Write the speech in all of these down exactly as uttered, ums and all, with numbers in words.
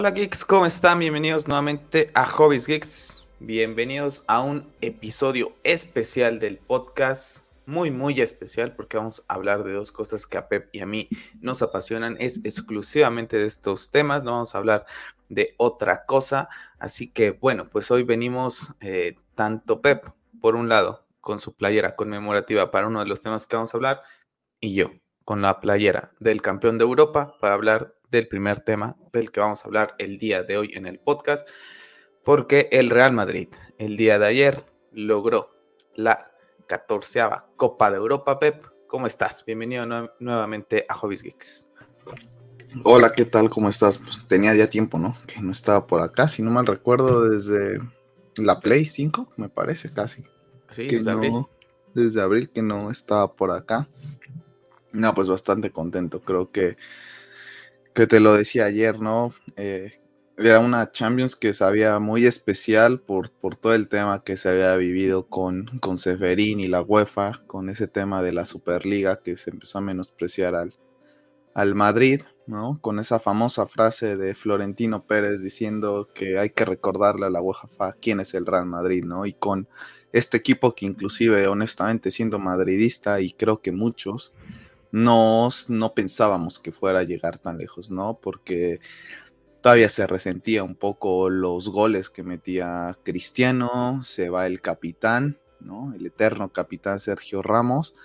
Hola geeks, ¿cómo están? Bienvenidos nuevamente a Hobbies Geeks. Bienvenidos a un episodio especial del podcast, muy muy especial porque vamos a hablar de dos cosas que a Pep y a mí nos apasionan, es exclusivamente de estos temas, no vamos a hablar de otra cosa, así que bueno, pues hoy venimos eh, tanto Pep, por un lado, con su playera conmemorativa para uno de los temas que vamos a hablar, y yo con la playera del campeón de Europa para hablar del primer tema del que vamos a hablar el día de hoy en el podcast, porque el Real Madrid el día de ayer logró la catorceava Copa de Europa. Pep, ¿cómo estás? Bienvenido nu- nuevamente a Hobbies Geeks. Hola, ¿qué tal? ¿Cómo estás? Pues tenía ya tiempo, ¿no? Que no estaba por acá, si no mal recuerdo, desde la Play cinco, me parece casi, Sí, que desde abril. no, desde abril que no estaba por acá. No, pues bastante contento, creo que, que te lo decía ayer, ¿no? Eh, era una Champions que sabía muy especial por, por todo el tema que se había vivido con, con Ceferín y la UEFA, con ese tema de la Superliga que se empezó a menospreciar al, al Madrid, ¿no? Con esa famosa frase de Florentino Pérez diciendo que hay que recordarle a la UEFA quién es el Real Madrid, ¿no? Y con este equipo que inclusive, honestamente, siendo madridista, y creo que muchos, no, no pensábamos que fuera a llegar tan lejos, ¿no? Porque todavía se resentía un poco los goles que metía Cristiano, se va el capitán, ¿no? El eterno capitán Sergio Ramos,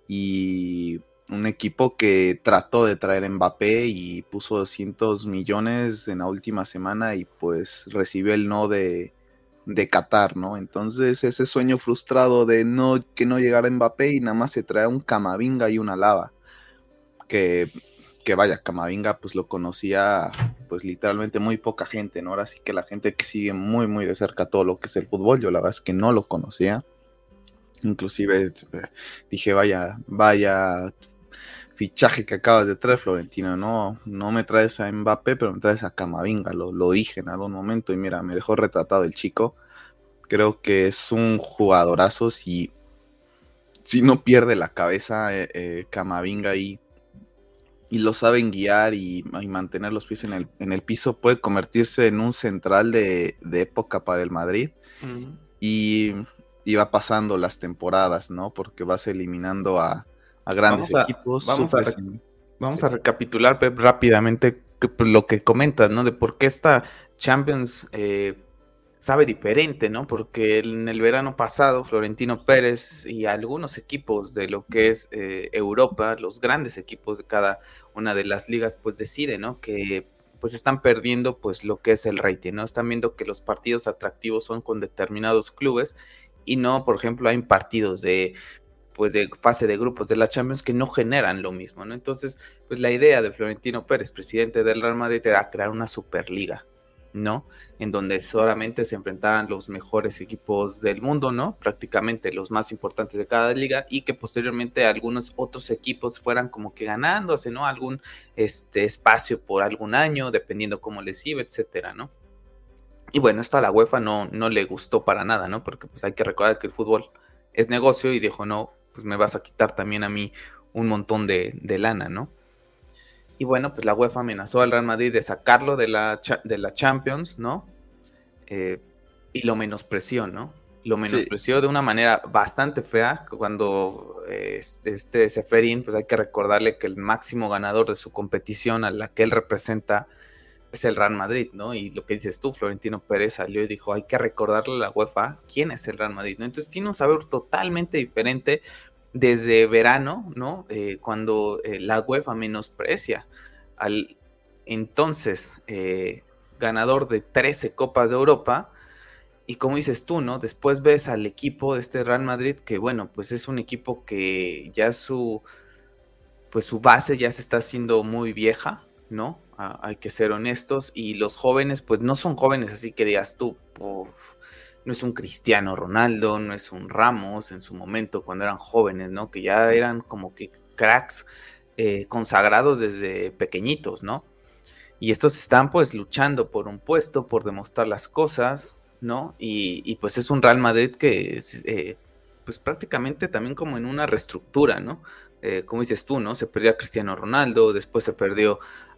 y un equipo que trató de traer a Mbappé y puso doscientos millones en la última semana y pues recibió el no de, de Qatar, ¿no? Entonces ese sueño frustrado de no, que no llegara Mbappé y nada más se trae un Camavinga y una Lava, que, que vaya, Camavinga pues lo conocía pues literalmente muy poca gente, ¿no? Ahora sí que la gente que sigue muy muy de cerca todo lo que es el fútbol, yo la verdad es que no lo conocía. Inclusive eh, dije, vaya, vaya fichaje que acabas de traer, Florentino. No, no me traes a Mbappé, pero me traes a Camavinga. Lo, lo dije en algún momento y mira, me dejó retratado el chico. Creo que es un jugadorazo. Si, si no pierde la cabeza eh, eh, Camavinga y, y lo saben guiar y, y mantener los pies en el, en el piso, puede convertirse en un central de, de época para el Madrid. Mm. Y, y va pasando las temporadas, ¿no? Porque vas eliminando a, a grandes Vamos a, equipos, vamos a, sufres re- en... vamos Sí. a recapitular, Pep, rápidamente que- pues, lo que comentas, ¿no? De por qué esta Champions eh, sabe diferente, ¿no? Porque en el verano pasado Florentino Pérez y algunos equipos de lo que es eh, Europa, los grandes equipos de cada una de las ligas, pues deciden, ¿no? Que pues están perdiendo pues lo que es el rating, ¿no? Están viendo que los partidos atractivos son con determinados clubes y no, por ejemplo, hay partidos de pues de fase de grupos de la Champions que no generan lo mismo, ¿no? Entonces, pues la idea de Florentino Pérez, presidente del Real Madrid, era crear una superliga, ¿no? En donde solamente se enfrentaran los mejores equipos del mundo, ¿no? Prácticamente los más importantes de cada liga y que posteriormente algunos otros equipos fueran como que ganándose, ¿no? Algún este, espacio por algún año, dependiendo cómo les iba, etcétera, ¿no? Y bueno, esto a la UEFA no, no le gustó para nada, ¿no? Porque pues hay que recordar que el fútbol es negocio y dijo, no, pues me vas a quitar también a mí un montón de, de lana, ¿no? Y bueno, pues la UEFA amenazó al Real Madrid de sacarlo de la, de la Champions, ¿no? Eh, y lo menospreció, ¿no? Lo Sí, menospreció de una manera bastante fea. Cuando eh, este Seferín, pues hay que recordarle que el máximo ganador de su competición a la que él representa es el Real Madrid, ¿no? Y lo que dices tú, Florentino Pérez salió y dijo, hay que recordarle a la UEFA quién es el Real Madrid, ¿no? Entonces tiene un sabor totalmente diferente desde verano, ¿no? Eh, cuando eh, la UEFA menosprecia al entonces eh, ganador de trece Copas de Europa. Y como dices tú, ¿no? Después ves al equipo de este Real Madrid, que bueno, pues es un equipo que ya su, pues su base ya se está haciendo muy vieja, ¿no? Ah, hay que ser honestos. Y los jóvenes, pues no son jóvenes así que digas tú, uf, no es un Cristiano Ronaldo, no es un Ramos en su momento cuando eran jóvenes, ¿no? Que ya eran como que cracks eh, consagrados desde pequeñitos, ¿no? Y estos están pues luchando por un puesto, por demostrar las cosas, ¿no? Y, y pues es un Real Madrid que es, eh, pues prácticamente también como en una reestructura, ¿no? Eh, como dices tú, ¿no? Se perdió a Cristiano Ronaldo, después se perdió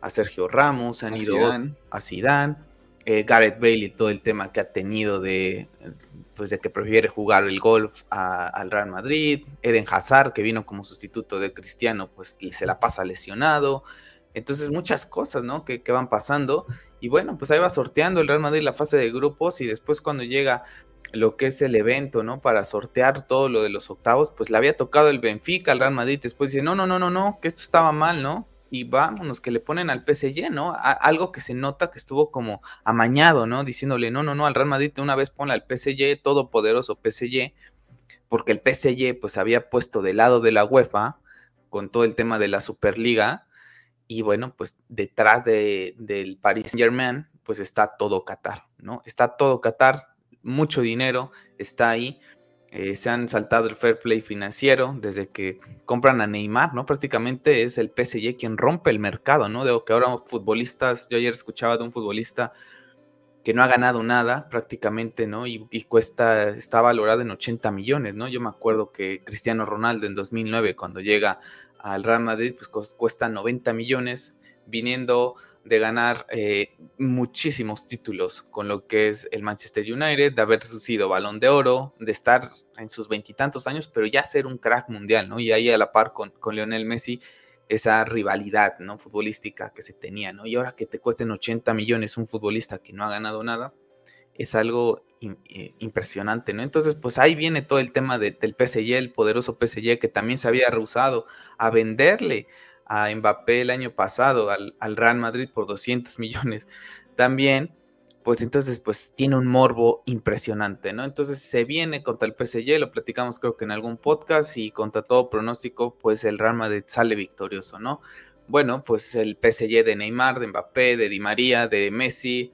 a Sergio Ramos, han A ido Zidane. a Zidane, eh, Gareth Bale y todo el tema que ha tenido de, pues de que prefiere jugar el golf a, al Real Madrid, Eden Hazard, que vino como sustituto de Cristiano, pues se la pasa lesionado. Entonces muchas cosas, ¿no? Que, que van pasando. Y bueno, pues ahí va sorteando el Real Madrid la fase de grupos y después cuando llega lo que es el evento, ¿no? Para sortear todo lo de los octavos, pues le había tocado el Benfica al Real Madrid. Después dice, no, no, no, no, no, que esto estaba mal, ¿no? Y vámonos, que le ponen al P S G, ¿no? A, algo que se nota que estuvo como amañado, ¿no? Diciéndole, no, no, no, al Real Madrid de una vez ponle al P S G, todopoderoso P S G, porque el P S G pues había puesto del lado de la UEFA con todo el tema de la Superliga y bueno, pues detrás de, del Paris Saint Germain pues está todo Qatar, ¿no? Está todo Qatar, mucho dinero está ahí. Eh, se han saltado el fair play financiero desde que compran a Neymar, ¿no? Prácticamente es el P S G quien rompe el mercado, ¿no? De que ahora futbolistas, yo ayer escuchaba de un futbolista que no ha ganado nada prácticamente, ¿no? Y, y cuesta, está valorado en ochenta millones, ¿no? Yo me acuerdo que Cristiano Ronaldo en dos mil nueve, cuando llega al Real Madrid, pues cuesta noventa millones, viniendo de ganar eh, muchísimos títulos con lo que es el Manchester United, de haber sido Balón de Oro, de estar en sus veintitantos años, pero ya ser un crack mundial, ¿no? Y ahí a la par con, con Lionel Messi, esa rivalidad, ¿no? Futbolística que se tenía, ¿no? Y ahora que te cuesten ochenta millones un futbolista que no ha ganado nada, es algo in, eh, impresionante, ¿no? Entonces, pues ahí viene todo el tema de, del P S G, el poderoso P S G, que también se había rehusado a venderle a Mbappé el año pasado al, al Real Madrid por doscientos millones también, pues entonces pues tiene un morbo impresionante, ¿no? Entonces se viene contra el P S G, lo platicamos creo que en algún podcast y contra todo pronóstico, pues el Real Madrid sale victorioso, ¿no? Bueno, pues el P S G de Neymar, de Mbappé, de Di María, de Messi,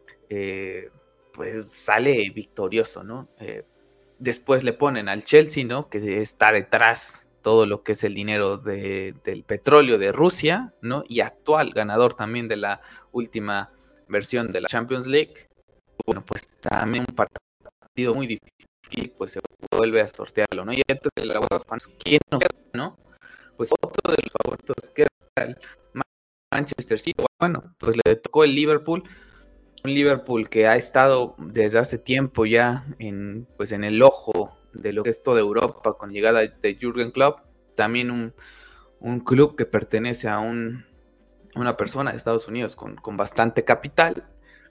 eh, pues sale victorioso, ¿no? Eh, después le ponen al Chelsea, ¿no? Que está detrás todo lo que es el dinero de, del petróleo de Rusia, ¿no? Y actual ganador también de la última versión de la Champions League. Bueno, pues también un partido muy difícil, pues se vuelve a sortearlo, ¿no? Y entonces la UEFA, ¿quién nos queda, no? Pues otro de los favoritos que era el Manchester City, bueno, pues le tocó el Liverpool, un Liverpool que ha estado desde hace tiempo ya en, pues en el ojo de lo que es toda Europa con llegada de Jürgen Klopp, también un, un club que pertenece a un, una persona de Estados Unidos con, con bastante capital.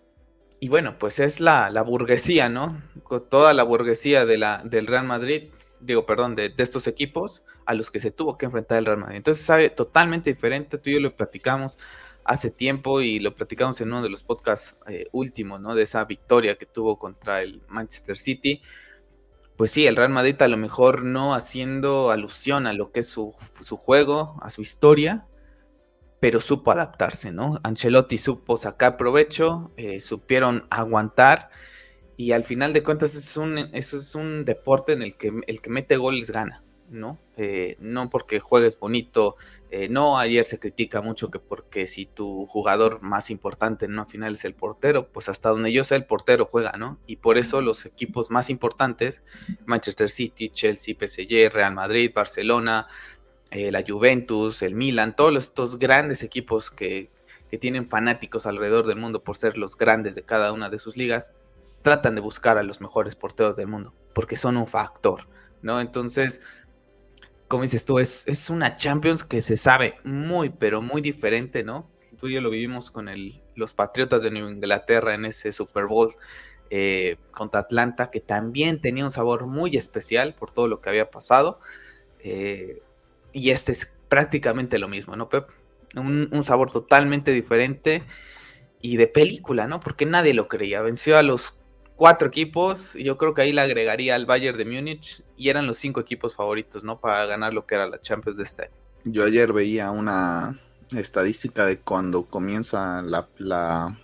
Y bueno, pues es la, la burguesía, ¿no? Con toda la burguesía de la, del Real Madrid, digo, perdón, de, de estos equipos a los que se tuvo que enfrentar el Real Madrid. Entonces sabe totalmente diferente, tú y yo lo platicamos hace tiempo y lo platicamos en uno de los podcasts eh, últimos, ¿no? De esa victoria que tuvo contra el Manchester City. Pues sí, el Real Madrid a lo mejor no haciendo alusión a lo que es su, su juego, a su historia, pero supo adaptarse, ¿no? Ancelotti supo sacar provecho, eh, supieron aguantar y al final de cuentas es un, eso es un deporte en el que el que mete goles gana, ¿no? Eh, no porque juegues bonito, eh, no, ayer se critica mucho que porque si tu jugador más importante en una final es el portero, pues hasta donde yo sé el portero juega, ¿no? Y por eso los equipos más importantes, Manchester City, Chelsea, P S G, Real Madrid, Barcelona, eh, la Juventus, el Milan, todos estos grandes equipos que, que tienen fanáticos alrededor del mundo por ser los grandes de cada una de sus ligas, tratan de buscar a los mejores porteros del mundo, porque son un factor, ¿no? Entonces, como dices tú, es, es una Champions que se sabe muy, pero muy diferente, ¿no? Tú y yo lo vivimos con el, los Patriotas de Nueva Inglaterra en ese Super Bowl eh, contra Atlanta, que también tenía un sabor muy especial por todo lo que había pasado. Eh, y este es prácticamente lo mismo, ¿no, Pep? Un, un sabor totalmente diferente y de película, ¿no? Porque nadie lo creía. Venció a los cuatro equipos, y yo creo que ahí le agregaría al Bayern de Múnich, y eran los cinco equipos favoritos, ¿no? Para ganar lo que era la Champions de este año. Yo ayer veía una estadística de cuando comienza la, la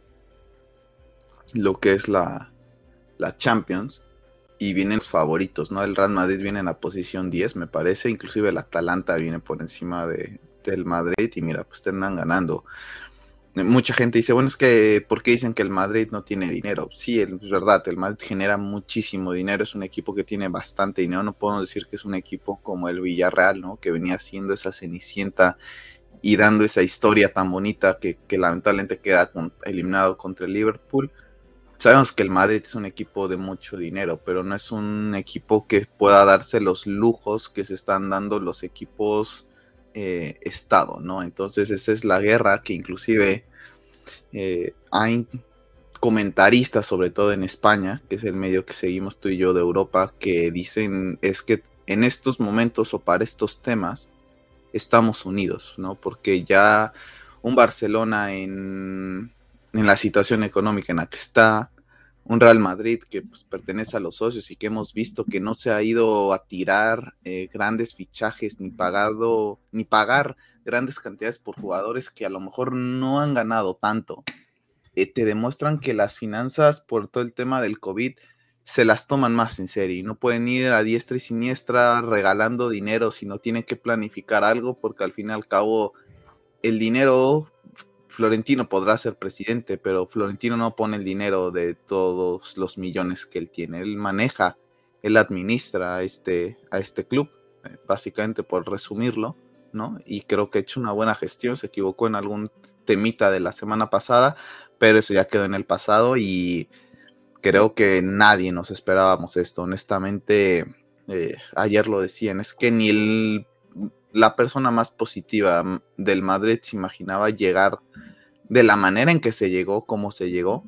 lo que es la, la Champions y vienen los favoritos, ¿no? El Real Madrid viene en la posición diez, me parece, inclusive el Atalanta viene por encima de, del Madrid y mira, pues terminan ganando. Mucha gente dice, bueno, es que, ¿por qué dicen que el Madrid no tiene dinero? Sí, es verdad, el Madrid genera muchísimo dinero, es un equipo que tiene bastante dinero, no podemos decir que es un equipo como el Villarreal, ¿no? Que venía siendo esa cenicienta y dando esa historia tan bonita que, que lamentablemente queda con, eliminado contra el Liverpool. Sabemos que el Madrid es un equipo de mucho dinero, pero no es un equipo que pueda darse los lujos que se están dando los equipos eh, Estado, ¿no? Entonces esa es la guerra que inclusive eh, hay comentaristas, sobre todo en España, que es el medio que seguimos tú y yo de Europa, que dicen es que en estos momentos o para estos temas estamos unidos, ¿no? Porque ya un Barcelona en, en la situación económica en la que está, un Real Madrid que pues, pertenece a los socios y que hemos visto que no se ha ido a tirar eh, grandes fichajes ni pagado ni pagar grandes cantidades por jugadores que a lo mejor no han ganado tanto. Eh, te demuestran que las finanzas por todo el tema del COVID se las toman más en serio y no pueden ir a diestra y siniestra regalando dinero, sino tienen que planificar algo porque al fin y al cabo el dinero, Florentino podrá ser presidente, pero Florentino no pone el dinero de todos los millones que él tiene, él maneja, él administra a este, a este club, eh, básicamente por resumirlo, ¿no? Y creo que ha hecho una buena gestión, se equivocó en algún temita de la semana pasada, pero eso ya quedó en el pasado y creo que nadie nos esperábamos esto, honestamente, eh, ayer lo decían, es que ni el, la persona más positiva del Madrid se imaginaba llegar de la manera en que se llegó, cómo se llegó,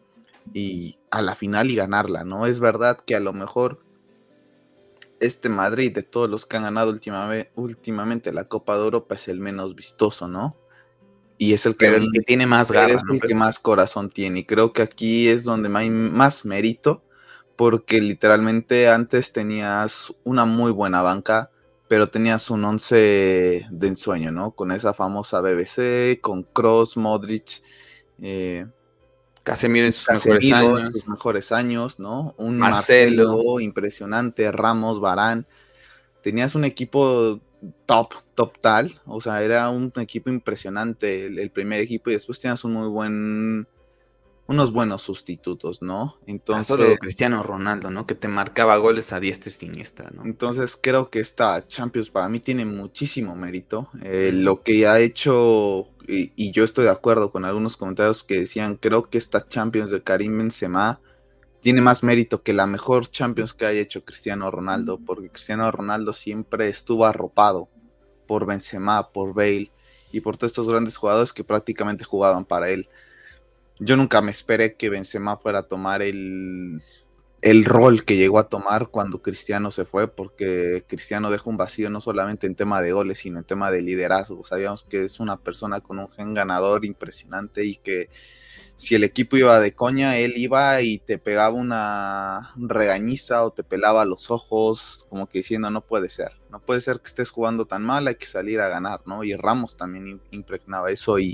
y a la final y ganarla, ¿no? Es verdad que a lo mejor este Madrid, de todos los que han ganado últimamente, últimamente la Copa de Europa, es el menos vistoso, ¿no? Y es el que, Pero el que tiene más garra, es ¿no, el que Pepe? más corazón tiene. Y creo que aquí es donde hay más mérito, porque literalmente antes tenías una muy buena banca, pero tenías un once de ensueño, ¿no? Con esa famosa B B C, con Kroos, Modric, eh, Casemiro en sus mejores Casemiro en años, sus mejores años, ¿no? Un Marcelo. Marcelo impresionante, Ramos, Varane. Tenías un equipo top, top tal, o sea, era un equipo impresionante el, el primer equipo y después tenías un muy buen, unos buenos sustitutos, ¿no? A Entonces, solo Cristiano Ronaldo, ¿no? Que te marcaba goles a diestra y siniestra, ¿no? entonces creo que esta Champions para mí tiene muchísimo mérito. Eh, lo que ha hecho, y, y yo estoy de acuerdo con algunos comentarios que decían, creo que esta Champions de Karim Benzema tiene más mérito que la mejor Champions que haya hecho Cristiano Ronaldo, porque Cristiano Ronaldo siempre estuvo arropado por Benzema, por Bale y por todos estos grandes jugadores que prácticamente jugaban para él. Yo nunca me esperé que Benzema fuera a tomar el, el rol que llegó a tomar cuando Cristiano se fue, porque Cristiano deja un vacío no solamente en tema de goles, sino en tema de liderazgo. Sabíamos que es una persona con un gen ganador impresionante y que si el equipo iba de coña, él iba y te pegaba una regañiza o te pelaba los ojos, como que diciendo, no puede ser, no puede ser que estés jugando tan mal, hay que salir a ganar, ¿no? Y Ramos también impregnaba eso y,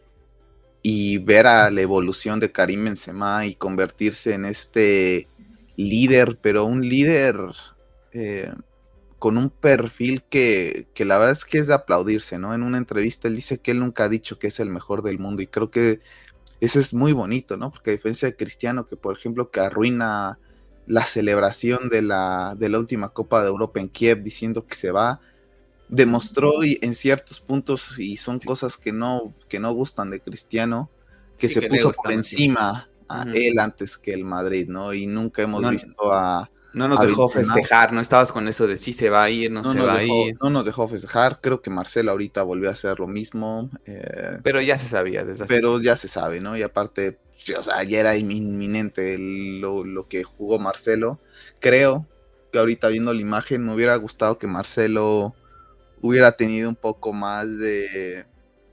y ver a la evolución de Karim Benzema y convertirse en este líder, pero un líder eh, con un perfil que, que la verdad es que es de aplaudirse, ¿no? En una entrevista él dice que él nunca ha dicho que es el mejor del mundo y creo que eso es muy bonito, ¿no? Porque a diferencia de Cristiano, que por ejemplo que arruina la celebración de la, de la última Copa de Europa en Kiev diciendo que se va, demostró y en ciertos puntos, y son Sí, cosas que no, que no gustan de Cristiano, que sí, se que el ego puso está por metido. encima a Ujú. él antes que el Madrid, ¿no? Y nunca hemos No, visto a, no nos a dejó Benzema, festejar, no estabas con eso de si se va a ir, no no se nos va a dejó, ir. no nos dejó festejar, creo que Marcelo ahorita volvió a hacer lo mismo, eh, Pero ya se sabía desde hace pero tiempo. ya se sabe, ¿no? Y aparte, sí, o sea, ya era inminente lo, lo que jugó Marcelo. Creo que ahorita viendo la imagen me hubiera gustado que Marcelo hubiera tenido un poco más de,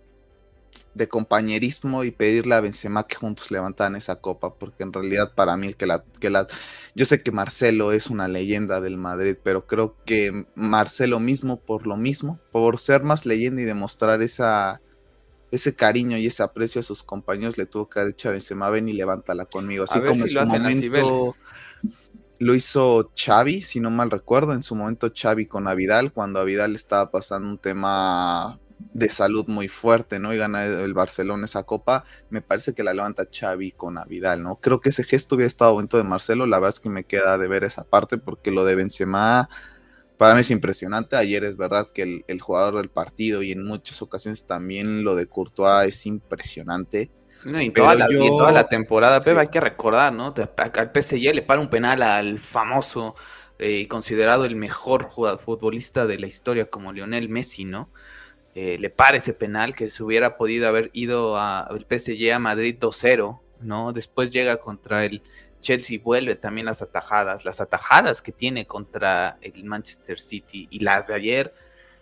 de compañerismo y pedirle a Benzema que juntos levantaran esa copa, porque en realidad para mí el que la, que la... Yo sé que Marcelo es una leyenda del Madrid, pero creo que Marcelo mismo, por lo mismo, por ser más leyenda y demostrar esa ese cariño y ese aprecio a sus compañeros le tuvo que haber dicho a Benzema, ven y levántala conmigo, A así ver como si en lo su hacen las Cibeles. momento lo hizo Xavi, si no mal recuerdo, en su momento Xavi con Avidal, cuando Avidal estaba pasando un tema de salud muy fuerte, ¿no? Y gana el Barcelona esa copa, me parece que la levanta Xavi con Avidal, ¿no? Creo que ese gesto hubiera estado bonito de Marcelo, la verdad es que me queda de ver esa parte, porque lo de Benzema para mí es impresionante. Ayer es verdad que el, el jugador del partido y en muchas ocasiones también lo de Courtois es impresionante. No, y, en toda Pero la, y en toda la yo, temporada, Pep, sí, hay que recordar, ¿no? Te- a- Al P S G le para un penal al famoso eh, y considerado el mejor jugador, futbolista de la historia como Lionel Messi, ¿no? Eh, le para ese penal que se hubiera podido haber ido a, el P S G a Madrid dos cero, ¿no? Después llega contra el Chelsea, vuelve también las atajadas, las atajadas que tiene contra el Manchester City y las de ayer.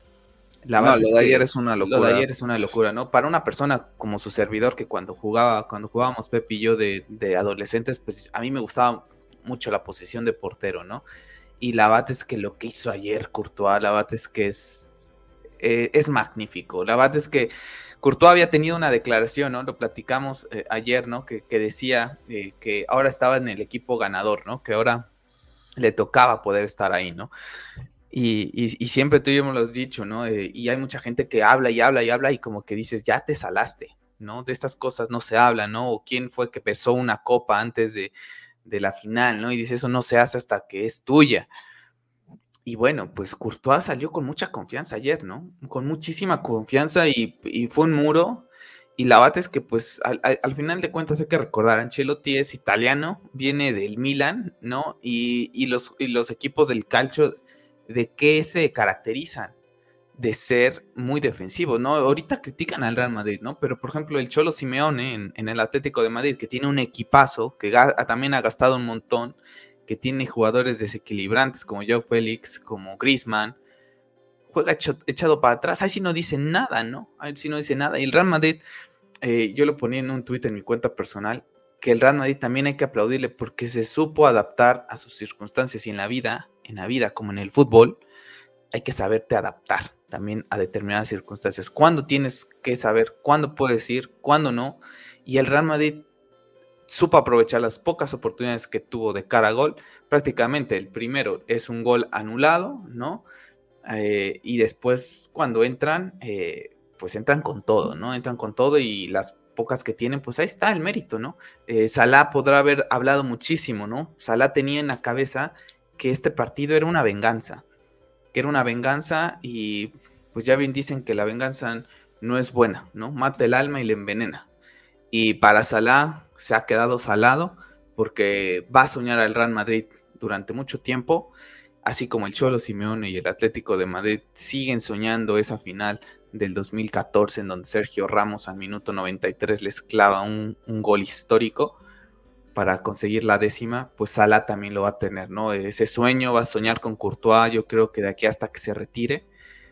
La no, verdad lo es de ayer que es una lo de locura. ayer es una locura, ¿no? Para una persona como su servidor, que cuando jugaba, cuando jugábamos Pepe y yo de, de adolescentes, pues a mí me gustaba mucho la posición de portero, ¿no? Y la verdad es que lo que hizo ayer Courtois, la verdad es que es, eh, es magnífico. La verdad es que Courtois había tenido una declaración, ¿no? Lo platicamos eh, ayer, ¿no? Que, que decía eh, que ahora estaba en el equipo ganador, ¿no? Que ahora le tocaba poder estar ahí, ¿no? Y, y, y siempre tú y yo hemos lo has dicho, ¿no? Eh, y hay mucha gente que habla y habla y habla y como que dices, ya te salaste, ¿no? De estas cosas no se habla, ¿no? O quién fue que pesó una copa antes de, de la final, ¿no? Y dice, eso no se hace hasta que es tuya. Y bueno, pues Courtois salió con mucha confianza ayer, ¿no? Con muchísima confianza y, y fue un muro. Y la bate es que, pues, al, al, al, final de cuentas hay que recordar, Ancelotti es italiano, viene del Milan, ¿no? Y, y, los, y los equipos del calcio, ¿de qué se caracterizan? De ser muy defensivos, ¿no? Ahorita critican al Real Madrid, ¿no? Pero, por ejemplo, el Cholo Simeone en, en el Atlético de Madrid, que tiene un equipazo, que ga también ha gastado un montón, que tiene jugadores desequilibrantes como Joe Félix, como Griezmann, juega hecho, echado para atrás, ahí sí no dice nada, ¿no? Ahí sí no dice nada. Y el Real Madrid, eh, yo lo ponía en un tuit en mi cuenta personal, que el Real Madrid también hay que aplaudirle porque se supo adaptar a sus circunstancias y en la vida, en la vida como en el fútbol, hay que saberte adaptar también a determinadas circunstancias. ¿Cuándo tienes que saber? ¿Cuándo puedes ir? ¿Cuándo no? Y el Real Madrid supo aprovechar las pocas oportunidades que tuvo de cara a gol. Prácticamente el primero es un gol anulado, ¿no? Eh, y después cuando entran, eh, pues entran con todo, ¿no? Entran con todo y las pocas que tienen, pues ahí está el mérito, ¿no? Eh, Salah podrá haber hablado muchísimo, ¿no? Salah tenía en la cabeza que este partido era una venganza, que era una venganza y pues ya bien dicen que la venganza no es buena, ¿no? Mata el alma y le envenena. Y para Salah se ha quedado salado porque va a soñar al Real Madrid durante mucho tiempo, así como el Cholo Simeone y el Atlético de Madrid siguen soñando esa final del dos mil catorce en donde Sergio Ramos al minuto noventa y tres les clava un, un gol histórico para conseguir la décima, pues Salah también lo va a tener, ¿no? Ese sueño va a soñar con Courtois, yo creo que de aquí hasta que se retire,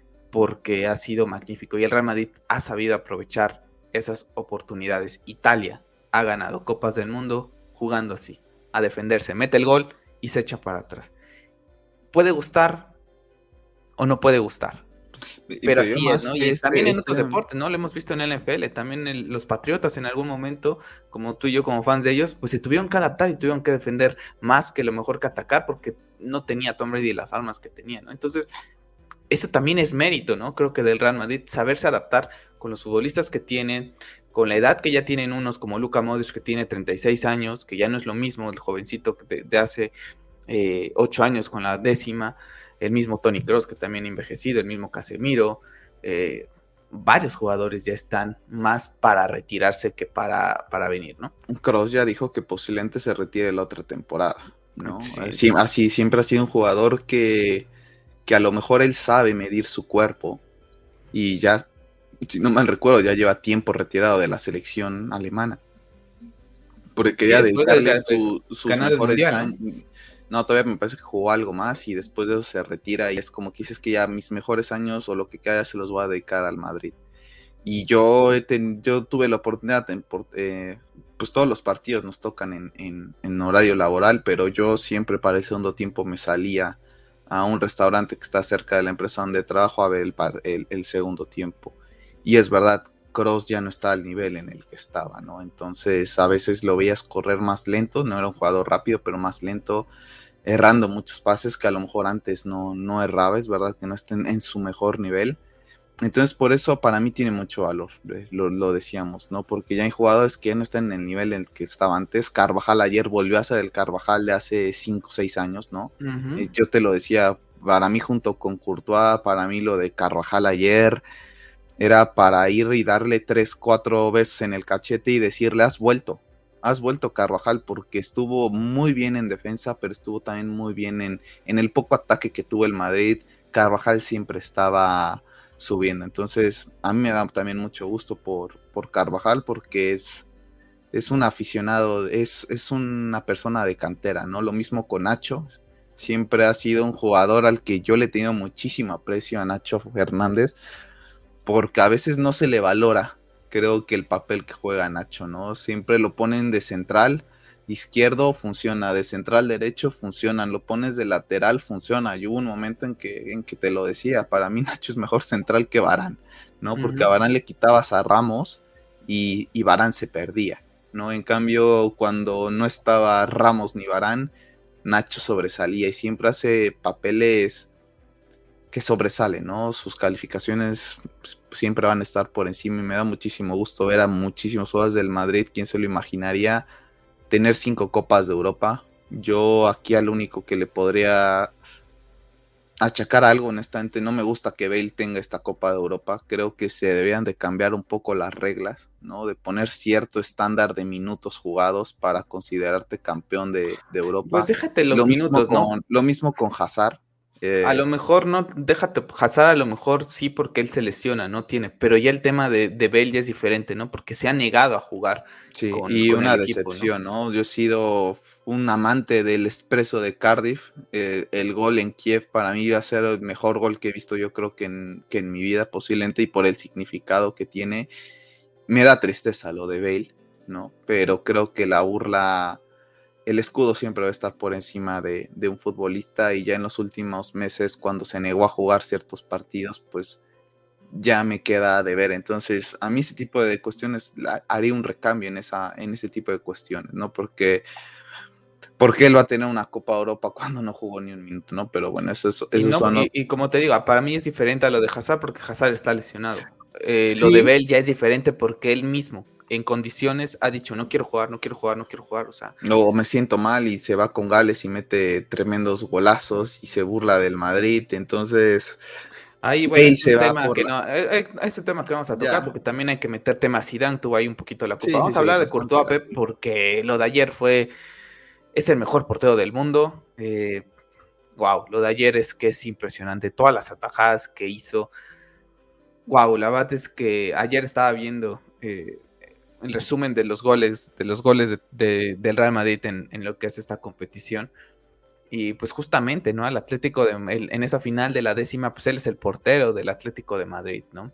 porque ha sido magnífico y el Real Madrid ha sabido aprovechar esas oportunidades. Italia ha ganado Copas del Mundo jugando así, a defenderse, mete el gol y se echa para atrás. Puede gustar o no puede gustar, y, pero pero yo así es, más ¿no? Y también este, en otros este, deportes, ¿no? Lo hemos visto en el N F L, también el, los Patriotas en algún momento, como tú y yo como fans de ellos, pues se tuvieron que adaptar y tuvieron que defender más que lo mejor que atacar porque no tenía Tom Brady las armas que tenía, ¿no? Entonces, eso también es mérito, ¿no? Creo que del Real Madrid, saberse adaptar con los futbolistas que tienen, con la edad que ya tienen unos como Luka Modric que tiene treinta y seis años, que ya no es lo mismo el jovencito de, de hace eh, ocho años con la décima, el mismo Toni Kroos que también ha envejecido, el mismo Casemiro, eh, varios jugadores ya están más para retirarse que para, para venir, ¿no? Kroos ya dijo que posiblemente se retire la otra temporada, ¿no? Sí, Así, así siempre ha sido un jugador que, que a lo mejor él sabe medir su cuerpo y ya, si no mal recuerdo, ya lleva tiempo retirado de la selección alemana, porque sí, quería después del, dedicarle del su, sus ganar el mejores Mundial, ¿no? años. No, todavía me parece que jugó algo más y después de eso se retira y es como que dices que ya mis mejores años o lo que queda se los voy a dedicar al Madrid. Y yo, he ten, yo tuve la oportunidad, de, eh, pues todos los partidos nos tocan en, en, en horario laboral, pero yo siempre para el segundo tiempo me salía a un restaurante que está cerca de la empresa donde trabajo a ver el, el, el segundo tiempo. Y es verdad, Kroos ya no está al nivel en el que estaba, ¿no? Entonces a veces lo veías correr más lento, no era un jugador rápido, pero más lento, errando muchos pases que a lo mejor antes no, no erraba, es verdad que no estén en su mejor nivel. Entonces, por eso para mí tiene mucho valor, lo, lo decíamos, ¿no? Porque ya hay jugadores que ya no están en el nivel en el que estaba antes. Carvajal ayer volvió a ser el Carvajal de hace cinco o seis años, ¿no? Uh -huh. Eh, yo te lo decía para mí junto con Courtois, para mí lo de Carvajal ayer era para ir y darle tres, cuatro veces en el cachete y decirle, has vuelto, has vuelto Carvajal, porque estuvo muy bien en defensa, pero estuvo también muy bien en, en el poco ataque que tuvo el Madrid. Carvajal siempre estaba subiendo, entonces a mí me da también mucho gusto por, por Carvajal, porque es, es un aficionado, es, es una persona de cantera, ¿no? Lo mismo con Nacho, siempre ha sido un jugador al que yo le he tenido muchísimo aprecio a Nacho Fernández, porque a veces no se le valora, creo que el papel que juega Nacho, ¿no? Siempre lo ponen de central izquierdo, funciona, de central derecho, funciona, lo pones de lateral, funciona. Y hubo un momento en que, en que te lo decía, para mí Nacho es mejor central que Varane, ¿no? Porque uh-huh. a Varane le quitabas a Ramos y, y Varane se perdía, ¿no? En cambio, cuando no estaba Ramos ni Varane, Nacho sobresalía y siempre hace papeles que sobresale, ¿no? Sus calificaciones siempre van a estar por encima y me da muchísimo gusto ver a muchísimos jugadores del Madrid. ¿Quién se lo imaginaría tener cinco copas de Europa? Yo aquí al único que le podría achacar algo, honestamente, no me gusta que Bale tenga esta Copa de Europa. Creo que se deberían de cambiar un poco las reglas, ¿no? De poner cierto estándar de minutos jugados para considerarte campeón de, de Europa. Pues déjate los lo minutos, mismo con, ¿no? Lo mismo con Hazard. Eh, a lo mejor no, déjate, Hazard a lo mejor sí porque él se lesiona, no tiene, pero ya el tema de, de Bale ya es diferente, ¿no? Porque se ha negado a jugar sí, con, y con una el equipo, decepción, ¿no? ¿no? Yo he sido un amante del Espresso de Cardiff, eh, el gol en Kiev para mí va a ser el mejor gol que he visto yo creo que en, que en mi vida posiblemente y por el significado que tiene, me da tristeza lo de Bale, ¿no? Pero creo que la burla, el escudo siempre va a estar por encima de, de un futbolista y ya en los últimos meses cuando se negó a jugar ciertos partidos, pues ya me queda de ver. Entonces, a mí ese tipo de cuestiones haría un recambio en, esa, en ese tipo de cuestiones, ¿no? Porque, porque él va a tener una Copa de Europa cuando no jugó ni un minuto, ¿no? Pero bueno, eso, eso, y, no, son... y, y como te digo, para mí es diferente a lo de Hazard porque Hazard está lesionado. Eh, sí. Lo de Bale ya es diferente porque él mismo, en condiciones, ha dicho, no quiero jugar, no quiero jugar, no quiero jugar, o sea... O me siento mal y se va con Gales y mete tremendos golazos y se burla del Madrid, entonces... Ahí, bueno, es un tema que la... no, eh, es un tema que vamos a tocar ya. Porque también hay que meter tema Zidane, tuvo ahí un poquito la culpa. Sí, vamos sí, a hablar sí, de Courtois, Pep, porque lo de ayer fue, es el mejor portero del mundo. Eh, wow, lo de ayer es que es impresionante, todas las atajadas que hizo. Wow, la verdad es que ayer estaba viendo eh, el resumen de los goles, de los goles de, de, del Real Madrid en, en lo que es esta competición. Y pues justamente, ¿no? Al Atlético de, el, en esa final de la décima, pues él es el portero del Atlético de Madrid, ¿no?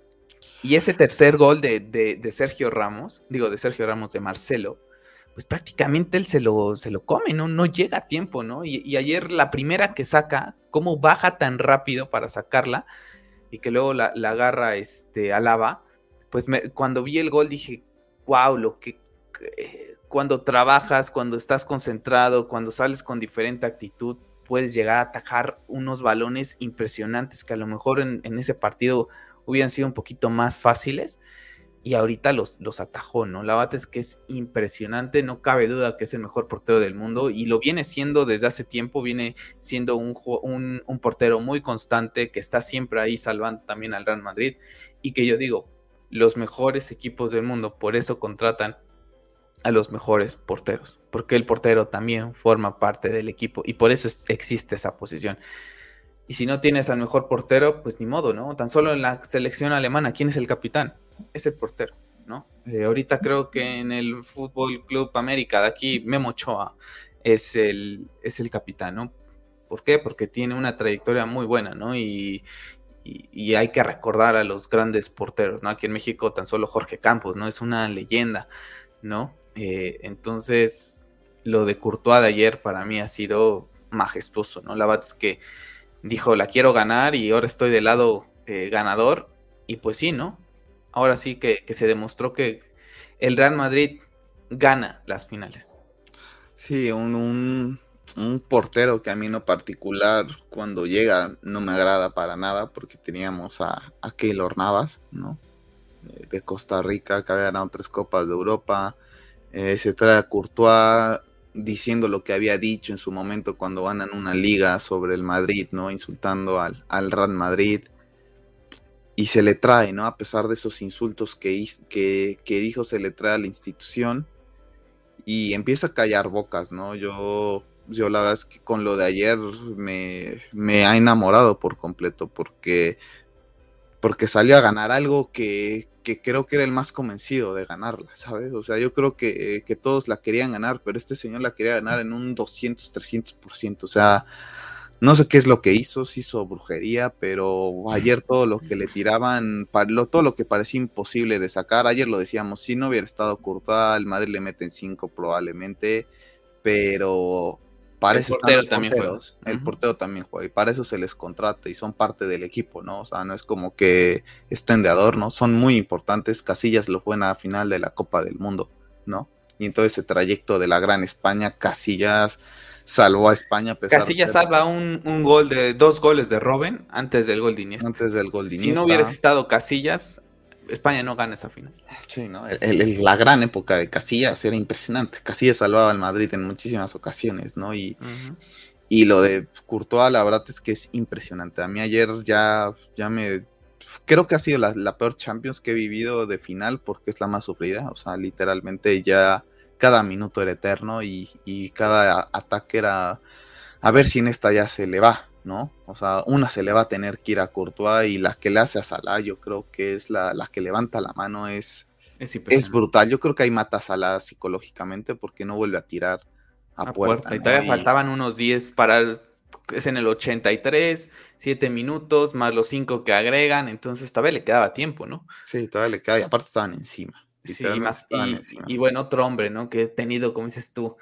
Y ese tercer gol de, de, de Sergio Ramos, digo de Sergio Ramos, de Marcelo, pues prácticamente él se lo, se lo come, ¿no? No llega a tiempo, ¿no? Y, y ayer la primera que saca, cómo baja tan rápido para sacarla y que luego la, la agarra este, Alaba, pues me, cuando vi el gol dije, wow, lo que... que cuando trabajas, cuando estás concentrado, cuando sales con diferente actitud, puedes llegar a atajar unos balones impresionantes que a lo mejor en, en ese partido hubieran sido un poquito más fáciles y ahorita los, los atajó, ¿no? La verdad es que es impresionante, no cabe duda que es el mejor portero del mundo y lo viene siendo desde hace tiempo, viene siendo un, un, un portero muy constante que está siempre ahí salvando también al Real Madrid y que yo digo, los mejores equipos del mundo por eso contratan a los mejores porteros, porque el portero también forma parte del equipo y por eso es, existe esa posición. Y si no tienes al mejor portero, pues ni modo, ¿no? Tan solo en la selección alemana, ¿quién es el capitán? Es el portero, ¿no? Eh, ahorita creo que en el Fútbol Club América de aquí, Memo Ochoa es el, es el capitán, ¿no? ¿Por qué? Porque tiene una trayectoria muy buena, ¿no? Y, y, y hay que recordar a los grandes porteros, ¿no? Aquí en México tan solo Jorge Campos, ¿no? Es una leyenda, ¿no? Eh, entonces, lo de Courtois de ayer para mí ha sido majestuoso, ¿no? La verdad es que dijo, la quiero ganar y ahora estoy del lado eh, ganador. Y pues sí, ¿no? Ahora sí que, que se demostró que el Real Madrid gana las finales. Sí, un, un, un portero que a mí en lo particular cuando llega no me agrada para nada porque teníamos a, a Keylor Navas, ¿no? De Costa Rica, que había ganado tres copas de Europa. Eh, se trae a Courtois, diciendo lo que había dicho en su momento cuando ganan una liga sobre el Madrid, ¿no? Insultando al, al Real Madrid. Y se le trae, ¿no? A pesar de esos insultos que, que, que dijo, se le trae a la institución y empieza a callar bocas, ¿no? Yo, yo la verdad es que con lo de ayer me, me ha enamorado por completo, porque, porque salió a ganar algo que, que creo que era el más convencido de ganarla, ¿sabes? O sea, yo creo que, que todos la querían ganar, pero este señor la quería ganar en un doscientos, trescientos por ciento, o sea... No sé qué es lo que hizo, si hizo brujería, pero ayer todo lo que le tiraban, todo lo que parecía imposible de sacar, ayer lo decíamos, si no hubiera estado Courtois, el Madrid le meten cinco probablemente, pero para El eso están portero los también juega. porteros, el portero también juega, y para eso se les contrata y son parte del equipo, ¿no? O sea, no es como que estén de adorno, son muy importantes. Casillas lo fue en la final de la Copa del Mundo, ¿no? Y en todo ese trayecto de la Gran España, Casillas salvó a España a pesar de Casillas ser salva un, un gol de dos goles de Robben antes del gol de Iniesta. antes del gol de Si no hubiera Iniesta. existido Casillas, España no gana esa final. Sí, ¿no? El, el, la gran época de Casillas era impresionante. Casillas salvaba al Madrid en muchísimas ocasiones, ¿no? Y, uh-huh. y lo de Courtois, la verdad es que es impresionante. A mí ayer ya, ya me... Creo que ha sido la, la peor Champions que he vivido de final porque es la más sufrida. O sea, literalmente ya cada minuto era eterno y, y cada ataque era... A ver si en esta ya se le va, ¿no? O sea, una se le va a tener que ir a Courtois y la que le hace a Salah, yo creo que es la, la que levanta la mano, es, es, es brutal. Yo creo que ahí mata a Salah psicológicamente porque no vuelve a tirar a, a puerta. puerta. ¿no? Y todavía y... faltaban unos diez para, es en el ochenta y tres, siete minutos, más los cinco que agregan, entonces todavía le quedaba tiempo, ¿no? Sí, todavía le quedaba, y aparte estaban encima. Sí, más, y, y bueno, otro hombre, ¿no? Que he tenido, como dices tú,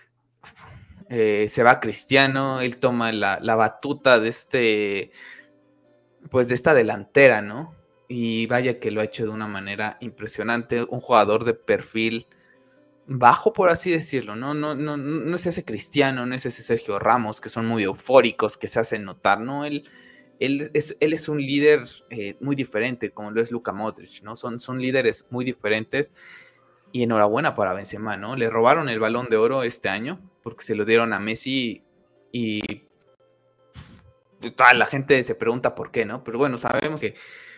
Eh, se va Cristiano, él toma la, la, batuta de este, pues de esta delantera, ¿no? Y vaya que lo ha hecho de una manera impresionante, un jugador de perfil bajo, por así decirlo, ¿no? No, no, no es ese Cristiano, no es ese Sergio Ramos, que son muy eufóricos, que se hacen notar, ¿no? Él, él, es, él es un líder eh, muy diferente, como lo es Luka Modric, ¿no? Son, son líderes muy diferentes. Y enhorabuena para Benzema, ¿no? Le robaron el Balón de Oro este año porque se lo dieron a Messi y toda la gente se pregunta por qué, ¿no? Pero bueno, sabemos que,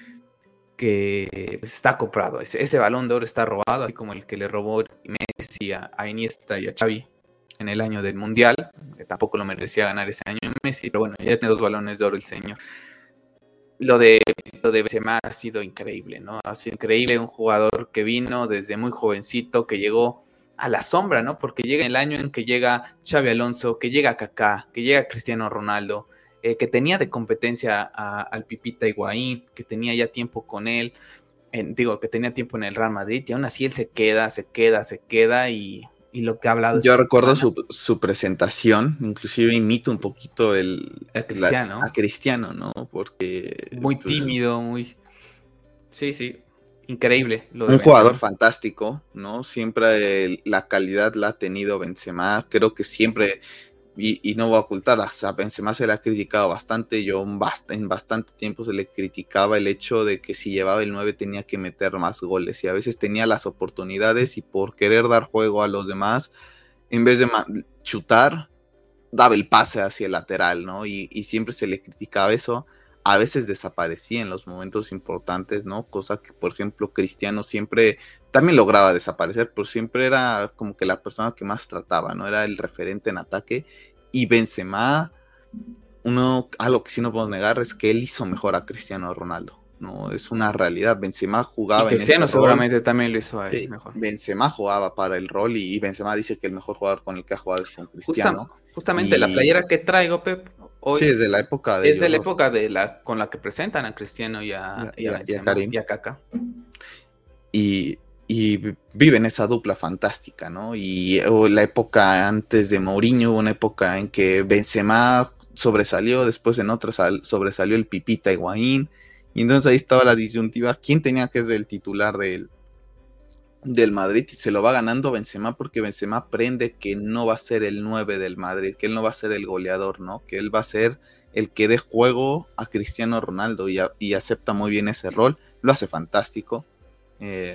que está comprado. Ese, ese Balón de Oro está robado, así como el que le robó Messi a, a Iniesta y a Xavi en el año del Mundial, que tampoco lo merecía ganar ese año Messi, pero bueno, ya tiene dos Balones de Oro el señor. Lo de, lo de Benzema ha sido increíble, ¿no? Ha sido increíble, un jugador que vino desde muy jovencito, que llegó a la sombra, ¿no? Porque llega en el año en que llega Xavi Alonso, que llega Kaká, que llega Cristiano Ronaldo, eh, que tenía de competencia a, al Pipita Higuaín, que tenía ya tiempo con él, eh, digo, que tenía tiempo en el Real Madrid, y aún así él se queda, se queda, se queda, y... y lo que ha hablado. Yo recuerdo su, su presentación, inclusive imito un poquito el, a Cristiano, la, a Cristiano, ¿no? Porque muy pues, tímido, muy, sí, sí, increíble. Lo de un Benzema. Jugador fantástico, ¿no? Siempre el, la calidad la ha tenido Benzema. Creo que siempre, y, y no voy a ocultar, a Benzema se le ha criticado bastante. Yo bast en bastante tiempo se le criticaba el hecho de que si llevaba el nueve tenía que meter más goles. Y a veces tenía las oportunidades y por querer dar juego a los demás, en vez de chutar, daba el pase hacia el lateral, ¿no? Y, y siempre se le criticaba eso. A veces desaparecía en los momentos importantes, ¿no? Cosa que, por ejemplo, Cristiano siempre también lograba desaparecer, pero siempre era como que la persona que más trataba, ¿no? Era el referente en ataque. Y Benzema, uno, algo que sí no podemos negar es que él hizo mejor a Cristiano Ronaldo, ¿no? Es una realidad. Benzema jugaba y Cristiano en ese seguramente rol. también lo hizo a él sí, mejor. Benzema jugaba para el rol y, y Benzema dice que el mejor jugador con el que ha jugado es con Cristiano. Justa, justamente y... la playera que traigo, Pep, hoy sí, es de la época de es de la época de la con la que presentan a Cristiano y a, y a, y a, Benzema, y a Karim y a Kaká. Y, y viven esa dupla fantástica, ¿no? Y oh, la época antes de Mourinho, hubo una época en que Benzema sobresalió, después en otra sal, sobresalió el Pipita Higuaín, y entonces ahí estaba la disyuntiva, ¿quién tenía que ser el titular del, del Madrid? Y se lo va ganando Benzema porque Benzema aprende que no va a ser el nueve del Madrid, que él no va a ser el goleador, ¿no? Que él va a ser el que dé juego a Cristiano Ronaldo y, a, y acepta muy bien ese rol, lo hace fantástico. Eh,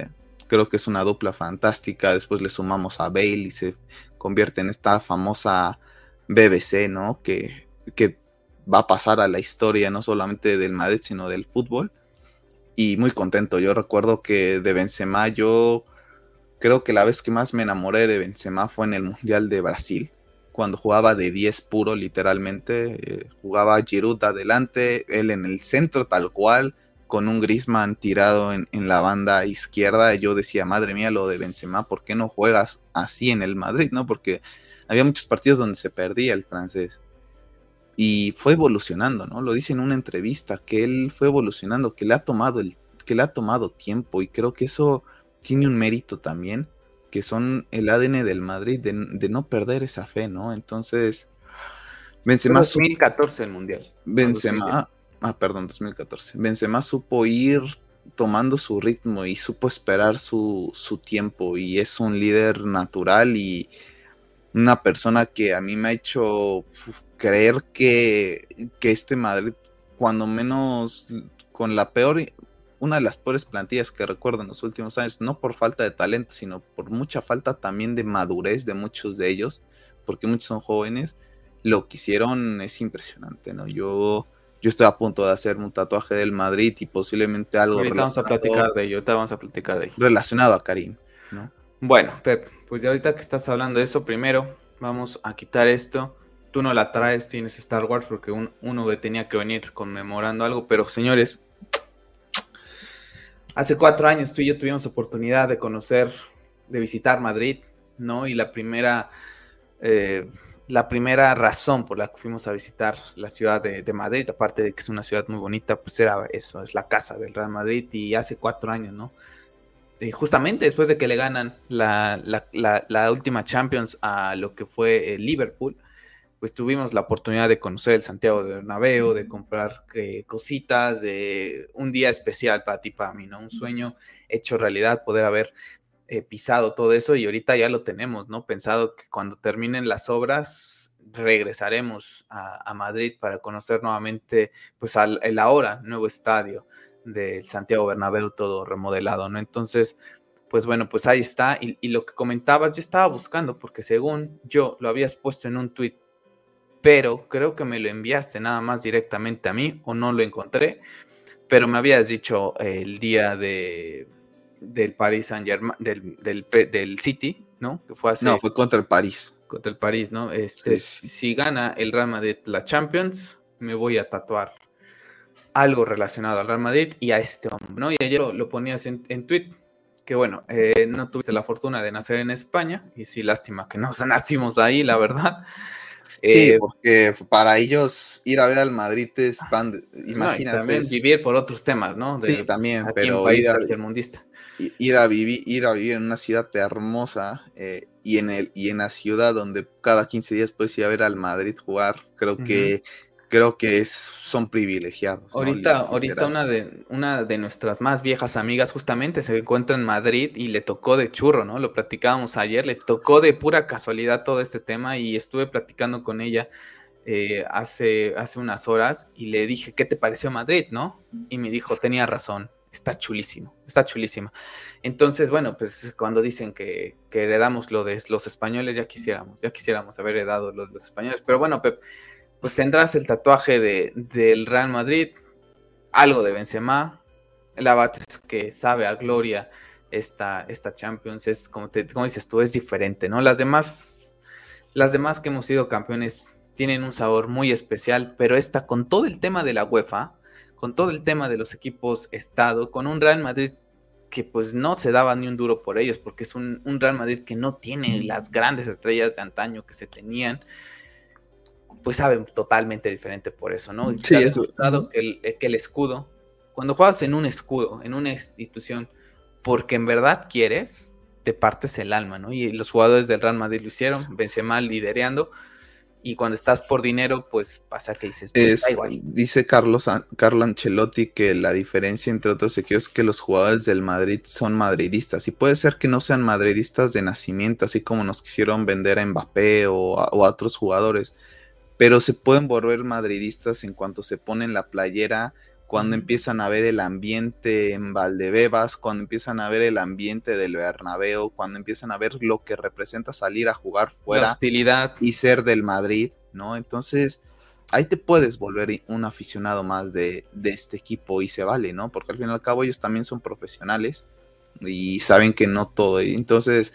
creo que es una dupla fantástica. Después le sumamos a Bale y se convierte en esta famosa B B C, ¿no? Que, que va a pasar a la historia no solamente del Madrid, sino del fútbol. Y muy contento. Yo recuerdo que de Benzema, yo creo que la vez que más me enamoré de Benzema fue en el Mundial de Brasil, cuando jugaba de diez puro, literalmente. Eh, jugaba Giroud adelante, él en el centro tal cual, con un Griezmann tirado en, en la banda izquierda. Yo decía, madre mía, lo de Benzema, ¿por qué no juegas así en el Madrid? ¿No? Porque había muchos partidos donde se perdía el francés. Y fue evolucionando, ¿no? Lo dice en una entrevista, que él fue evolucionando, que le ha tomado el, que le ha tomado tiempo, y creo que eso tiene un mérito también, que son el A D N del Madrid, de, de no perder esa fe, ¿no? Entonces, Fue Benzema, su, dos mil catorce el Mundial, no dos mil diez. Benzema, ah, perdón, dos mil catorce. Benzema supo ir tomando su ritmo y supo esperar su, su tiempo, y es un líder natural y una persona que a mí me ha hecho uf, creer que, que este Madrid, cuando menos con la peor, una de las peores plantillas que recuerdo en los últimos años, no por falta de talento, sino por mucha falta también de madurez de muchos de ellos, porque muchos son jóvenes, lo que hicieron es impresionante, ¿no? Yo, yo estoy a punto de hacer un tatuaje del Madrid y posiblemente algo Ahorita vamos a platicar relacionado, de ello, ahorita vamos a platicar de ello. relacionado a Karim, ¿no? Bueno, Pep, pues ya ahorita que estás hablando de eso, primero vamos a quitar esto. Tú no la traes, tienes Star Wars porque un, uno tenía que venir conmemorando algo, pero señores, hace cuatro años tú y yo tuvimos oportunidad de conocer, de visitar Madrid, ¿no? Y la primera, eh, la primera razón por la que fuimos a visitar la ciudad de, de Madrid, aparte de que es una ciudad muy bonita, pues era eso, es la casa del Real Madrid, y hace cuatro años, ¿no? Eh, justamente después de que le ganan la, la, la, la última Champions a lo que fue el Liverpool, pues tuvimos la oportunidad de conocer el Santiago de Bernabéu, de comprar eh, cositas, de un día especial para ti, para mí, ¿no? Un sueño hecho realidad, poder haber eh, pisado todo eso, y ahorita ya lo tenemos, ¿no? Pensado que cuando terminen las obras regresaremos a, a Madrid para conocer nuevamente, pues, al, el ahora nuevo estadio del Santiago Bernabéu, todo remodelado, ¿no? Entonces, pues bueno, pues ahí está. Y, y lo que comentabas, yo estaba buscando, porque según yo lo habías puesto en un tweet, pero creo que me lo enviaste nada más directamente a mí, o no lo encontré, pero me habías dicho eh, el día de del Paris Saint Germain, del, del, del City, ¿no? Que fue No, hace fue contra el París. contra el París, ¿no? Este, Sí, sí. si gana el Real Madrid la Champions, me voy a tatuar algo relacionado al Real Madrid y a este hombre, ¿no? Y ayer lo, lo ponías en, en tweet, que bueno, eh, no tuviste la fortuna de nacer en España, y sí, lástima que no nacimos ahí, la verdad. Sí, Eh, porque para ellos ir a ver al Madrid es pan, de- no, y imagínate, también es- vivir por otros temas, ¿no? sí, De, pues, también, aquí en pero ir país a, tercermundista. ir a vivir, ir a vivir en una ciudad hermosa, eh, y en el, y en la ciudad donde cada quince días puedes ir a ver al Madrid jugar, creo Ujú. que, creo que es, son privilegiados, ¿no? Ahorita, Li- ahorita Literal. una de, una de nuestras más viejas amigas justamente se encuentra en Madrid y le tocó de churro, ¿no? Lo platicábamos ayer, le tocó de pura casualidad todo este tema, y estuve platicando con ella eh, hace, hace unas horas, y le dije, ¿qué te pareció Madrid, no? Y me dijo, tenía razón, está chulísimo, está chulísima. Entonces, bueno, pues cuando dicen que, que heredamos lo de los españoles, ya quisiéramos, ya quisiéramos haber heredado los, los españoles, pero bueno, Pep, pues tendrás el tatuaje de, del Real Madrid, algo de Benzema, la Bates que sabe a gloria esta, esta Champions, es como, te, como dices tú, es diferente, ¿no? Las demás, las demás que hemos sido campeones tienen un sabor muy especial, pero esta, con todo el tema de la UEFA, con todo el tema de los equipos Estado, con un Real Madrid que pues no se daba ni un duro por ellos, porque es un, un Real Madrid que no tiene las grandes estrellas de antaño que se tenían, pues saben totalmente diferente por eso, ¿no? Y se Sí, ha eso. demostrado que el, que el escudo, cuando juegas en un escudo, en una institución, porque en verdad quieres, te partes el alma, ¿no? Y los jugadores del Real Madrid lo hicieron, Benzema lidereando, y cuando estás por dinero, pues pasa que dices, pues da Es, igual. dice Carlos, An- Carlo Ancelotti que la diferencia entre otros equipos es que los jugadores del Madrid son madridistas, y puede ser que no sean madridistas de nacimiento, así como nos quisieron vender a Mbappé o a, o a otros jugadores, pero se pueden volver madridistas en cuanto se ponen la playera cuando Ujú. empiezan a ver el ambiente en Valdebebas, cuando empiezan a ver el ambiente del Bernabéu, cuando empiezan a ver lo que representa salir a jugar La fuera hostilidad. y ser del Madrid, ¿no? Entonces, ahí te puedes volver un aficionado más de, de este equipo y se vale, ¿no? Porque al fin y al cabo ellos también son profesionales y saben que no todo. Entonces,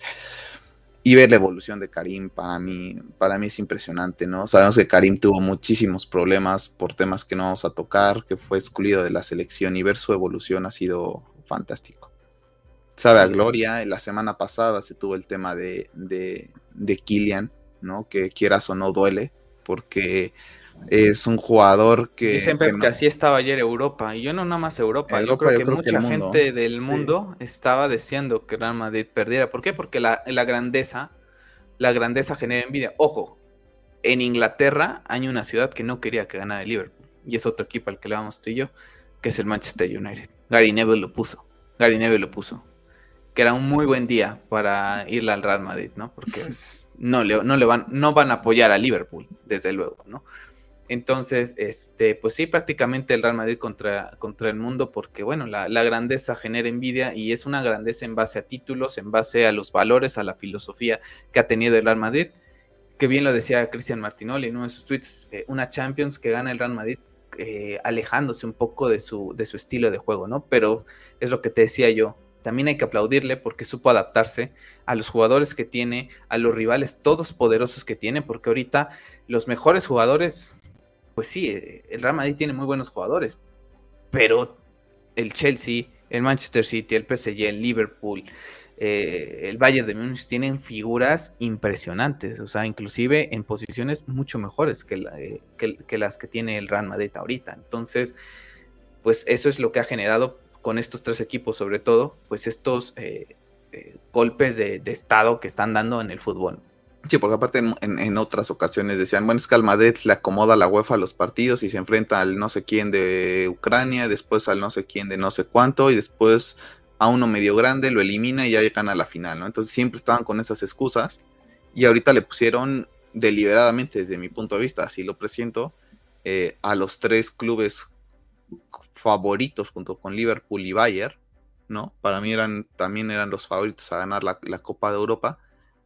y ver la evolución de Karim para mí, para mí es impresionante, ¿no? Sabemos que Karim tuvo muchísimos problemas por temas que no vamos a tocar, que fue excluido de la selección y ver su evolución ha sido fantástico. Sabe a Sí. gloria, la semana pasada se tuvo el tema de, de, de Kylian, ¿no? Que quieras o no duele, porque es un jugador que, Dicen que Pep que no, así estaba ayer Europa, y yo no nada más Europa, yo Europa creo yo que creo que el mucha mundo, gente del sí, mundo estaba deseando que Real Madrid perdiera. ¿Por qué? Porque la, la grandeza, la grandeza genera envidia. Ojo, en Inglaterra hay una ciudad que no quería que ganara el Liverpool, y es otro equipo al que le vamos tú y yo, que es el Manchester United. Gary Neville lo puso, Gary Neville lo puso, que era un muy buen día para irle al Real Madrid, ¿no? Porque pues, no, le, no, le van, no van a apoyar a Liverpool, desde luego, ¿no? Entonces, este, pues sí, prácticamente el Real Madrid contra, contra el mundo, porque bueno, la, la grandeza genera envidia y es una grandeza en base a títulos, en base a los valores, a la filosofía que ha tenido el Real Madrid, que bien lo decía Cristian Martinoli en uno de sus tweets, eh, una Champions que gana el Real Madrid eh, alejándose un poco de su, de su estilo de juego, ¿no? Pero es lo que te decía yo, también hay que aplaudirle porque supo adaptarse a los jugadores que tiene, a los rivales todos poderosos que tiene, porque ahorita los mejores jugadores, pues sí, el Real Madrid tiene muy buenos jugadores, pero el Chelsea, el Manchester City, el P S G, el Liverpool, eh, el Bayern de Múnich tienen figuras impresionantes, o sea, inclusive en posiciones mucho mejores que, la, eh, que, que las que tiene el Real Madrid ahorita. Entonces, pues eso es lo que ha generado con estos tres equipos, sobre todo, pues estos eh, eh, golpes de, de estado que están dando en el fútbol. sí, porque aparte en, en, en, otras ocasiones decían, bueno, es que al Madrid le acomoda la UEFA a los partidos y se enfrenta al no sé quién de Ucrania, después al no sé quién de no sé cuánto, y después a uno medio grande lo elimina y ya llegan a la final, ¿no? Entonces siempre estaban con esas excusas y ahorita le pusieron deliberadamente, desde mi punto de vista, así lo presiento, eh, a los tres clubes favoritos junto con Liverpool y Bayern, ¿no? Para mí eran, también eran los favoritos a ganar la, la Copa de Europa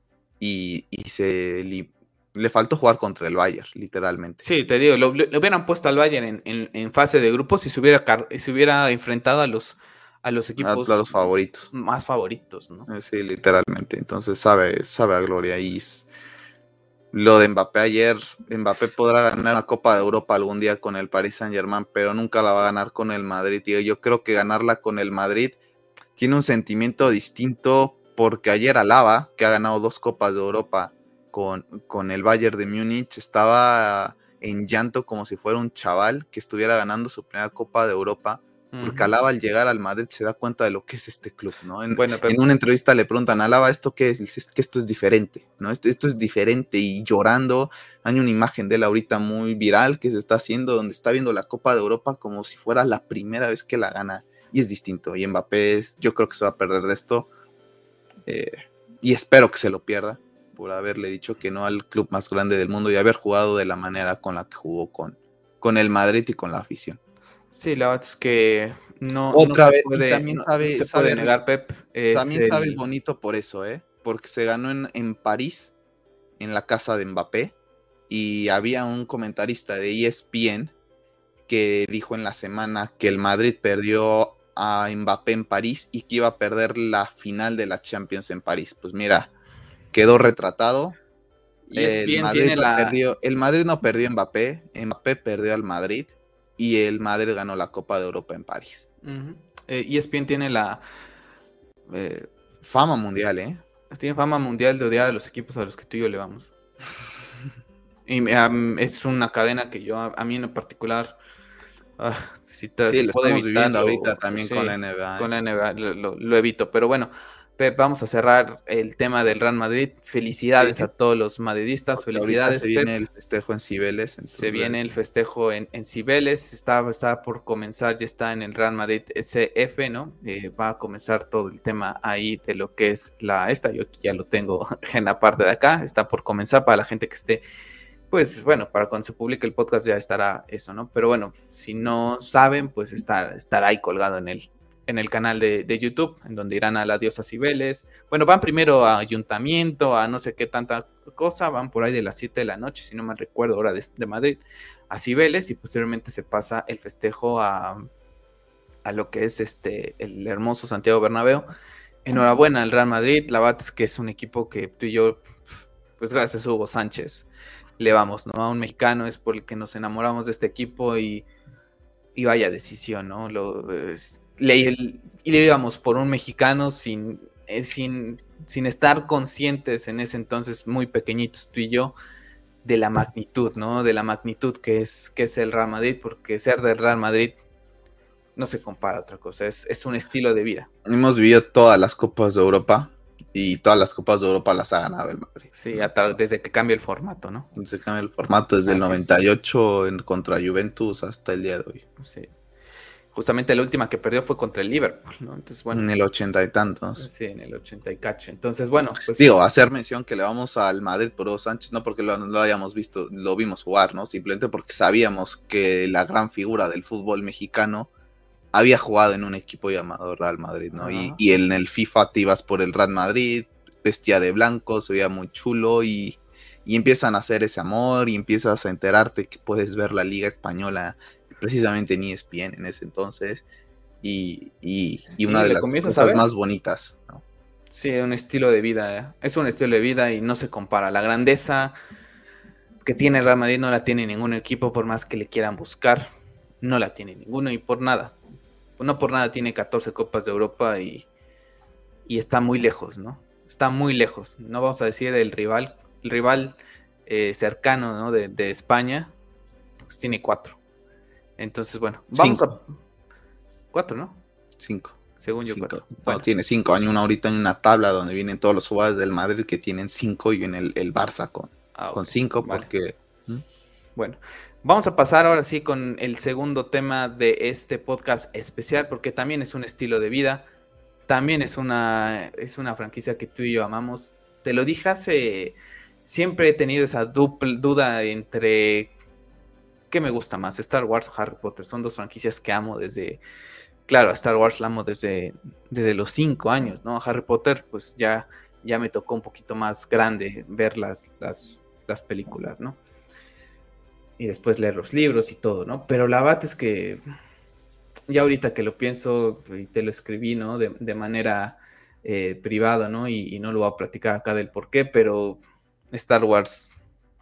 y, y se li, le faltó jugar contra el Bayern, literalmente. Sí, te digo, lo, lo hubieran puesto al Bayern en, en, en, fase de grupos y se hubiera, se hubiera enfrentado a los, a los A, a equipos los favoritos. más favoritos, ¿no? Sí, literalmente. Entonces sabe, sabe a gloria. Y lo de Mbappé ayer, Mbappé podrá ganar una Copa de Europa algún día con el Paris Saint-Germain, pero nunca la va a ganar con el Madrid. Y yo creo que ganarla con el Madrid tiene un sentimiento distinto porque ayer Alaba, que ha ganado dos Copas de Europa con, con el Bayern de Múnich, estaba en llanto como si fuera un chaval que estuviera ganando su primera Copa de Europa, porque Uh-huh. Alaba al llegar al Madrid se da cuenta de lo que es este club, ¿no? En, Bueno, Pep, en una entrevista le preguntan, Alaba, ¿esto qué es? Es que esto es diferente, ¿no? Esto, esto es diferente y llorando. Hay una imagen de él ahorita muy viral que se está haciendo, donde está viendo la Copa de Europa como si fuera la primera vez que la gana. Y es distinto. Y Mbappé, yo creo que se va a perder de esto. Eh, y espero que se lo pierda por haberle dicho que no al club más grande del mundo y haber jugado de la manera con la que jugó con, con el Madrid y con la afición. sí, la verdad es que no, no Otra se vez, y puede, también no, no sabe, se puede sabe, negar, Pep, es también sabe el... bonito por eso, ¿eh? Porque se ganó en, en París, en la casa de Mbappé, y había un comentarista de E S P N que dijo en la semana que el Madrid perdió a Mbappé en París y que iba a perder la final de la Champions en París. Pues mira, quedó retratado. El ESPN Madrid tiene no la... perdió, el Madrid no perdió a Mbappé, Mbappé perdió al Madrid y el Madrid ganó la Copa de Europa en París. Uh-huh. eh, E S P N tiene la... Eh, Fama mundial, ¿eh? tiene fama mundial de odiar a los equipos a los que tú y yo le vamos. Y um, es una cadena que yo, a, a mí en lo particular, uh, si, te, Sí, si lo puedo estamos viviendo ahorita evitarlo, también con la sí, N B A, con ¿eh? la N B A lo, lo, lo, evito. Pero bueno, Pep, vamos a cerrar el tema del Real Madrid. Sí, Felicidades a todos los madridistas, porque ahorita felicidades, se Pep. viene el festejo en Cibeles, Se entonces viene el festejo en, en Cibeles, está, está por comenzar, ya está en el Real Madrid C F, ¿no? Eh, va a comenzar todo el tema ahí de lo que es la esta, yo aquí ya lo tengo en la parte de acá, está por comenzar para la gente que esté pues bueno, para cuando se publique el podcast ya estará eso, ¿no? Pero bueno, si no saben, pues está, estará ahí colgado en el, en el canal de, de YouTube, en donde irán a la diosa Cibeles. Bueno, van primero a Ayuntamiento, a no sé qué tanta cosa, van por ahí de las siete de la noche, si no me recuerdo, hora de, de Madrid, a Cibeles, y posteriormente se pasa el festejo a, a lo que es este el hermoso Santiago Bernabéu. Enhorabuena al Real Madrid, la verdad es que es un equipo que tú y yo, pues gracias a Hugo Sánchez, le vamos, ¿no? A un mexicano es por el que nos enamoramos de este equipo y, y vaya decisión, ¿no? Lo, es, le, y le íbamos por un mexicano sin, eh, sin, sin estar conscientes en ese entonces, muy pequeñitos tú y yo, de la magnitud, ¿no? De la magnitud que es, que es el Real Madrid, porque ser del Real Madrid no se compara a otra cosa, es, es un estilo de vida. Hemos vivido todas las Copas de Europa y todas las Copas de Europa las ha ganado el Madrid. Sí, tal, desde que cambia el formato, ¿no? Se cambia el formato desde Así el noventa y ocho en, contra Juventus hasta el día de hoy. Sí. Justamente la última que perdió fue contra el Liverpool, ¿no? Entonces, bueno. En el ochenta y tantos. Sí, en el ochenta y cacho. Entonces, bueno, pues. Digo, hacer mención que le vamos al Madrid por Hugo Sánchez, no porque lo, lo hayamos visto, lo vimos jugar, ¿no? Simplemente porque sabíamos que la gran figura del fútbol mexicano había jugado en un equipo llamado Real Madrid, ¿no? Y, y, en el FIFA te ibas por el Real Madrid, vestía de blanco, se veía muy chulo y, y empiezan a hacer ese amor y empiezas a enterarte que puedes ver la Liga Española precisamente en E S P N en ese entonces y, y, y una sí, de las cosas más bonitas, ¿no? Sí, un estilo de vida, ¿eh? Es un estilo de vida y no se compara. La grandeza que tiene Real Madrid no la tiene ningún equipo por más que le quieran buscar, no la tiene ninguno y por nada. No por nada tiene catorce Copas de Europa y, y está muy lejos, ¿no? Está muy lejos. No vamos a decir el rival, el rival eh, cercano, ¿no? de, de España, pues tiene cuatro. Entonces, bueno, vamos cinco. a... Cuatro, ¿no? Cinco. Según yo, cinco. cuatro. No, bueno. Tiene cinco. Hay una ahorita en una tabla donde vienen todos los jugadores del Madrid que tienen cinco y en el, el Barça con, ah, con okay. cinco vale. porque... ¿Mm? Bueno, vamos a pasar ahora sí con el segundo tema de este podcast especial, porque también es un estilo de vida, también es una, es una franquicia que tú y yo amamos. Te lo dije hace, siempre he tenido esa dupl, duda entre qué me gusta más, Star Wars o Harry Potter. Son dos franquicias que amo desde, claro, Star Wars la amo desde, desde los cinco años, ¿no? Harry Potter, pues ya, ya me tocó un poquito más grande ver las, las, las películas, ¿no? Y después leer los libros y todo, ¿no? Pero la verdad es que ya ahorita que lo pienso y te lo escribí, ¿no? De, de manera eh, privada, ¿no? Y, y no lo voy a platicar acá del por qué, pero Star Wars,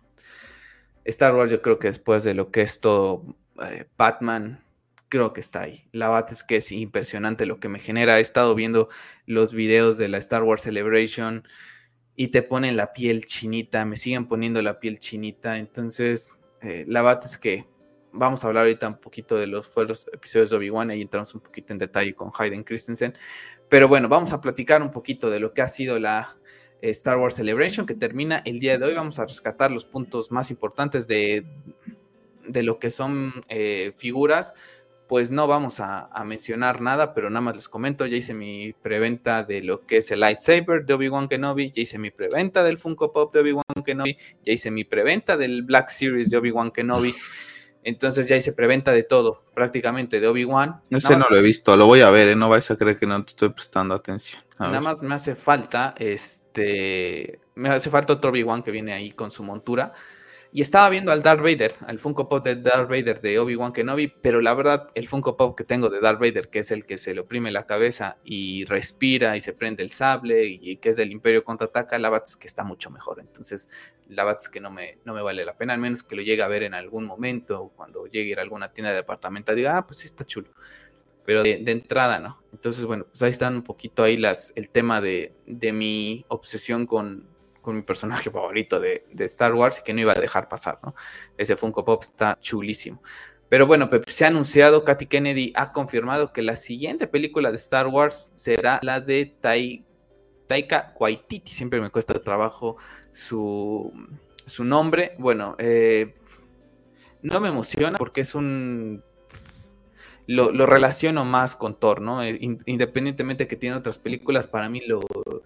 Star Wars yo creo que después de lo que es todo eh, Batman, creo que está ahí. La verdad es que es impresionante lo que me genera. He estado viendo los videos de la Star Wars Celebration y te ponen la piel chinita, me siguen poniendo la piel chinita, entonces... Eh, la verdad es que vamos a hablar ahorita un poquito de los fueros episodios de Obi-Wan y entramos un poquito en detalle con Hayden Christensen, pero bueno, vamos a platicar un poquito de lo que ha sido la eh, Star Wars Celebration que termina el día de hoy. Vamos a rescatar los puntos más importantes de, de lo que son eh, figuras. Pues no vamos a, a mencionar nada, pero nada más les comento, ya hice mi preventa de lo que es el lightsaber de Obi-Wan Kenobi, ya hice mi preventa del Funko Pop de Obi-Wan Kenobi, ya hice mi preventa del Black Series de Obi-Wan Kenobi, entonces ya hice preventa de todo, prácticamente de Obi-Wan. Ese no, no lo he visto, lo voy a ver, ¿eh? No vais a creer que no te estoy prestando atención. A nada ver. más me hace falta, este, me hace falta otro Obi-Wan que viene ahí con su montura. Y estaba viendo al Darth Vader, al Funko Pop de Darth Vader de Obi-Wan Kenobi, pero la verdad, el Funko Pop que tengo de Darth Vader, que es el que se le oprime la cabeza y respira y se prende el sable y que es del Imperio Contraataca, la verdad es que está mucho mejor. Entonces, la verdad es que no me, no me vale la pena, al menos que lo llegue a ver en algún momento o cuando llegue a ir a alguna tienda de departamento, diga, ah, pues sí está chulo. Pero de, de entrada, ¿no? Entonces, bueno, pues ahí están un poquito ahí las, el tema de, de mi obsesión con... con mi personaje favorito de, de Star Wars y que no iba a dejar pasar, ¿no? Ese Funko Pop está chulísimo. Pero bueno, pues se ha anunciado, Katy Kennedy ha confirmado que la siguiente película de Star Wars será la de Tai, Taika Waititi. Siempre me cuesta trabajo su, su nombre. Bueno, eh, no me emociona porque es un... Lo, lo relaciono más con Thor, ¿no? Independientemente que tiene otras películas, para mí lo...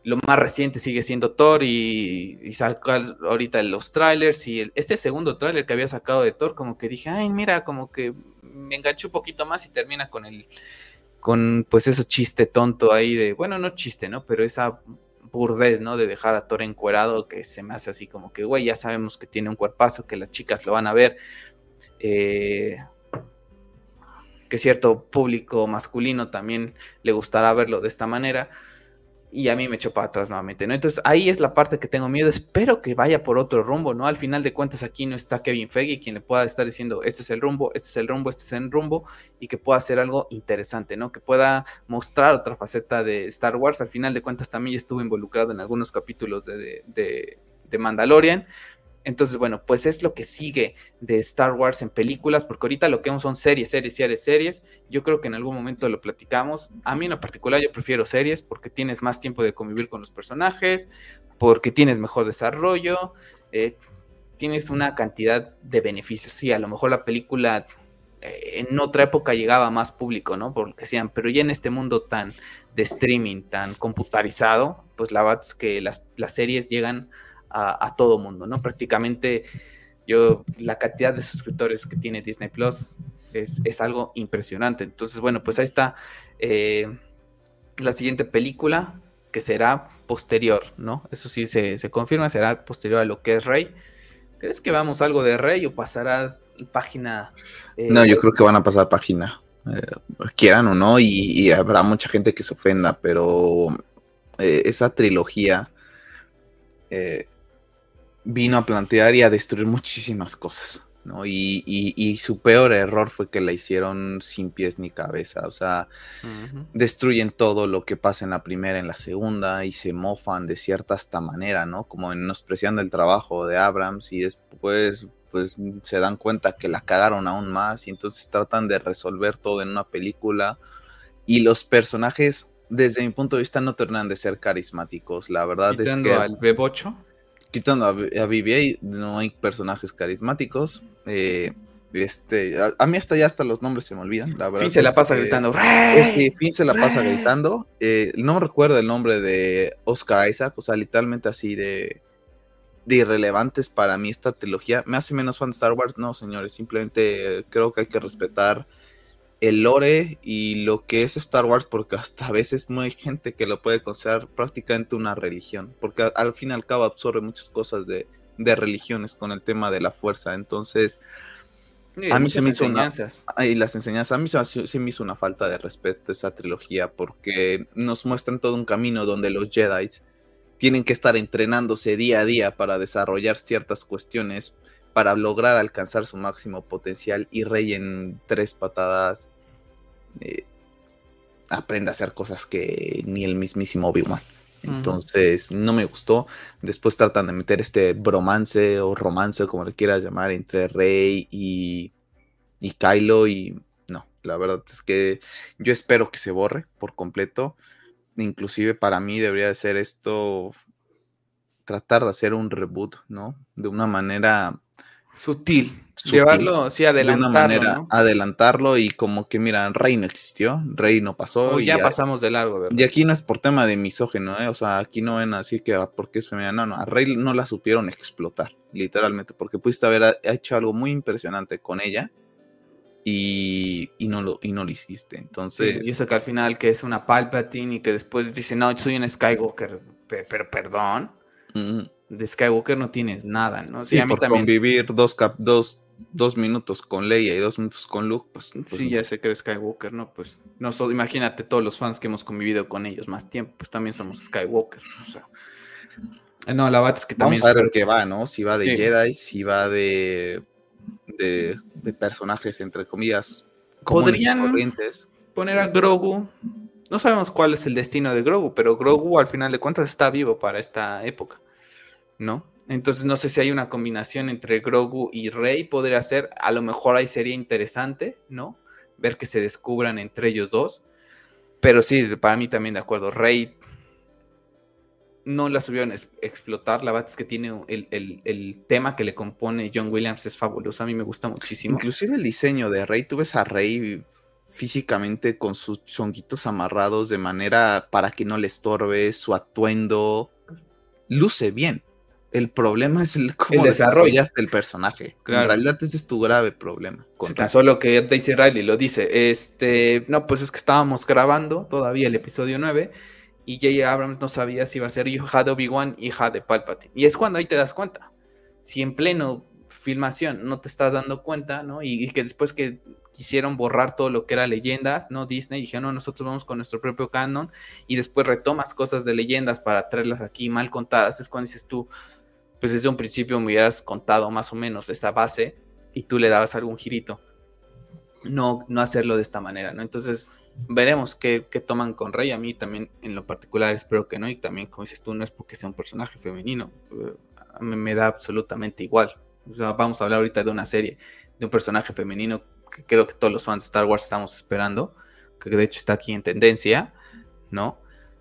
lo más reciente sigue siendo Thor y, y saca ahorita los trailers y el, este segundo trailer que había sacado de Thor, como que dije, ay, mira, como que me enganché un poquito más y termina con el, con pues eso chiste tonto ahí de, bueno, no chiste, ¿no? Pero esa burdez, ¿no? De dejar a Thor encuerado que se me hace así como que, güey, ya sabemos que tiene un cuerpazo, que las chicas lo van a ver, eh, que cierto público masculino también le gustará verlo de esta manera. Y a mí me echó para atrás nuevamente, ¿no? Entonces ahí es la parte que tengo miedo, espero que vaya por otro rumbo, ¿no? Al final de cuentas aquí no está Kevin Feige, quien le pueda estar diciendo, este es el rumbo, este es el rumbo, este es el rumbo, y que pueda hacer algo interesante, ¿no? Que pueda mostrar otra faceta de Star Wars, al final de cuentas también estuvo involucrado en algunos capítulos de, de, de, de Mandalorian. Entonces, bueno, pues es lo que sigue de Star Wars en películas, porque ahorita lo que vemos son series, series, series, series. Yo creo que en algún momento lo platicamos. A mí en lo particular yo prefiero series porque tienes más tiempo de convivir con los personajes, porque tienes mejor desarrollo, eh, tienes una cantidad de beneficios. Sí, a lo mejor la película eh, en otra época llegaba a más público, ¿no? Por lo que sean, pero ya en este mundo tan de streaming, tan computarizado, pues la verdad es que las, las series llegan a, a todo mundo, ¿no? Prácticamente yo, la cantidad de suscriptores que tiene Disney Plus es, es algo impresionante. Entonces, bueno, pues ahí está eh, la siguiente película que será posterior, ¿no? Eso sí se, se confirma, será posterior a lo que es Rey. ¿Crees que vamos algo de Rey o pasará página eh, No, yo web? creo que van a pasar página, eh, quieran o no, y, y habrá mucha gente que se ofenda, pero eh, esa trilogía eh, vino a plantear y a destruir muchísimas cosas, ¿no? Y, y, y su peor error fue que la hicieron sin pies ni cabeza, o sea, Uh-huh. destruyen todo lo que pasa en la primera, en la segunda, y se mofan de cierta hasta manera, ¿no? Como menospreciando el trabajo de Abrams, y después pues se dan cuenta que la cagaron aún más, y entonces tratan de resolver todo en una película, y los personajes, desde mi punto de vista, no terminan de ser carismáticos. La verdad es Quitando que al Bebocho. quitando a, a B B A, no hay personajes carismáticos. Eh, este, a, a, mí hasta ya hasta los nombres se me olvidan. La Finn verdad se es la pasa que gritando, este ¡Rey! Finn se la pasa ¡Rey! gritando. Eh, no recuerdo el nombre de Oscar Isaac, o sea, literalmente así de, de irrelevantes para mí esta trilogía. ¿Me hace menos fan de Star Wars? No, señores, simplemente creo que hay que respetar el lore y lo que es Star Wars, porque hasta a veces no hay gente que lo puede considerar prácticamente una religión, porque al fin y al cabo absorbe muchas cosas de, de religiones con el tema de la fuerza. Entonces, Y de a mí se muchas me hizo una, enseñanzas. y las enseñanzas, a mí se, se me hizo una falta de respeto esa trilogía, porque nos muestran todo un camino donde los Jedi tienen que estar entrenándose día a día para desarrollar ciertas cuestiones, para lograr alcanzar su máximo potencial, y Rey en tres patadas eh, aprende a hacer cosas que ni el mismísimo Obi-Wan. Entonces, uh-huh. no me gustó. Después tratan de meter este bromance o romance, como le quieras llamar, entre Rey y, y Kylo, y no, la verdad es que yo espero que se borre por completo. Inclusive para mí debería de ser esto, tratar de hacer un reboot, ¿no? De una manera sutil, sutil, llevarlo, sí, de una adelantarlo, manera ¿no? adelantarlo, y como que, mira, Rey no existió, Rey no pasó, O y ya pasamos de largo de Y Rey. aquí no es por tema de misógeno, ¿eh? O sea, aquí no ven así que ah, porque es femenina, no, no, a Rey no la supieron explotar, literalmente, porque pudiste haber hecho algo muy impresionante con ella y, y, no, lo, y no lo hiciste, entonces... Sí, y eso que al final que es una Palpatine y que después dice, no, soy un Skywalker, pero, pero perdón, uh, de Skywalker no tienes nada, ¿no? Sí, sí, a mí por también. convivir dos, cap, dos, dos minutos con Leia y dos minutos con Luke, pues, pues Sí, no. ya sé que eres Skywalker, ¿no? Pues, no so, imagínate todos los fans que hemos convivido con ellos más tiempo, pues también somos Skywalker, o sea... No, la verdad es que también Vamos a ver espero de qué que... va, ¿no? Si va de Sí. Jedi, si va de, de, de personajes, entre comillas, comunes y Podrían corrientes. poner a Grogu. No sabemos cuál es el destino de Grogu, pero Grogu al final de cuentas está vivo para esta época, ¿no? Entonces no sé si hay una combinación entre Grogu y Rey, podría ser, a lo mejor ahí sería interesante, ¿no? Ver que se descubran entre ellos dos, pero sí, para mí también de acuerdo, Rey no la subieron a explotar, la verdad es que tiene el, el, el, tema que le compone John Williams es fabuloso, a mí me gusta muchísimo. Inclusive el diseño de Rey, tú ves a Rey físicamente con sus chonguitos amarrados de manera para que no le estorbe, su atuendo luce bien. El problema es el El cómo desarrollo, desarrollaste el personaje. En claro. realidad ese es tu grave problema Sí, con tan Rey. solo que Daisy Riley lo dice. Este, no, pues es que estábamos grabando todavía el episodio nueve y J J. Abrams no sabía si iba a ser hija de Obi-Wan, hija de Palpatine. Y es cuando ahí te das cuenta. Si en pleno filmación no te estás dando cuenta, ¿no? Y, y que después que quisieron borrar todo lo que era leyendas, ¿no? Disney dijeron, no, nosotros vamos con nuestro propio canon y después retomas cosas de leyendas para traerlas aquí mal contadas. Es cuando dices tú, pues desde un principio me hubieras contado más o menos esta base y tú le dabas algún girito. No, no hacerlo de esta manera, ¿no? Entonces, veremos qué, qué toman con Rey. A mí también, en lo particular, espero que no. Y también, como dices tú, no es porque sea un personaje femenino. Eh, a mí me da absolutamente igual. O sea, vamos a hablar ahorita de una serie, de un personaje femenino que creo que todos los fans de Star Wars estamos esperando. Que de hecho está aquí en tendencia, ¿no?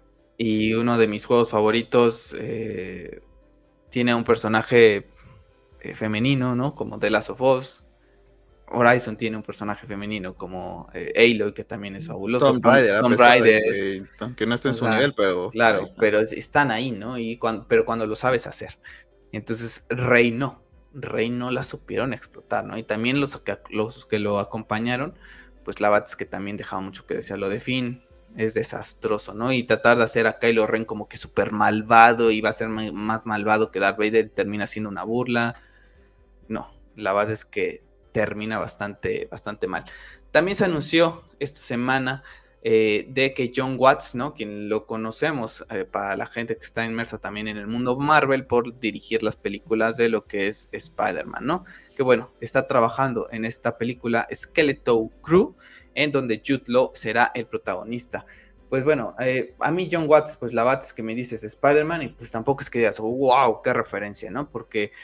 Y uno de mis juegos favoritos eh, tiene un personaje eh, femenino, ¿no? Como The Last of Us. Horizon tiene un personaje femenino como eh, Aloy, que también es fabuloso. Tomb Raider, a Tomb pesar de Raider, que, aunque no esté en o su sea, nivel, pero ahí claro, está. pero están ahí, ¿no? Y cuando, pero cuando lo sabes hacer. Entonces, Rey no. Rey no la supieron explotar, ¿no? Y también los que, los que lo acompañaron, pues la verdad es que también dejaba mucho que decir. Lo de Finn es desastroso, ¿no? Y tratar de hacer a Kylo Ren como que súper malvado y va a ser más malvado que Darth Vader termina siendo una burla. No, la verdad es que termina bastante, bastante mal. También se anunció esta semana eh, de que John Watts, ¿no? Quien lo conocemos eh, para la gente que está inmersa también en el mundo Marvel por dirigir las películas de lo que es Spider-Man, ¿no? Que bueno, está trabajando en esta película Skeleton Crew, en donde Jude Law será el protagonista. Pues bueno, eh, a mí John Watts, pues la verdad es que me dices Spider-Man y pues tampoco es que digas, wow, qué referencia, ¿no? Porque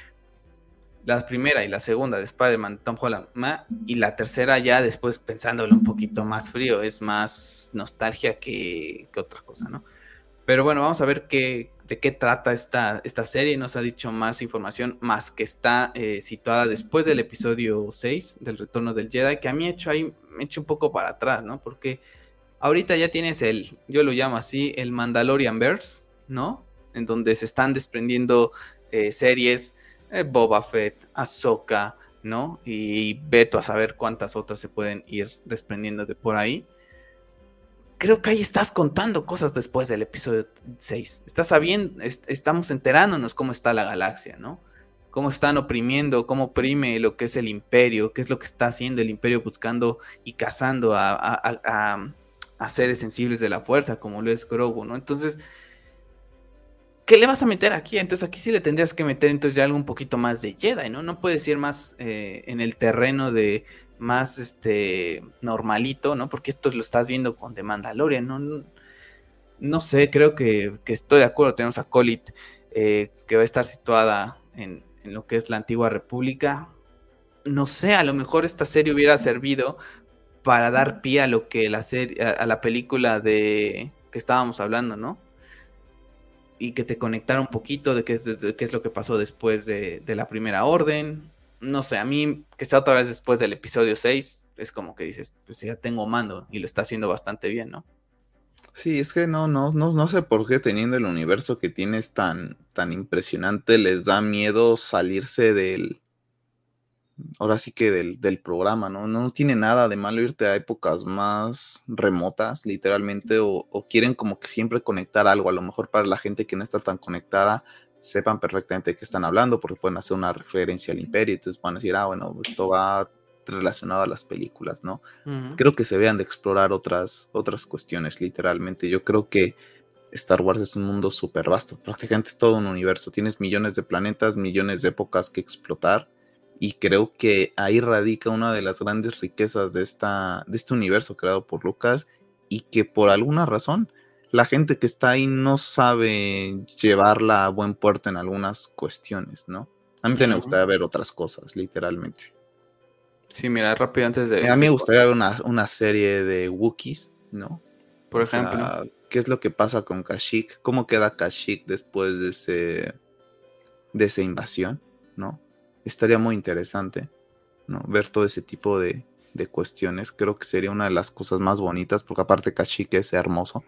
la primera y la segunda de Spider-Man, Tom Holland, ma, y la tercera ya después pensándolo un poquito más frío, es más nostalgia que, que otra cosa, ¿no? Pero bueno, vamos a ver qué, de qué trata esta, esta serie. Nos ha dicho más información, más que está eh, situada después del episodio seis del Retorno del Jedi, que a mí he hecho ahí, me he hecho un poco para atrás, ¿no? Porque ahorita ya tienes el, yo lo llamo así, el Mandalorian Verse, ¿no? En donde se están desprendiendo eh, series, eh, Boba Fett, Ahsoka, ¿no? Y veto a saber cuántas otras se pueden ir desprendiendo de por ahí. Creo que ahí estás contando cosas después del episodio seis. Estás sabiendo, est estamos enterándonos cómo está la galaxia, ¿no? Cómo están oprimiendo, cómo oprime lo que es el imperio, qué es lo que está haciendo el imperio buscando y cazando a, a, a, a seres sensibles de la fuerza, como lo es Grogu, ¿no? Entonces, ¿qué le vas a meter aquí? Entonces aquí sí le tendrías que meter entonces ya algo un poquito más de Jedi, ¿no? No puedes ir más eh, en el terreno de más este normalito, ¿no? Porque esto lo estás viendo con The Mandalorian, ¿no? No, no sé, creo que, que, estoy de acuerdo. Tenemos a Colit, eh, que va a estar situada en, en lo que es la antigua república. No sé, a lo mejor esta serie hubiera servido para dar pie a lo que la serie, a, a la película de que estábamos hablando, ¿no? Y que te conectara un poquito de qué es, de, de qué es lo que pasó después de, de, la primera orden. No sé, a mí que sea otra vez después del episodio seis, es como que dices, pues ya tengo mando y lo está haciendo bastante bien, ¿no? Sí, es que no, no, no, no sé por qué teniendo el universo que tienes tan, tan impresionante, les da miedo salirse del, ahora sí que del, del programa, ¿no? No tiene nada de malo irte a épocas más remotas, literalmente, o, o quieren como que siempre conectar algo, a lo mejor para la gente que no está tan conectada, sepan perfectamente de qué están hablando, porque pueden hacer una referencia al imperio, entonces van a decir, ah, bueno, esto va relacionado a las películas, ¿no? Uh -huh. Creo que se vean de explorar otras, otras cuestiones, literalmente. Yo creo que Star Wars es un mundo súper vasto, prácticamente es todo un universo, tienes millones de planetas, millones de épocas que explotar, y creo que ahí radica una de las grandes riquezas de, esta, de este universo creado por Lucas, y que por alguna razón la gente que está ahí no sabe llevarla a buen puerto en algunas cuestiones, ¿no? A mí también uh -huh. me gustaría ver otras cosas, literalmente. Sí, mira, rápido antes de... A mí de... me gustaría ver una, una serie de Wookiees, ¿no? Por o ejemplo. Sea, ¿qué es lo que pasa con Kashyyyk? ¿Cómo queda Kashyyyk después de ese de esa invasión? ¿No? Estaría muy interesante, ¿no? Ver todo ese tipo de, de cuestiones. Creo que sería una de las cosas más bonitas, porque aparte Kashyyyk es hermoso.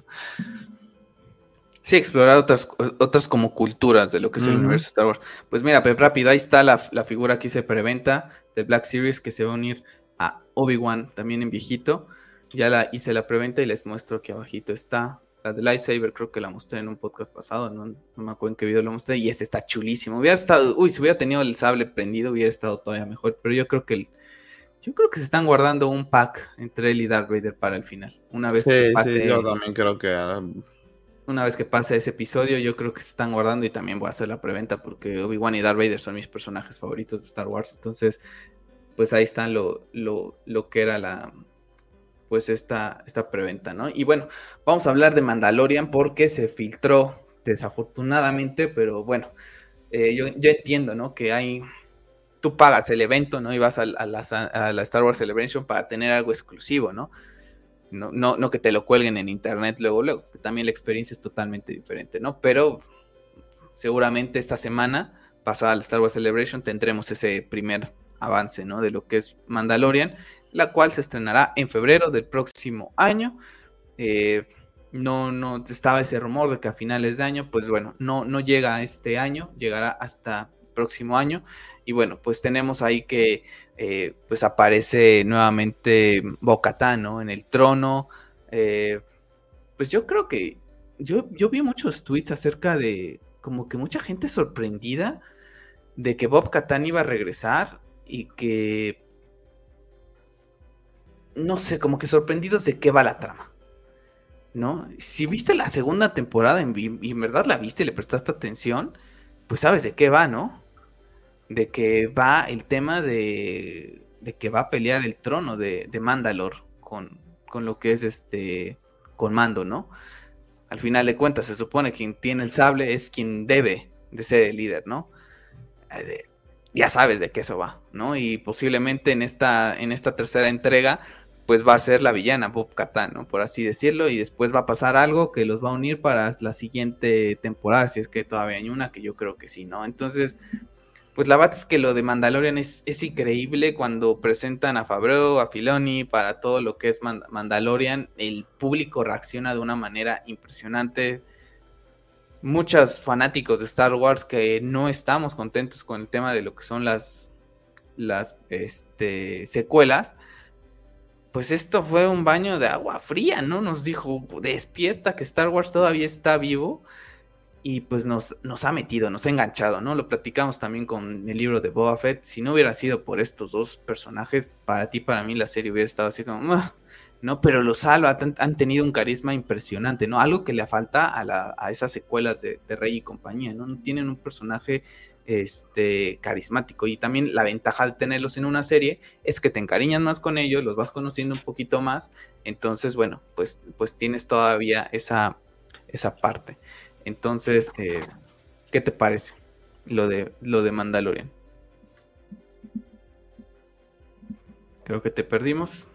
Sí, explorar otras, otras como culturas de lo que es el Ujú. universo de Star Wars. Pues mira, Pep, rápido, ahí está la, la figura que hice preventa del Black Series que se va a unir a Obi-Wan, también en viejito. Ya la hice la preventa y les muestro que abajito está. La de Lightsaber creo que la mostré en un podcast pasado, no, no me acuerdo en qué video lo mostré. Y este está chulísimo. Hubiera estado, uy, si hubiera tenido el sable prendido, hubiera estado todavía mejor. Pero yo creo que el, yo creo que se están guardando un pack entre él y Darth Vader para el final. Una vez que Sí, sí, yo pase también creo que ah, una vez que pase ese episodio, yo creo que se están guardando y también voy a hacer la preventa porque Obi-Wan y Darth Vader son mis personajes favoritos de Star Wars. Entonces, pues ahí está lo, lo, lo que era la, pues esta, esta preventa, ¿no? Y bueno, vamos a hablar de Mandalorian porque se filtró desafortunadamente, pero bueno, eh, yo, yo entiendo, ¿no? Que hay, tú pagas el evento, ¿no? Y vas a, a, la, a la Star Wars Celebration para tener algo exclusivo, ¿no? No, no, no que te lo cuelguen en internet luego, luego, que también la experiencia es totalmente diferente, ¿no? Pero seguramente esta semana, pasada la Star Wars Celebration, tendremos ese primer avance, ¿no? De lo que es Mandalorian, la cual se estrenará en febrero del próximo año. Eh, no, no estaba ese rumor de que a finales de año, pues bueno, no, no llega a este año, llegará hasta el próximo año. Y bueno, pues tenemos ahí que eh, pues aparece nuevamente Bo-Katan, ¿no? En el trono. Eh, pues yo creo que yo, yo vi muchos tweets acerca de como que mucha gente sorprendida de que Bob Katan iba a regresar y que no sé, como que sorprendidos de qué va la trama, ¿no? Si viste la segunda temporada en, y en verdad la viste y le prestaste atención, pues sabes de qué va, ¿no? De que va el tema de, de que va a pelear el trono de, de Mandalore con, con lo que es este, con Mando, ¿no? Al final de cuentas, se supone que quien tiene el sable es quien debe de ser el líder, ¿no? Eh, ya sabes de qué eso va, ¿no? Y posiblemente en esta, en esta tercera entrega, pues va a ser la villana, Bob Katan, ¿no? Por así decirlo, y después va a pasar algo que los va a unir para la siguiente temporada, si es que todavía hay una, que yo creo que sí, ¿no? Entonces, pues la verdad es que lo de Mandalorian es, es increíble cuando presentan a Favreau, a Filoni, para todo lo que es Mand Mandalorian, el público reacciona de una manera impresionante. Muchos fanáticos de Star Wars que no estamos contentos con el tema de lo que son las, las este, secuelas, pues esto fue un baño de agua fría, ¿no? Nos dijo, despierta que Star Wars todavía está vivo. Y pues nos, nos ha metido, nos ha enganchado, ¿no? Lo platicamos también con el libro de Boba Fett. Si no hubiera sido por estos dos personajes, para ti, para mí, la serie hubiera estado así como, "Ah", ¿no? Pero los Salva han, han tenido un carisma impresionante, ¿no? Algo que le falta a, la, a esas secuelas de, de Rey y compañía, ¿no? No tienen un personaje este, carismático. Y también la ventaja de tenerlos en una serie es que te encariñas más con ellos, los vas conociendo un poquito más. Entonces, bueno, pues, pues tienes todavía esa, esa parte. Entonces, eh, ¿qué te parece lo de, lo de Mandalorian? Creo que te perdimos.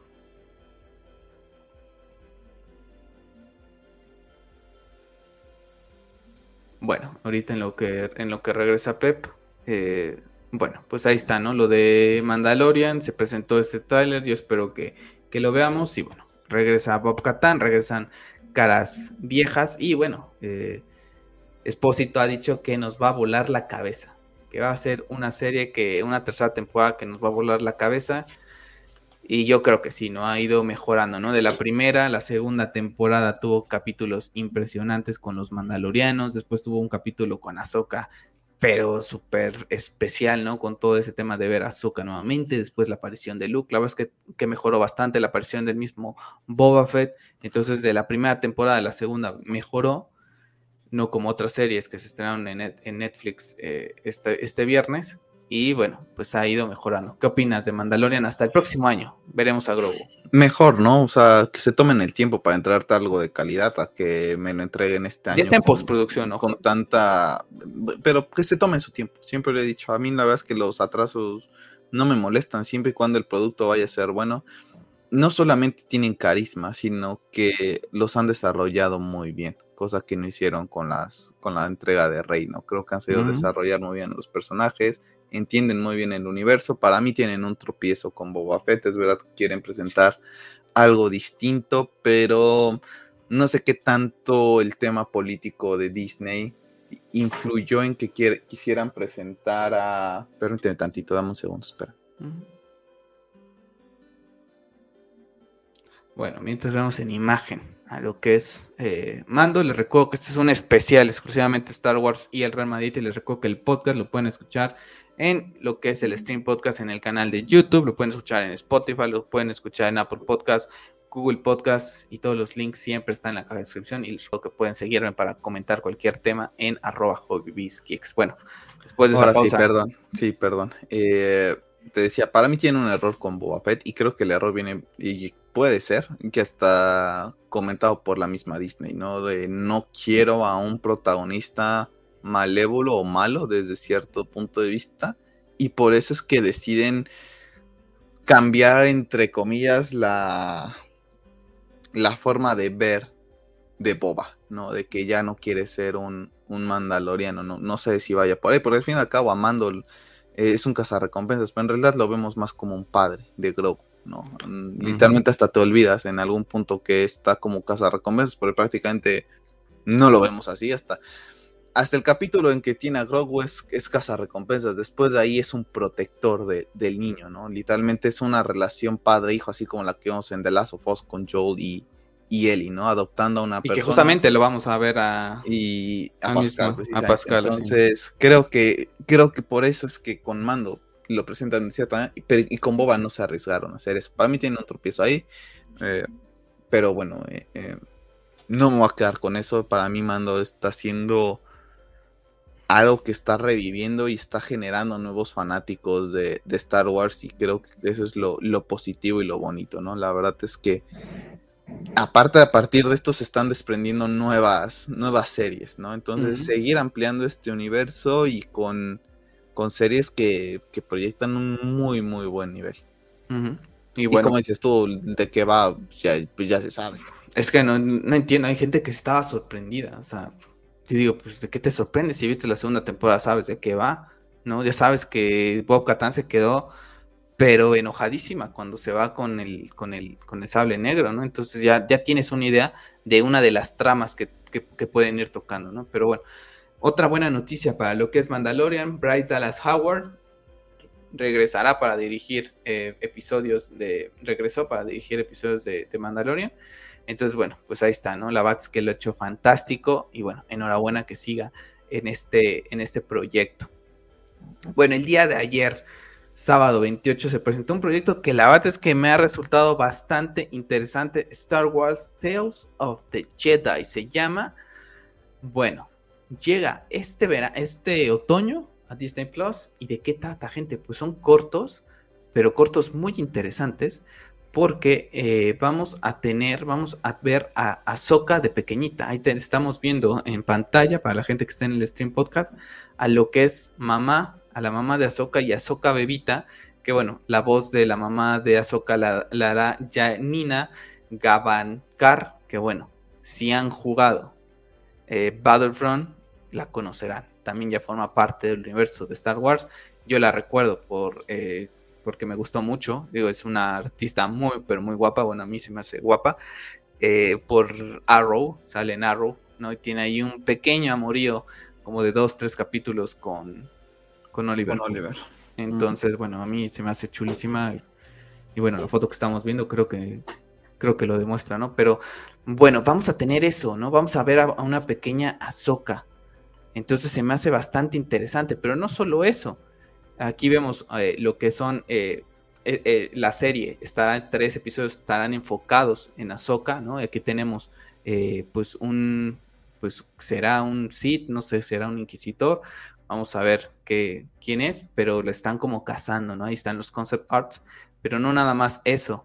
Bueno, ahorita en lo que, en lo que regresa Pep, eh, bueno, pues ahí está, ¿no? Lo de Mandalorian, se presentó este tráiler, yo espero que, que lo veamos y bueno, regresa Bob Katan, regresan caras viejas y bueno, eh, Espósito ha dicho que nos va a volar la cabeza, que va a ser una serie que, una tercera temporada que nos va a volar la cabeza. Y yo creo que sí, ¿no? Ha ido mejorando, ¿no? De la primera, la segunda temporada tuvo capítulos impresionantes con los Mandalorianos, después tuvo un capítulo con Ahsoka, pero súper especial, ¿no? Con todo ese tema de ver a Ahsoka nuevamente, después la aparición de Luke, la verdad es que, que mejoró bastante la aparición del mismo Boba Fett, entonces de la primera temporada a la segunda mejoró, no como otras series que se estrenaron en, net, en Netflix eh, este, este viernes. Y bueno, pues ha ido mejorando. ¿Qué opinas de Mandalorian hasta el próximo año? Veremos a Grogu. Mejor, ¿no? O sea, que se tomen el tiempo para entrarte algo de calidad a que me lo entreguen este Ya año está en con, postproducción, con ojo. tanta... Pero que se tomen su tiempo. Siempre le he dicho, a mí la verdad es que los atrasos no me molestan siempre y cuando el producto vaya a ser bueno. No solamente tienen carisma, sino que los han desarrollado muy bien, cosa que no hicieron con las con la entrega de Rey, ¿no? Creo que han sabido Uh -huh. desarrollar muy bien los personajes, entienden muy bien el universo. Para mí tienen un tropiezo con Boba Fett, es verdad que quieren presentar algo distinto, pero no sé qué tanto el tema político de Disney influyó en que quier- quisieran presentar a... Permíteme tantito, dame un segundo, espera. Uh-huh. Bueno, mientras vemos en imagen a lo que es eh, Mando, les recuerdo que este es un especial exclusivamente Star Wars y el Real Madrid, y les recuerdo que el podcast lo pueden escuchar en lo que es el Stream Podcast en el canal de YouTube, lo pueden escuchar en Spotify, lo pueden escuchar en Apple Podcast, Google Podcast, y todos los links siempre están en la caja de descripción, y les recuerdo que pueden seguirme para comentar cualquier tema en arroba hobbybiskicks. Bueno, después de esa Ahora sí, pausa. perdón, sí, perdón. Eh, te decía, para mí tiene un error con Boba Fett, y creo que el error viene, y puede ser, que está comentado por la misma Disney, ¿no? De no quiero a un protagonista malévolo o malo desde cierto punto de vista, y por eso es que deciden cambiar, entre comillas, la, la forma de ver de Boba, ¿no? De que ya no quiere ser un, un mandaloriano, ¿no? No sé si vaya por ahí, porque al fin y al cabo a Mando eh, es un cazarrecompensas, pero en realidad lo vemos más como un padre de Grogu, ¿no? Mm, literalmente hasta te olvidas en algún punto que está como cazarrecompensas, porque prácticamente no lo vemos así, hasta, hasta el capítulo en que tiene a Grogu es, es cazarrecompensas, después de ahí es un protector de, del niño, ¿no? Literalmente es una relación padre-hijo, así como la que vemos en The Last of Us con Joel y, y Ellie, ¿no? Adoptando a una Y que persona justamente lo vamos a ver a, y a al Pascal, mismo, a precisamente. Pascal, así. Entonces, creo que, creo que por eso es que con Mando lo presentan de cierta manera, pero, y con Boba no se arriesgaron a hacer eso. Para mí tiene un tropiezo ahí, eh, pero bueno, eh, eh, no me voy a quedar con eso. Para mí Mando está haciendo algo que está reviviendo y está generando nuevos fanáticos de, de Star Wars, y creo que eso es lo, lo positivo y lo bonito, ¿no? La verdad es que aparte, a partir de esto se están desprendiendo nuevas, nuevas series, ¿no? Entonces, Uh-huh. seguir ampliando este universo y con, con series que, que proyectan un muy, muy buen nivel. Uh-huh. Y Y bueno, como dices tú, de qué va, ya, pues ya se sabe. es que no, no entiendo, hay gente que estaba sorprendida, o sea, yo digo, pues, ¿de qué te sorprende? Si viste la segunda temporada, sabes de qué va, ¿no? Ya sabes que Bob Katan se quedó, pero enojadísima cuando se va con el, con el, con el sable negro, ¿no? Entonces ya, ya tienes una idea de una de las tramas que, que, que pueden ir tocando, ¿no? Pero bueno, otra buena noticia para lo que es Mandalorian: Bryce Dallas Howard regresará para dirigir eh, episodios de, regresó para dirigir episodios de, de Mandalorian. Entonces, bueno, pues ahí está, ¿no? La Bats que lo ha hecho fantástico, y bueno, enhorabuena que siga en este, en este proyecto. Bueno, el día de ayer, sábado veintiocho, se presentó un proyecto que la verdad es que me ha resultado bastante interesante: Star Wars Tales of the Jedi se llama. Bueno, llega este, vera este otoño a Disney Plus. ¿Y de qué trata, gente? Pues son cortos, pero cortos muy interesantes, porque eh, vamos a tener, vamos a ver a Ahsoka de pequeñita. Ahí te estamos viendo en pantalla, para la gente que está en el stream podcast, a lo que es mamá, a la mamá de Ahsoka y Ahsoka bebita, que bueno, la voz de la mamá de Ahsoka la, la hará Janina Gavankar, que bueno, si han jugado eh, Battlefront, la conocerán. También ya forma parte del universo de Star Wars. Yo la recuerdo por, eh, porque me gustó mucho. Digo, es una artista muy, pero muy guapa. Bueno, a mí se me hace guapa. Eh, por Arrow, sale en Arrow, ¿no? Y tiene ahí un pequeño amorío, como de dos, tres capítulos con, con Oliver. Con Oliver. Entonces, mm. bueno, a mí se me hace chulísima. Y bueno, la foto que estamos viendo creo que creo que lo demuestra, ¿no? Pero bueno, vamos a tener eso, ¿no? Vamos a ver a, a una pequeña Ahsoka. Entonces se me hace bastante interesante, pero no solo eso. Aquí vemos eh, lo que son eh, eh, eh, la serie. Estarán tres episodios, estarán enfocados en Ahsoka, ¿no? Aquí tenemos eh, pues un, pues será un Sith, no sé, será un Inquisidor. Vamos a ver qué, quién es, pero lo están como cazando, ¿no? Ahí están los concept arts, pero no nada más eso.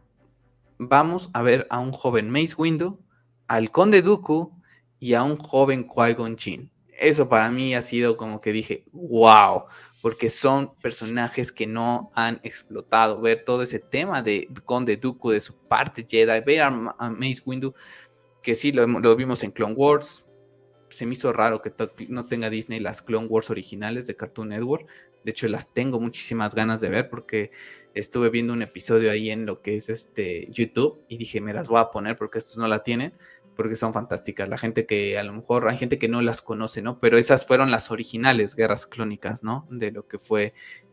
Vamos a ver a un joven Mace Windu, al Conde Dooku y a un joven Qui-Gon Jinn. Eso para mí ha sido como que dije, wow, porque son personajes que no han explotado. Ver todo ese tema de Conde Dooku, de su parte Jedi, ver a, a Mace Windu, que sí lo, lo vimos en Clone Wars, se me hizo raro que to- no tenga Disney las Clone Wars originales de Cartoon Network. De hecho, las tengo muchísimas ganas de ver porque estuve viendo un episodio ahí en lo que es este YouTube y dije, me las voy a poner porque estos no la tienen, porque son fantásticas. La gente que a lo mejor hay gente que no las conoce, ¿no? Pero esas fueron las originales Guerras Clónicas, ¿no? De lo que fue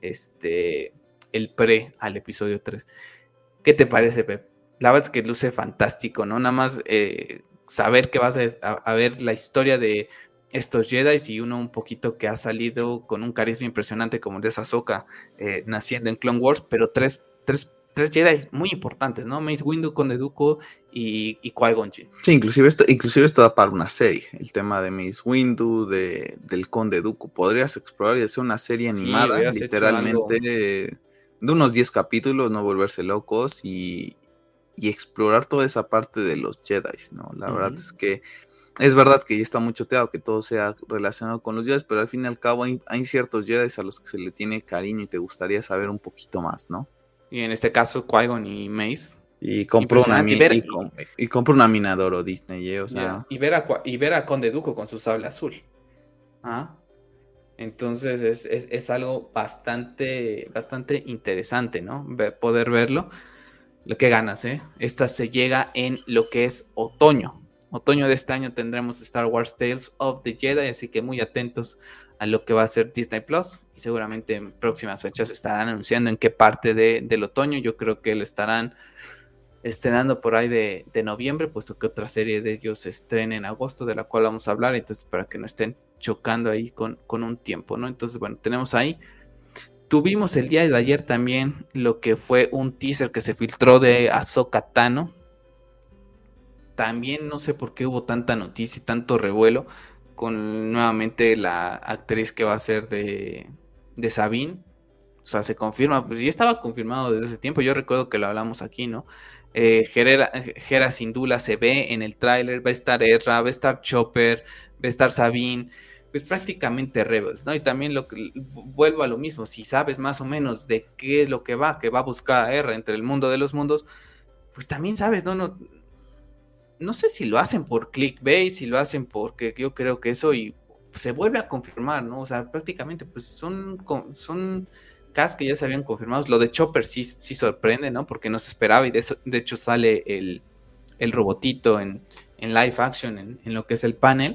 este el pre al episodio tres. ¿Qué te parece, Pep? La verdad es que luce fantástico, ¿no? Nada más eh, saber que vas a, a, a, ver la historia de estos Jedi y uno un poquito que ha salido con un carisma impresionante como el de Ahsoka eh, naciendo en Clone Wars, pero tres, tres, tres Jedi muy importantes, ¿no? Mace Windu, Conde Dooku y, y Qui-Gon Jinn. Sí, inclusive esto, inclusive esto da para una serie, el tema de Mace Windu, de, del Conde Dooku. Podrías explorar y hacer una serie Sí, animada, hubieras hecho literalmente, algo. de unos diez capítulos, no volverse locos y, y explorar toda esa parte de los Jedi, ¿no? La Uh verdad -huh. es que es verdad que ya está muy choteado que todo sea relacionado con los Jedi, pero al fin y al cabo hay, hay ciertos Jedi a los que se le tiene cariño y te gustaría saber un poquito más, ¿no? Y en este caso, Qui-Gon y Mace. Y compró una Impresionante. Y ver, y, com y compró una Minadoro Disney, ¿eh? O sea. Yeah. Y, ver a, y ver a Conde Dooku con su sable azul. ¿Ah? Entonces es, es, es, algo bastante, bastante interesante, ¿no? Ver, poder verlo. Lo que ganas, ¿eh? Esta se llega en lo que es otoño. Otoño de este año tendremos Star Wars Tales of the Jedi, así que muy atentos a lo que va a ser Disney Plus. Y seguramente en próximas fechas estarán anunciando en qué parte de, del otoño. Yo creo que lo estarán estrenando por ahí de, de noviembre, puesto que otra serie de ellos se estrena en agosto, de la cual vamos a hablar, entonces para que no estén chocando ahí con, con un tiempo, ¿no? Entonces, bueno, tenemos ahí. Tuvimos el día de ayer también lo que fue un teaser que se filtró de Ahsoka Tano. También no sé por qué hubo tanta noticia y tanto revuelo con nuevamente la actriz que va a ser de, de Sabine. O sea, se confirma, pues ya estaba confirmado desde ese tiempo. Yo recuerdo que lo hablamos aquí, ¿no? Eh, Hera, Hera Syndulla se ve en el tráiler, va a estar Ezra, va a estar Chopper, va a estar Sabine, pues prácticamente Rebels, ¿no? Y también lo que vuelvo a lo mismo, si sabes más o menos de qué es lo que va, que va a buscar a Ezra entre el mundo de los mundos, pues también sabes, ¿no? No, no sé si lo hacen por clickbait, si lo hacen porque yo creo que eso y se vuelve a confirmar, ¿no? O sea, prácticamente pues son, son cast que ya se habían confirmado. Lo de Chopper sí, sí sorprende, ¿no? Porque no se esperaba y de, eso, de hecho sale el, el robotito en, en live action, en, en lo que es el panel.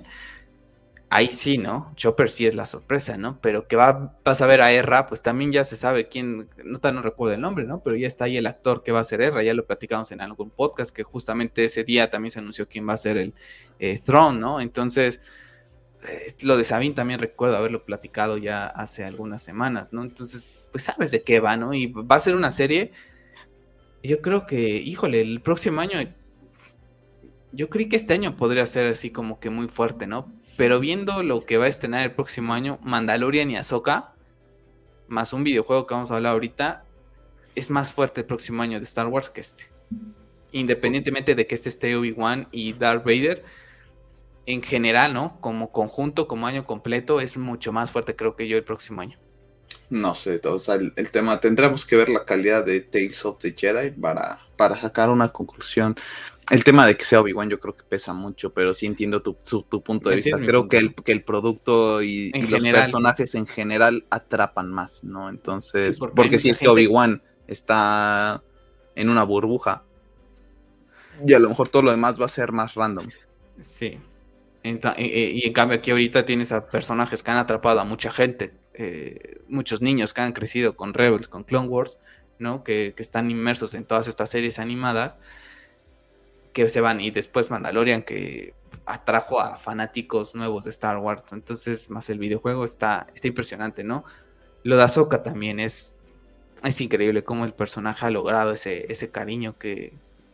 Ahí sí, ¿no? Chopper sí es la sorpresa, ¿no? Pero que va, vas a ver a Erra, pues también ya se sabe quién, no, no recuerdo el nombre, ¿no? Pero ya está ahí el actor que va a ser Erra, ya lo platicamos en algún podcast, que justamente ese día también se anunció quién va a ser el eh, Throne, ¿no? Entonces, eh, lo de Sabine también recuerdo haberlo platicado ya hace algunas semanas, ¿no? Entonces, pues sabes de qué va, ¿no? Y va a ser una serie, yo creo que, híjole, el próximo año, yo creí que este año podría ser así como que muy fuerte, ¿no? Pero viendo lo que va a estrenar el próximo año, Mandalorian y Ahsoka, más un videojuego que vamos a hablar ahorita, es más fuerte el próximo año de Star Wars que este. Independientemente de que este esté Obi-Wan y Darth Vader, en general, ¿no? Como conjunto, como año completo, es mucho más fuerte creo que yo el próximo año. No sé, o sea, el, el tema, tendremos que ver la calidad de Tales of the Jedi para, para sacar una conclusión. El tema de que sea Obi-Wan yo creo que pesa mucho, pero sí entiendo tu, su, tu punto de vista. Creo Punto, que, el, ¿no? que el producto y, En y los general. personajes en general atrapan más, ¿no? Sí, Entonces, porque hay porque si mucha es que gente. Obi-Wan está en una burbuja y a lo mejor todo lo demás va a ser más random. Sí. En y en cambio aquí ahorita tienes a personajes que han atrapado a mucha gente, eh, muchos niños que han crecido con Rebels, con Clone Wars, ¿no? Que, que están inmersos en todas estas series animadas que se van y después Mandalorian que atrajo a fanáticos nuevos de Star Wars, entonces más el videojuego está, está impresionante, ¿no? Lo de Ahsoka también es, es increíble cómo el personaje ha logrado ese, ese cariño que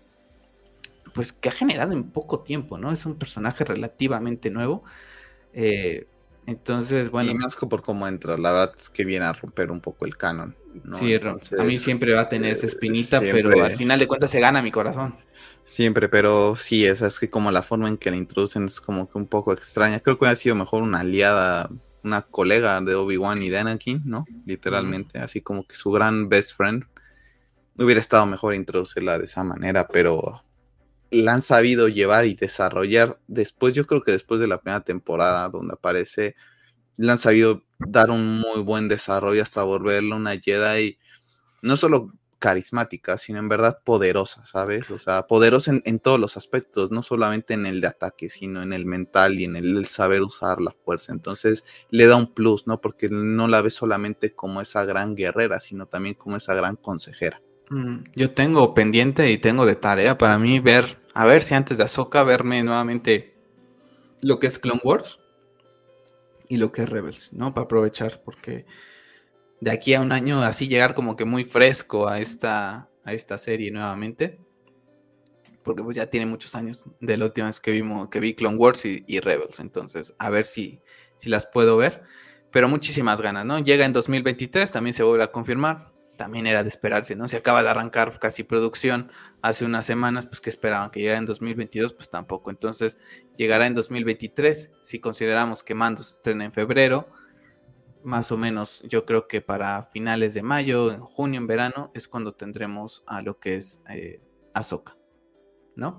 pues que ha generado en poco tiempo, ¿no? Es un personaje relativamente nuevo, eh, entonces, Y bueno. más por cómo entra, la verdad es que viene a romper un poco el canon, ¿no? Sí, a mí Entonces, siempre va a tener esa eh, espinita, pero al siempre... final de cuentas se gana mi corazón. Siempre, pero sí, o sea, es que como la forma en que la introducen es como que un poco extraña. Creo que hubiera sido mejor una aliada, una colega de Obi-Wan y de Anakin, ¿no? Literalmente, Uh-huh. así como que su gran best friend. Hubiera estado mejor introducirla de esa manera, pero la han sabido llevar y desarrollar después, yo creo que después de la primera temporada donde aparece, le han sabido dar un muy buen desarrollo hasta volverla una Jedi, no solo carismática, sino en verdad poderosa, ¿sabes? O sea, poderosa en, en todos los aspectos, no solamente en el de ataque, sino en el mental y en el, el saber usar la fuerza. Entonces le da un plus, ¿no? Porque no la ve solamente como esa gran guerrera, sino también como esa gran consejera. Mm, Yo tengo pendiente y tengo de tarea para mí ver, a ver si antes de Ahsoka verme nuevamente lo que es Clone Wars y lo que es Rebels, ¿no? Para aprovechar, porque de aquí a un año así llegar como que muy fresco a esta, a esta serie nuevamente, porque pues ya tiene muchos años de la última vez que vimos, que vi Clone Wars y, y Rebels, entonces a ver si, si las puedo ver, pero muchísimas ganas, ¿no? Llega en dos mil veintitrés, también se vuelve a confirmar, también era de esperarse, ¿no? Se acaba de arrancar casi producción hace unas semanas, pues que esperaban que llegara en dos mil veintidós, pues tampoco, entonces llegará en dos mil veintitrés, si consideramos que Mando se estrena en febrero, más o menos yo creo que para finales de mayo, en junio, en verano, es cuando tendremos a lo que es eh, Ahsoka, ¿no?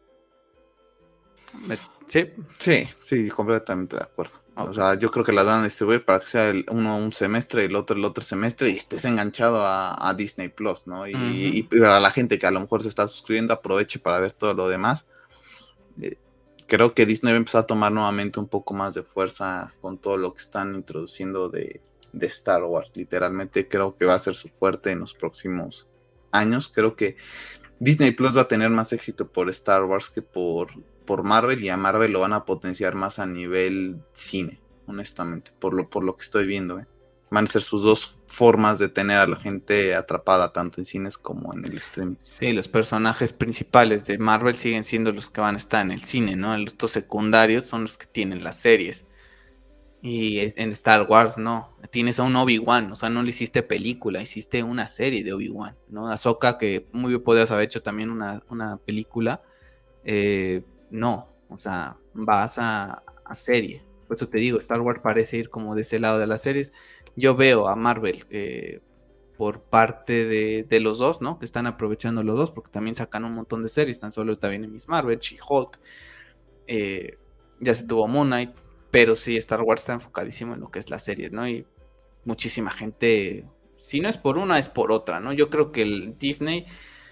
¿Me- Sí, Sí, sí, completamente de acuerdo. O ok. sea, yo creo que las van a distribuir para que sea el, uno un semestre y el otro el otro semestre y estés enganchado a, a Disney Plus, ¿no? Y, Ujú. y para la gente que a lo mejor se está suscribiendo, aproveche para ver todo lo demás. Eh, creo que Disney va a empezar a tomar nuevamente un poco más de fuerza con todo lo que están introduciendo de, de Star Wars. Literalmente creo que va a ser su fuerte en los próximos años. Creo que Disney Plus va a tener más éxito por Star Wars que por, por Marvel, y a Marvel lo van a potenciar más a nivel cine, honestamente, por lo, por lo que estoy viendo. ¿eh? Van a ser sus dos formas de tener a la gente atrapada, tanto en cines como en el streaming. Sí, los personajes principales de Marvel siguen siendo los que van a estar en el cine, ¿no? Estos secundarios son los que tienen las series. Y es- en Star Wars, no. Tienes a un Obi-Wan, o sea, no le hiciste película, hiciste una serie de Obi-Wan, ¿no? Ahsoka, que muy bien podías haber hecho también una, una película, eh, no, o sea, vas a, a serie. Por eso te digo, Star Wars parece ir como de ese lado de las series. Yo veo a Marvel eh, por parte de, de los dos, ¿no? Que están aprovechando los dos, porque también sacan un montón de series, tan solo también en Miss Marvel, She-Hulk, eh, ya se tuvo Moon Knight, pero sí, Star Wars está enfocadísimo en lo que es las series, ¿no? Y muchísima gente, si no es por una, es por otra, ¿no? Yo creo que el Disney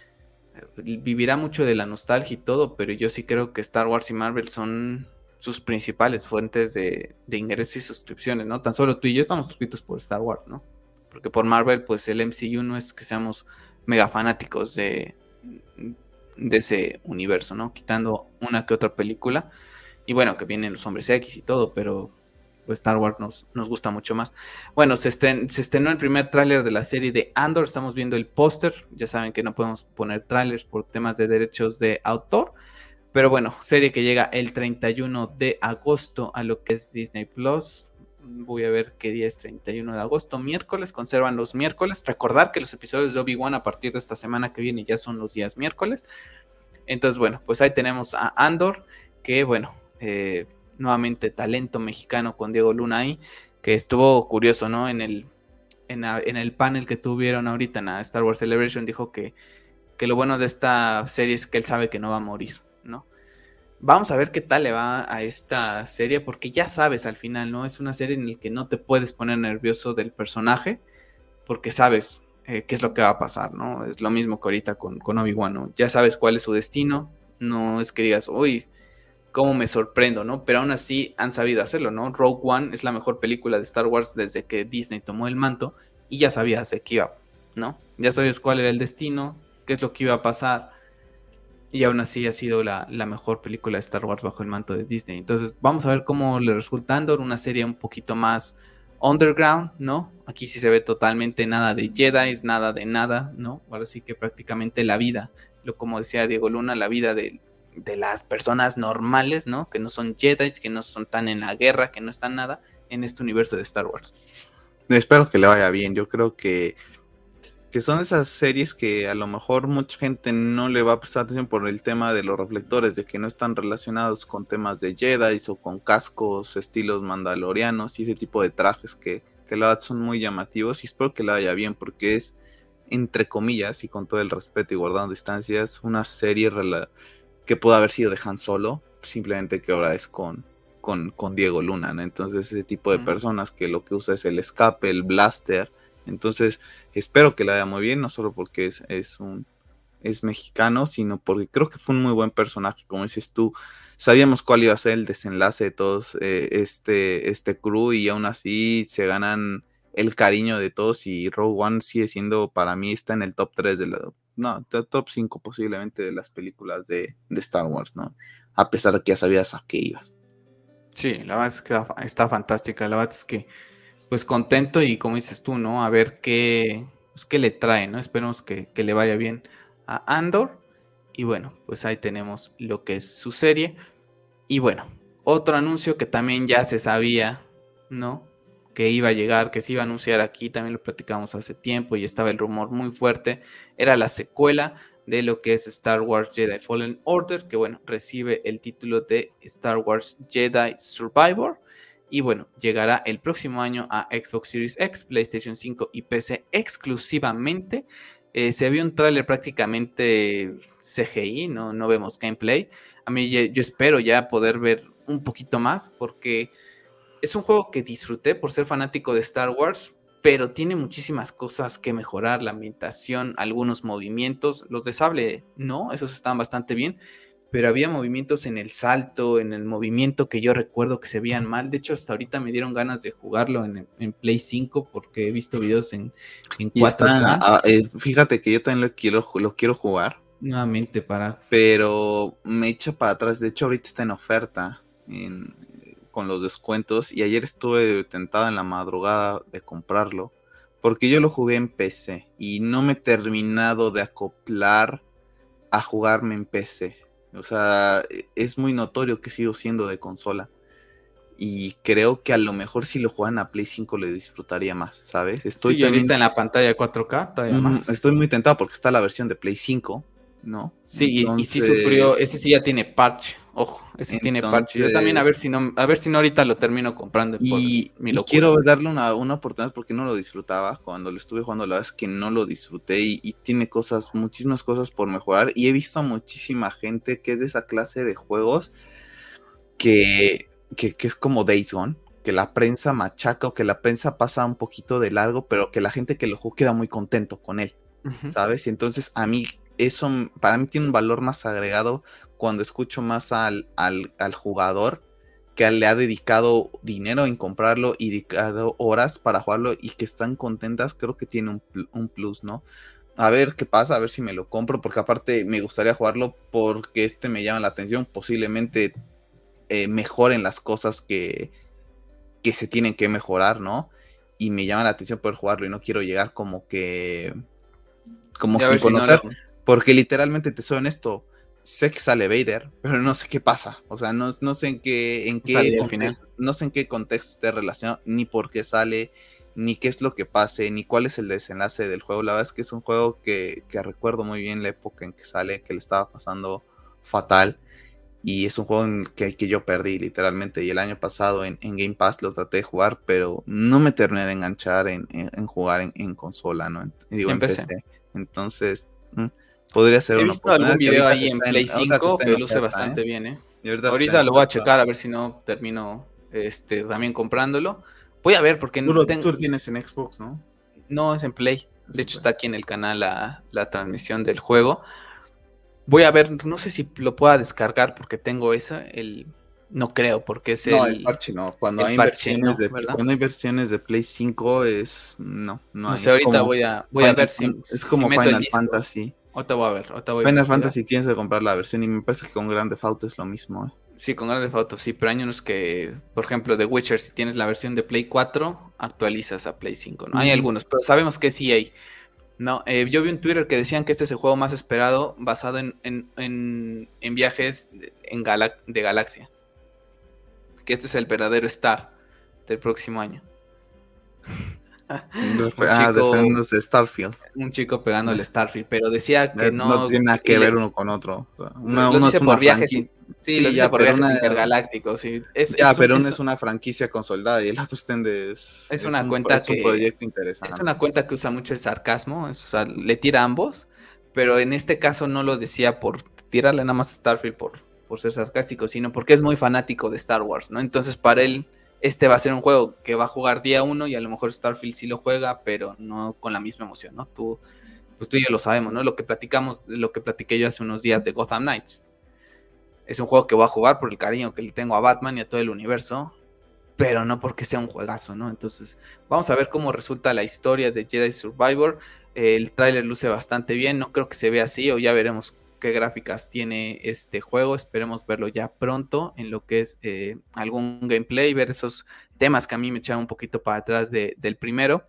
vivirá mucho de la nostalgia y todo, pero yo sí creo que Star Wars y Marvel son sus principales fuentes de, de ingresos y suscripciones, ¿no? Tan solo tú y yo estamos suscritos por Star Wars, ¿no? Porque por Marvel, pues el M C U no es que seamos mega fanáticos de, de ese universo, ¿no? Quitando una que otra película. Y bueno, que vienen los hombres X y todo, pero pues Star Wars nos, nos gusta mucho más. Bueno, se, estren, se estrenó el primer tráiler de la serie de Andor, estamos viendo el póster, ya saben que no podemos poner trailers por temas de derechos de autor, pero bueno, serie que llega el treinta y uno de agosto a lo que es Disney Plus. Voy a ver qué día es treinta y uno de agosto, miércoles, conservan los miércoles. Recordar que los episodios de Obi-Wan a partir de esta semana que viene ya son los días miércoles. Entonces, bueno, pues ahí tenemos a Andor, que bueno, eh, nuevamente talento mexicano con Diego Luna ahí, que estuvo curioso, ¿no? En el, en, a, en el panel que tuvieron ahorita en la Star Wars Celebration, dijo que, que lo bueno de esta serie es que él sabe que no va a morir, ¿no? Vamos a ver qué tal le va a esta serie, porque ya sabes al final, ¿no? Es una serie en la que no te puedes poner nervioso del personaje, porque sabes eh, qué es lo que va a pasar, ¿no? Es lo mismo que ahorita con, con Obi-Wan, ¿no? Ya sabes cuál es su destino, no es que digas, uy, cómo me sorprendo, ¿no? Pero aún así han sabido hacerlo, ¿no? Rogue One es la mejor película de Star Wars desde que Disney tomó el manto y ya sabías de qué iba, ¿no? Ya sabías cuál era el destino, qué es lo que iba a pasar y aún así ha sido la, la mejor película de Star Wars bajo el manto de Disney. Entonces vamos a ver cómo le resulta Andor, una serie un poquito más underground, ¿no? Aquí sí se ve totalmente nada de Jedi, nada de nada, ¿no? Ahora sí que prácticamente la vida, lo como decía Diego Luna, la vida de, de las personas normales, ¿no? Que no son Jedi, que no son tan en la guerra, que no están nada en este universo de Star Wars. Espero que le vaya bien. Yo creo que, que son esas series que a lo mejor mucha gente no le va a prestar atención por el tema de los reflectores, de que no están relacionados con temas de Jedi o con cascos, estilos mandalorianos y ese tipo de trajes que, que la verdad son muy llamativos, y espero que le vaya bien porque es, entre comillas, y con todo el respeto y guardando distancias, una serie que pudo haber sido de Han Solo, simplemente que ahora es con, con, con Diego Luna, ¿no? Entonces ese tipo de Mm. personas que lo que usa es el escape, el blaster. Entonces espero que le vaya muy bien, no solo porque es, es un es mexicano, sino porque creo que fue un muy buen personaje, como dices tú. Sabíamos cuál iba a ser el desenlace de todos eh, este, este crew, y aún así se ganan el cariño de todos, y Rogue One sigue siendo, para mí, está en el top tres de la, no, top cinco posiblemente de las películas de, de Star Wars, ¿no? A pesar de que ya sabías a qué ibas. Sí, la verdad es que está fantástica, la verdad es que pues contento y como dices tú, ¿no? A ver qué, pues, qué le trae, ¿no? Esperemos que, que le vaya bien a Andor. Y bueno, pues ahí tenemos lo que es su serie. Y bueno, otro anuncio que también ya se sabía, ¿no? Que iba a llegar, que se iba a anunciar aquí, también lo platicamos hace tiempo y estaba el rumor muy fuerte, era la secuela de lo que es Star Wars Jedi Fallen Order, que bueno, recibe el título de Star Wars Jedi Survivor. Y bueno, llegará el próximo año a Xbox Series X, PlayStation cinco y P C exclusivamente. Eh, se vio un tráiler prácticamente C G I, ¿no? No vemos gameplay. A mí yo espero ya poder ver un poquito más, porque es un juego que disfruté por ser fanático de Star Wars, pero tiene muchísimas cosas que mejorar, la ambientación, algunos movimientos, los de sable no, esos estaban bastante bien, pero había movimientos en el salto, en el movimiento que yo recuerdo que se veían mal. De hecho, hasta ahorita me dieron ganas de jugarlo en, en Play cinco porque he visto videos en, en Y está, cuatro K. ah, eh, fíjate que yo también lo quiero, lo quiero jugar, Nuevamente para... pero me echa para atrás. De hecho, ahorita está en oferta en, con los descuentos, y ayer estuve tentado en la madrugada de comprarlo, porque yo lo jugué en P C y no me he terminado de acoplar a jugarme en P C. O sea, es muy notorio que sigo siendo de consola. Y creo que a lo mejor si lo juegan a Play cinco le disfrutaría más, ¿sabes? Estoy Sí, y también, ahorita en la pantalla de cuatro K todavía mm, más. estoy muy tentado porque está la versión de Play cinco, ¿no? Sí, y, y sí sufrió, Entonces, ese sí ya tiene parche, ojo, ese tiene parche. Yo también a entonces, ver si no, a ver si no ahorita lo termino comprando por y, mi y locura. quiero darle una, una oportunidad porque no lo disfrutaba cuando lo estuve jugando. La verdad es que no lo disfruté, y, y tiene cosas, muchísimas cosas por mejorar, y he visto a muchísima gente que es de esa clase de juegos que, que, que es como Days Gone, que la prensa machaca, o que la prensa pasa un poquito de largo, pero que la gente que lo juega queda muy contento con él, Ujú. ¿sabes? Y entonces a mí eso, para mí tiene un valor más agregado cuando escucho más al, al, al jugador que le ha dedicado dinero en comprarlo y dedicado horas para jugarlo, y que están contentas. Creo que tiene un, un plus, ¿no? A ver qué pasa, a ver si me lo compro, porque aparte me gustaría jugarlo porque este me llama la atención. Posiblemente eh, mejoren las cosas que, que se tienen que mejorar, ¿no? Y me llama la atención poder jugarlo, y no quiero llegar como que como Y a sin ver si no lo... conocer, porque literalmente, te soy honesto, sé que sale Vader, pero no sé qué pasa. O sea, no, no sé en qué, en qué Sale al final. contexto, no sé en qué contexto esté relacionado, ni por qué sale, ni qué es lo que pase, ni cuál es el desenlace del juego. La verdad es que es un juego que, que recuerdo muy bien la época en que sale, que le estaba pasando fatal. Y es un juego en que, que yo perdí literalmente. Y el año pasado en, en Game Pass lo traté de jugar, pero no me terminé de enganchar en, en, en jugar en, en consola, ¿no? En, digo, en Empecé. P C. Entonces, mm, podría ser He una visto algún oportunidad. Y video ahorita que ahí en está en, Play ahorita que cinco está en que luce oferta, ¿eh? bastante bien, ¿eh? Y ahorita que está en Ahorita lo voy a oferta. checar a ver si no termino este, también comprándolo. Voy a ver porque Tú lo, tengo... tú lo tienes en Xbox, ¿no? No, es en Play. Es De un hecho, Play. está aquí en el canal la, la transmisión del juego. Voy a ver, no sé si lo pueda descargar porque tengo eso, el... No creo, porque es No, el el, parche no. Cuando el hay parche, inversiones ¿no? de ¿Verdad? cuando hay versiones de Play cinco es no, no No hay. sé, Es ahorita como voy a, voy a Final, ver si, es si, si como meto el Final disco. Fantasy. Ahorita voy a ver, ahorita voy a Final investigar. Fantasy tienes que comprar la versión, y me parece que con Grand Theft Auto es lo mismo, ¿eh? Sí, con Grand Theft Auto, sí, pero hay unos que, por ejemplo, The Witcher, si tienes la versión de Play cuatro, actualizas a Play cinco, ¿no? Hay Mm, algunos, pero sabemos que sí hay. No, eh, yo vi un Twitter que decían que este es el juego más esperado basado en, en, en, en viajes en gala- de galaxia. Que este es el verdadero Star del próximo año. Un ah, chico, defendiéndose de Starfield. un chico pegándole Starfield, pero decía que Eh, No no, tiene nada y que ver le, uno con otro. O sea, una, lo uno es dice una por viajes, franquicia. in- sí, lo Sí, dice ya, por pero viajes una, intergalácticos, sí. Es, ya, es, un- pero uno es, es una franquicia consolidada, y el otro está en de- es, es es una un, cuenta es un que, proyecto es interesante. una cuenta que usa mucho el sarcasmo, es- o sea, le tira a ambos, pero en este caso no lo decía por tirarle nada más a Starfield por, por ser sarcástico, sino porque es muy fanático de Star Wars, ¿no? Entonces para él este va a ser un juego que va a jugar día uno y a lo mejor Starfield sí lo juega, pero no con la misma emoción, ¿no? Tú, pues tú y yo lo sabemos, ¿no? Lo que platicamos, lo que platiqué yo hace unos días de Gotham Knights. Es un juego que voy a jugar por el cariño que le tengo a Batman y a todo el universo, pero no porque sea un juegazo, ¿no? Entonces, vamos a ver cómo resulta la historia de Jedi Survivor. Eh, el tráiler luce bastante bien, no creo que se vea así, o ya veremos qué gráficas tiene este juego. Esperemos verlo ya pronto en lo que es eh, algún gameplay, ver esos temas que a mí me echaban un poquito para atrás de, del primero.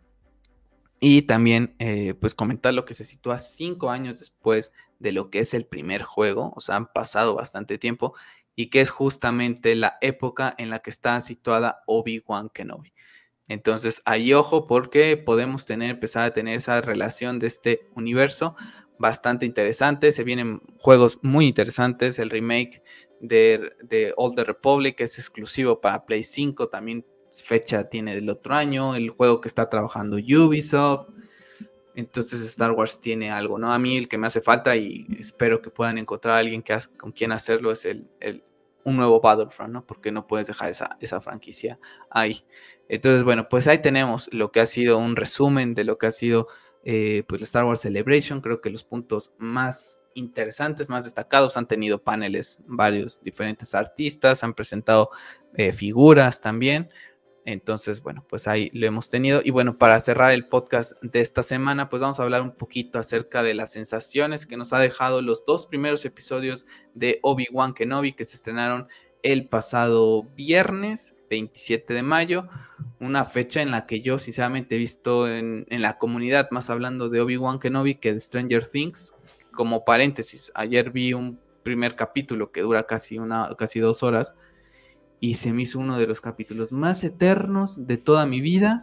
Y también, eh, pues comentar lo que se sitúa cinco años después de lo que es el primer juego, o sea, han pasado bastante tiempo, y que es justamente la época en la que está situada Obi-Wan Kenobi. Entonces, ahí ojo porque podemos tener, empezar a tener esa relación de este universo bastante interesante. Se vienen juegos muy interesantes. El remake de, de Old the Republic es exclusivo para Play cinco, también fecha tiene del otro año. El juego que está trabajando Ubisoft. Entonces Star Wars tiene algo, ¿no? A mí el que me hace falta y espero que puedan encontrar a alguien que hace, con quien hacerlo es el, el, un nuevo Battlefront, ¿no? Porque no puedes dejar esa, esa franquicia ahí. Entonces, bueno, pues ahí tenemos lo que ha sido un resumen de lo que ha sido eh, pues la Star Wars Celebration. Creo que los puntos más interesantes, más destacados, han tenido paneles, varios diferentes artistas, han presentado eh, figuras también. Entonces, bueno, pues ahí lo hemos tenido. Y bueno, para cerrar el podcast de esta semana, pues vamos a hablar un poquito acerca de las sensaciones que nos ha dejado los dos primeros episodios de Obi-Wan Kenobi que se estrenaron el pasado viernes veintisiete de mayo, una fecha en la que yo sinceramente he visto en, en la comunidad más hablando de Obi-Wan Kenobi que de Stranger Things. Como paréntesis, ayer vi un primer capítulo que dura casi, una, casi dos horas y se me hizo uno de los capítulos más eternos de toda mi vida.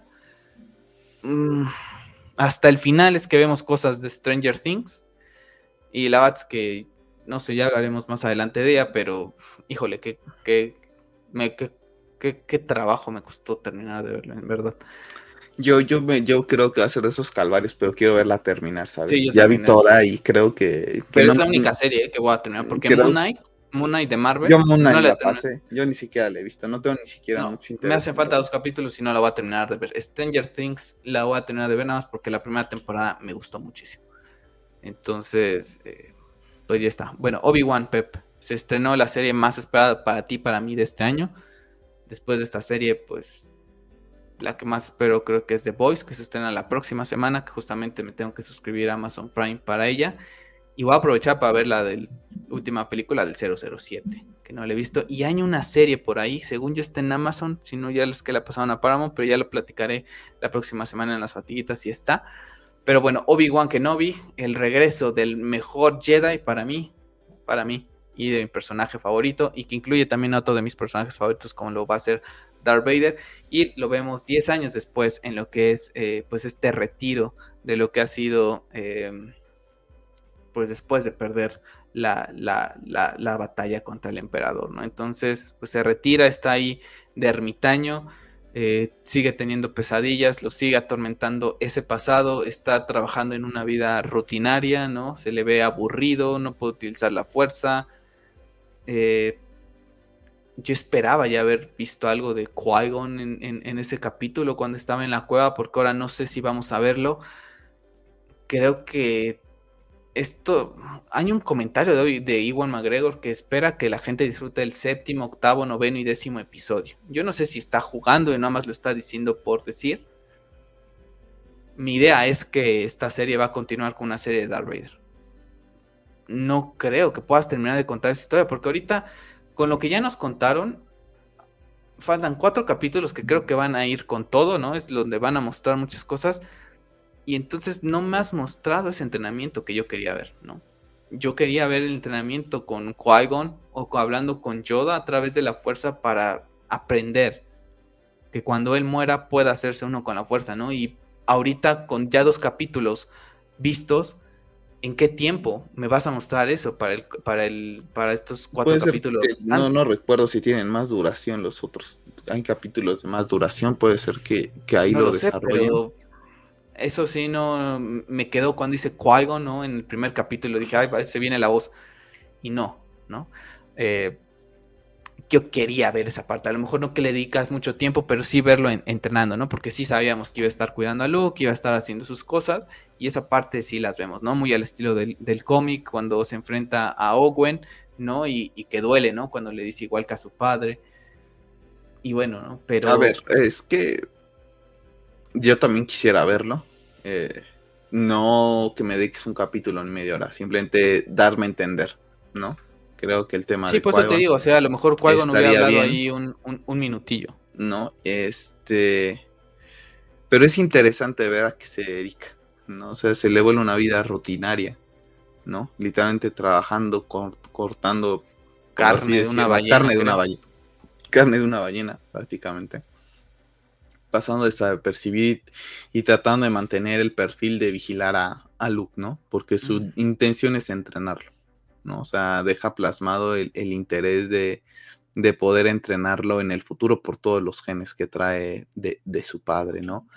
Mm, hasta el final es que vemos cosas de Stranger Things. Y la verdad es que, no sé, ya hablaremos más adelante de ella, pero híjole, qué, qué, me, qué, qué, qué trabajo me costó terminar de verla, en verdad. Yo, yo, me, yo creo que va a ser de esos calvarios, pero quiero verla terminar, ¿sabes? Sí, yo Ya vi también. Es, toda y creo que, que pero no. es la única serie eh, que voy a terminar, porque Moon Creo, Knight, Moon Knight de yo Marvel, Moon no Knight la he la terminado. pasé, yo ni siquiera la he visto, no tengo ni siquiera No, mucho me interés hacen en falta verla. dos capítulos y no la voy a terminar de ver. Stranger Things la voy a terminar de ver nada más porque la primera temporada me gustó muchísimo. Entonces, eh, pues ya está. Bueno, Obi-Wan, Pep. Se estrenó la serie más esperada para ti, para mí de este año. Después de esta serie, pues la que más espero creo que es The Boys, que se estrena la próxima semana, que justamente me tengo que suscribir a Amazon Prime para ella. Y voy a aprovechar para ver la de la última película del cero cero siete, que no la he visto. Y hay una serie por ahí, según yo está en Amazon, si no ya es que la pasaron a Paramount, pero ya lo platicaré la próxima semana en las fatiguitas si está. Pero bueno, Obi-Wan Kenobi, el regreso del mejor Jedi para mí, para mí, y de mi personaje favorito, y que incluye también a otro de mis personajes favoritos, como lo va a ser Darth Vader, y lo vemos diez años después en lo que es eh, pues este retiro de lo que ha sido, eh, pues después de perder la, la, la, la batalla contra el emperador, ¿no? Entonces, pues se retira, está ahí de ermitaño, eh, sigue teniendo pesadillas, lo sigue atormentando ese pasado, está trabajando en una vida rutinaria, ¿no? Se le ve aburrido, no puede utilizar la fuerza. Eh, yo esperaba ya haber visto algo de Qui-Gon en, en, en ese capítulo cuando estaba en la cueva, porque ahora no sé si vamos a verlo. Creo que esto, hay un comentario de hoy de Ewan McGregor que espera que la gente disfrute el séptimo, octavo, noveno y décimo episodio. Yo no sé si está jugando y nada más lo está diciendo por decir. Mi idea es que esta serie va a continuar con una serie de Darth Vader. No creo que puedas terminar de contar esa historia, porque ahorita, con lo que ya nos contaron, faltan cuatro capítulos que creo que van a ir con todo, ¿no? Es donde van a mostrar muchas cosas. Y entonces no me has mostrado ese entrenamiento que yo quería ver, ¿no? Yo quería ver el entrenamiento con Qui-Gon o hablando con Yoda a través de la fuerza para aprender que cuando él muera pueda hacerse uno con la fuerza, ¿no? Y ahorita con ya dos capítulos vistos, ¿en qué tiempo me vas a mostrar eso para el, para el, para estos cuatro Puede ser capítulos que no, no restantes? recuerdo si tienen más duración los otros. Hay capítulos de más duración, puede ser que, que ahí No lo lo sé, desarrollen. pero eso sí no me quedó cuando dice Qui-Gon, ¿no? En el primer capítulo dije, ay, se viene la voz. y no, ¿no? Eh, yo quería ver esa parte, a lo mejor no que le dedicas mucho tiempo, pero sí verlo en, entrenando, ¿no? Porque sí sabíamos que iba a estar cuidando a Luke, iba a estar haciendo sus cosas, y esa parte sí las vemos, ¿no? Muy al estilo del, del cómic, cuando se enfrenta a Owen, ¿no? Y, y que duele, ¿no? Cuando le dice igual que a su padre, y bueno, ¿no? A ver, Pero... es que yo también quisiera verlo. Eh, no que me dediques un capítulo en media hora, simplemente darme a entender, ¿no? Creo que el tema Sí, de por eso te Qui-Gon digo, o sea, a lo mejor Qui-Gon hubiera estaría hablado bien, ahí un, un, un minutillo. ¿no? Este, pero es interesante ver a qué se dedica, ¿no? O sea, se le vuelve una vida rutinaria, ¿no? Literalmente trabajando, cort- cortando, por así Carne de una decir, la ballena, carne de una creo. ballena, carne de una ballena, prácticamente, pasando desapercibido y tratando de mantener el perfil de vigilar a, a Luke, ¿no? Porque su Mm. intención es entrenarlo, ¿no? O sea, deja plasmado el, el interés de, de poder entrenarlo en el futuro por todos los genes que trae de, de su padre, ¿no?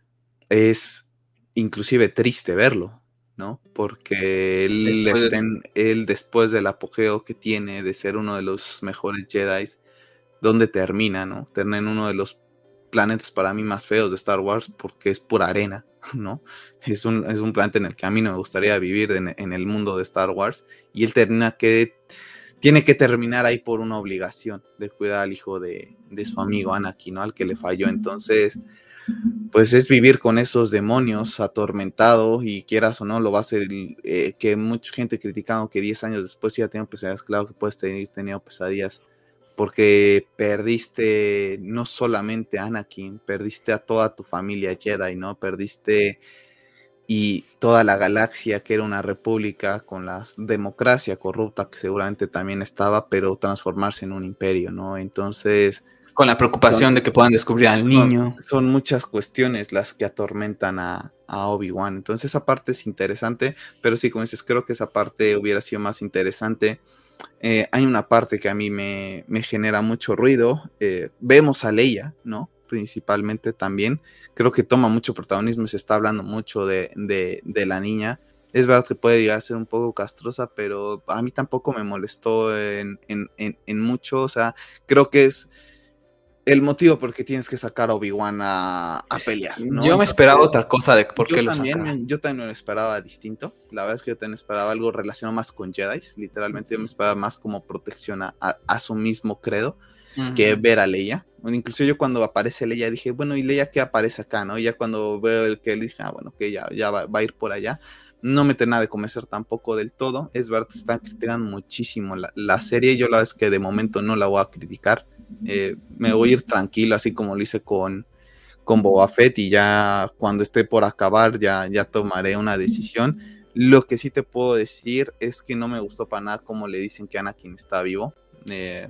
Es inclusive triste verlo, ¿no? Porque él, Después está de... en, él después del apogeo que tiene de ser uno de los mejores Jedi, ¿dónde termina, no? Termina en uno de los planetas para mí más feos de Star Wars porque es pura arena, ¿no? Es un, es un planeta en el que a mí no me gustaría vivir en, en el mundo de Star Wars y él termina que tiene que terminar ahí por una obligación de cuidar al hijo de, de su amigo Anakin, ¿no? Al que le falló. Entonces, pues es vivir con esos demonios atormentados y quieras o no, lo va a hacer eh, que mucha gente criticando que diez años después sí ya tengo pesadillas, claro que puedes tener tenido pesadillas porque perdiste no solamente a Anakin, perdiste a toda tu familia Jedi, ¿no? Perdiste y toda la galaxia que era una república con la democracia corrupta que seguramente también estaba, pero transformarse en un imperio, ¿no? Entonces, Con la son, preocupación de que puedan descubrir al son, niño. son muchas cuestiones las que atormentan a, a Obi-Wan. Entonces, esa parte es interesante, pero sí, como dices, creo que esa parte hubiera sido más interesante. Eh, hay una parte que a mí me, me genera mucho ruido. Eh, vemos a Leia, ¿no? Principalmente también. Creo que toma mucho protagonismo, se está hablando mucho de, de, de la niña. Es verdad que puede llegar a ser un poco castrosa, pero a mí tampoco me molestó en, en, en, en mucho. O sea, creo que es el motivo por qué tienes que sacar a Obi-Wan a, a pelear, ¿no? Yo me esperaba Entonces, otra cosa de por yo qué lo también, saca. me- yo también me lo esperaba distinto. La verdad es que yo también esperaba algo relacionado más con Jedi. Literalmente yo me esperaba más como protección a, a, a su mismo credo que Uh-huh. ver a Leia. Bueno, incluso yo cuando aparece Leia dije, bueno, ¿y Leia qué aparece acá, no? Y ya cuando veo el que él dije, ah, bueno, que ya, ya va, va a ir por allá. No me termina de convencer tampoco del todo. Es verdad, están criticando muchísimo la, la serie. Yo la verdad es que de momento no la voy a criticar. Eh, me voy a ir tranquilo, así como lo hice con, con Boba Fett y ya cuando esté por acabar ya, ya tomaré una decisión. Lo que sí te puedo decir es que no me gustó para nada como le dicen que Anakin está vivo. Eh,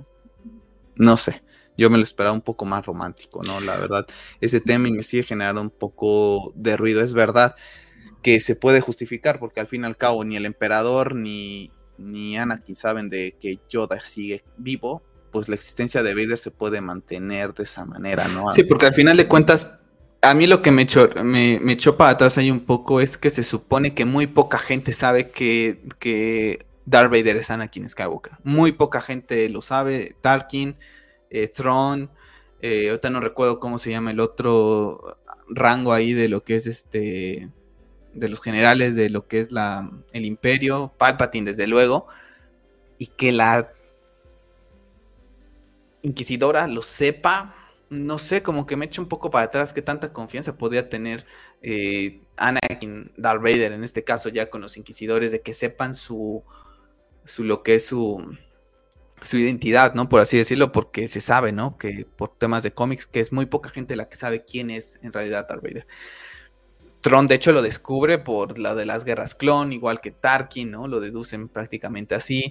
no sé, yo me lo esperaba un poco más romántico, ¿no? La verdad, ese tema me sigue generando un poco de ruido. Es verdad que se puede justificar porque al fin y al cabo ni el emperador ni, ni Anakin saben de que Yoda sigue vivo, pues la existencia de Vader se puede mantener de esa manera, ¿no? Sí, porque al final de cuentas, a mí lo que me echó, me, me echó para atrás ahí un poco es que se supone que muy poca gente sabe que, que Darth Vader es Anakin Skywalker. Muy poca gente lo sabe. Tarkin, eh, Thrawn, eh, ahorita no recuerdo cómo se llama el otro rango ahí de lo que es este, de los generales de lo que es la, el Imperio, Palpatine desde luego, y que la Inquisidora lo sepa, no sé, como que me echa un poco para atrás que tanta confianza podría tener eh, Anakin, Darth Vader en este caso ya con los Inquisidores, de que sepan su, su lo que es su, su identidad, ¿no? Por así decirlo, porque se sabe, ¿no? Que por temas de cómics, que es muy poca gente la que sabe quién es en realidad Darth Vader. Tron, de hecho, lo descubre por la de las guerras clon, igual que Tarkin, ¿no? Lo deducen prácticamente así.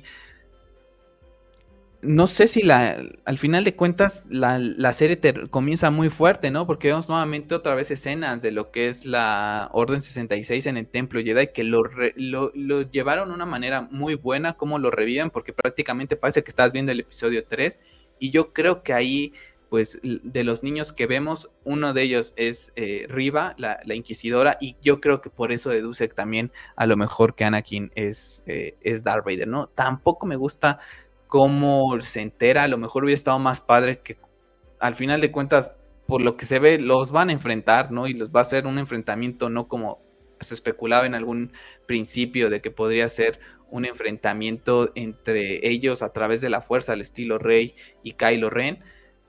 No sé si la, al final de cuentas la, la serie te, comienza muy fuerte, ¿no? Porque vemos nuevamente otra vez escenas de lo que es la Orden sesenta y seis en el Templo Jedi, que lo, re, lo, lo llevaron de una manera muy buena, como lo reviven, porque prácticamente parece que estás viendo el episodio tres, y yo creo que ahí pues de los niños que vemos, uno de ellos es eh, Riva, la, la inquisidora, y yo creo que por eso deduce también a lo mejor que Anakin es, eh, es Darth Vader, ¿no? Tampoco me gusta cómo se entera, a lo mejor hubiera estado más padre que al final de cuentas, por lo que se ve, los van a enfrentar, ¿no? Y los va a ser un enfrentamiento, no como se especulaba en algún principio de que podría ser un enfrentamiento entre ellos a través de la fuerza, al estilo Rey y Kylo Ren,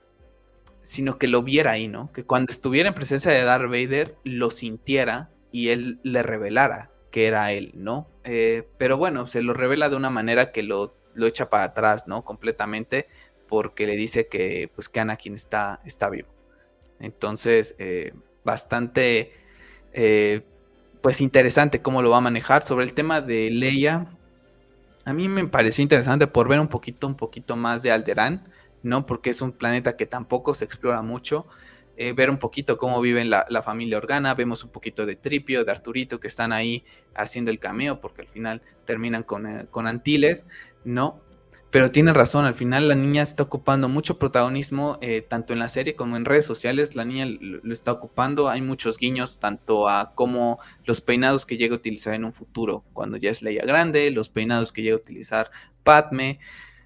sino que lo viera ahí, ¿no? Que cuando estuviera en presencia de Darth Vader, lo sintiera y él le revelara que era él, ¿no? Eh, pero bueno, se lo revela de una manera que lo, lo echa para atrás, ¿no? Completamente, porque le dice que, pues, que Anakin está, está vivo. Entonces, eh, bastante, eh, pues, interesante cómo lo va a manejar. Sobre el tema de Leia, a mí me pareció interesante por ver un poquito, un poquito más de Alderaan, ¿no? Porque es un planeta que tampoco se explora mucho. Eh, ver un poquito cómo vive la, la familia Organa, vemos un poquito de Tripio, de Arturito, que están ahí haciendo el cameo, porque al final terminan con, eh, con Antilles, ¿no? Pero tiene razón, al final la niña está ocupando mucho protagonismo, eh, tanto en la serie como en redes sociales, la niña lo, lo está ocupando, hay muchos guiños tanto a cómo los peinados que llega a utilizar en un futuro, cuando ya es Leia grande, los peinados que llega a utilizar Padme,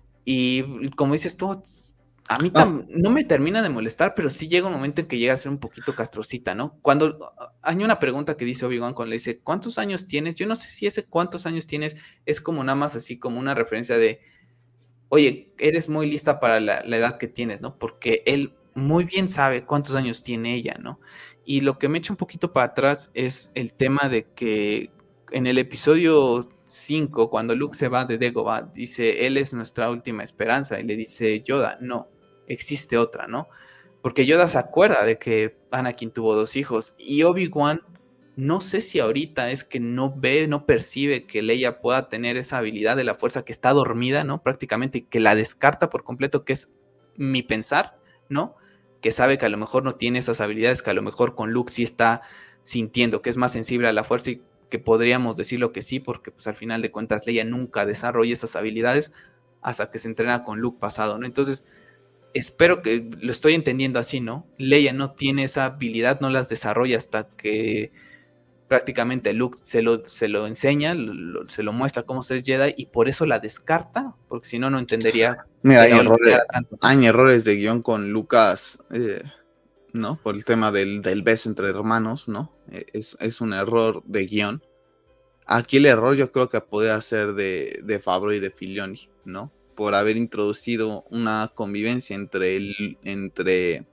y como dices tú, a mí No, tam, no me termina de molestar, pero sí llega un momento en que llega a ser un poquito castrocita, ¿no? Cuando hay una pregunta que dice Obi-Wan cuando le dice, ¿cuántos años tienes? Yo no sé si ese cuántos años tienes es como nada más así como una referencia de oye, eres muy lista para la, la, edad que tienes, ¿no? Porque él muy bien sabe cuántos años tiene ella, ¿no? Y lo que me echa un poquito para atrás es el tema de que en el episodio cinco, cuando Luke se va de Dagobah, dice, él es nuestra última esperanza, y le dice Yoda, no, existe otra, ¿no? Porque Yoda se acuerda de que Anakin tuvo dos hijos, y Obi-Wan no sé si ahorita es que no ve, no percibe que Leia pueda tener esa habilidad de la fuerza que está dormida, ¿no? Prácticamente que la descarta por completo, que es mi pensar, ¿no? Que sabe que a lo mejor no tiene esas habilidades, que a lo mejor con Luke sí está sintiendo que es más sensible a la fuerza y que podríamos decirlo que sí, porque pues al final de cuentas Leia nunca desarrolla esas habilidades hasta que se entrena con Luke pasado, ¿no? Entonces, espero que lo estoy entendiendo así, ¿no? Leia no tiene esa habilidad, no las desarrolla hasta que prácticamente Luke se lo, se lo enseña, lo, se lo muestra cómo ser Jedi y por eso la descarta, porque si no, no entendería mira, que hay la errores, olvidara tanto, ¿no? hay errores de guión con Lucas, eh, ¿no? Por el tema del, del beso entre hermanos, ¿no? Es, es un error de guión. Aquí el error yo creo que podría ser de, de Favreau y de Filoni, ¿no? Por haber introducido una convivencia entre, el, entre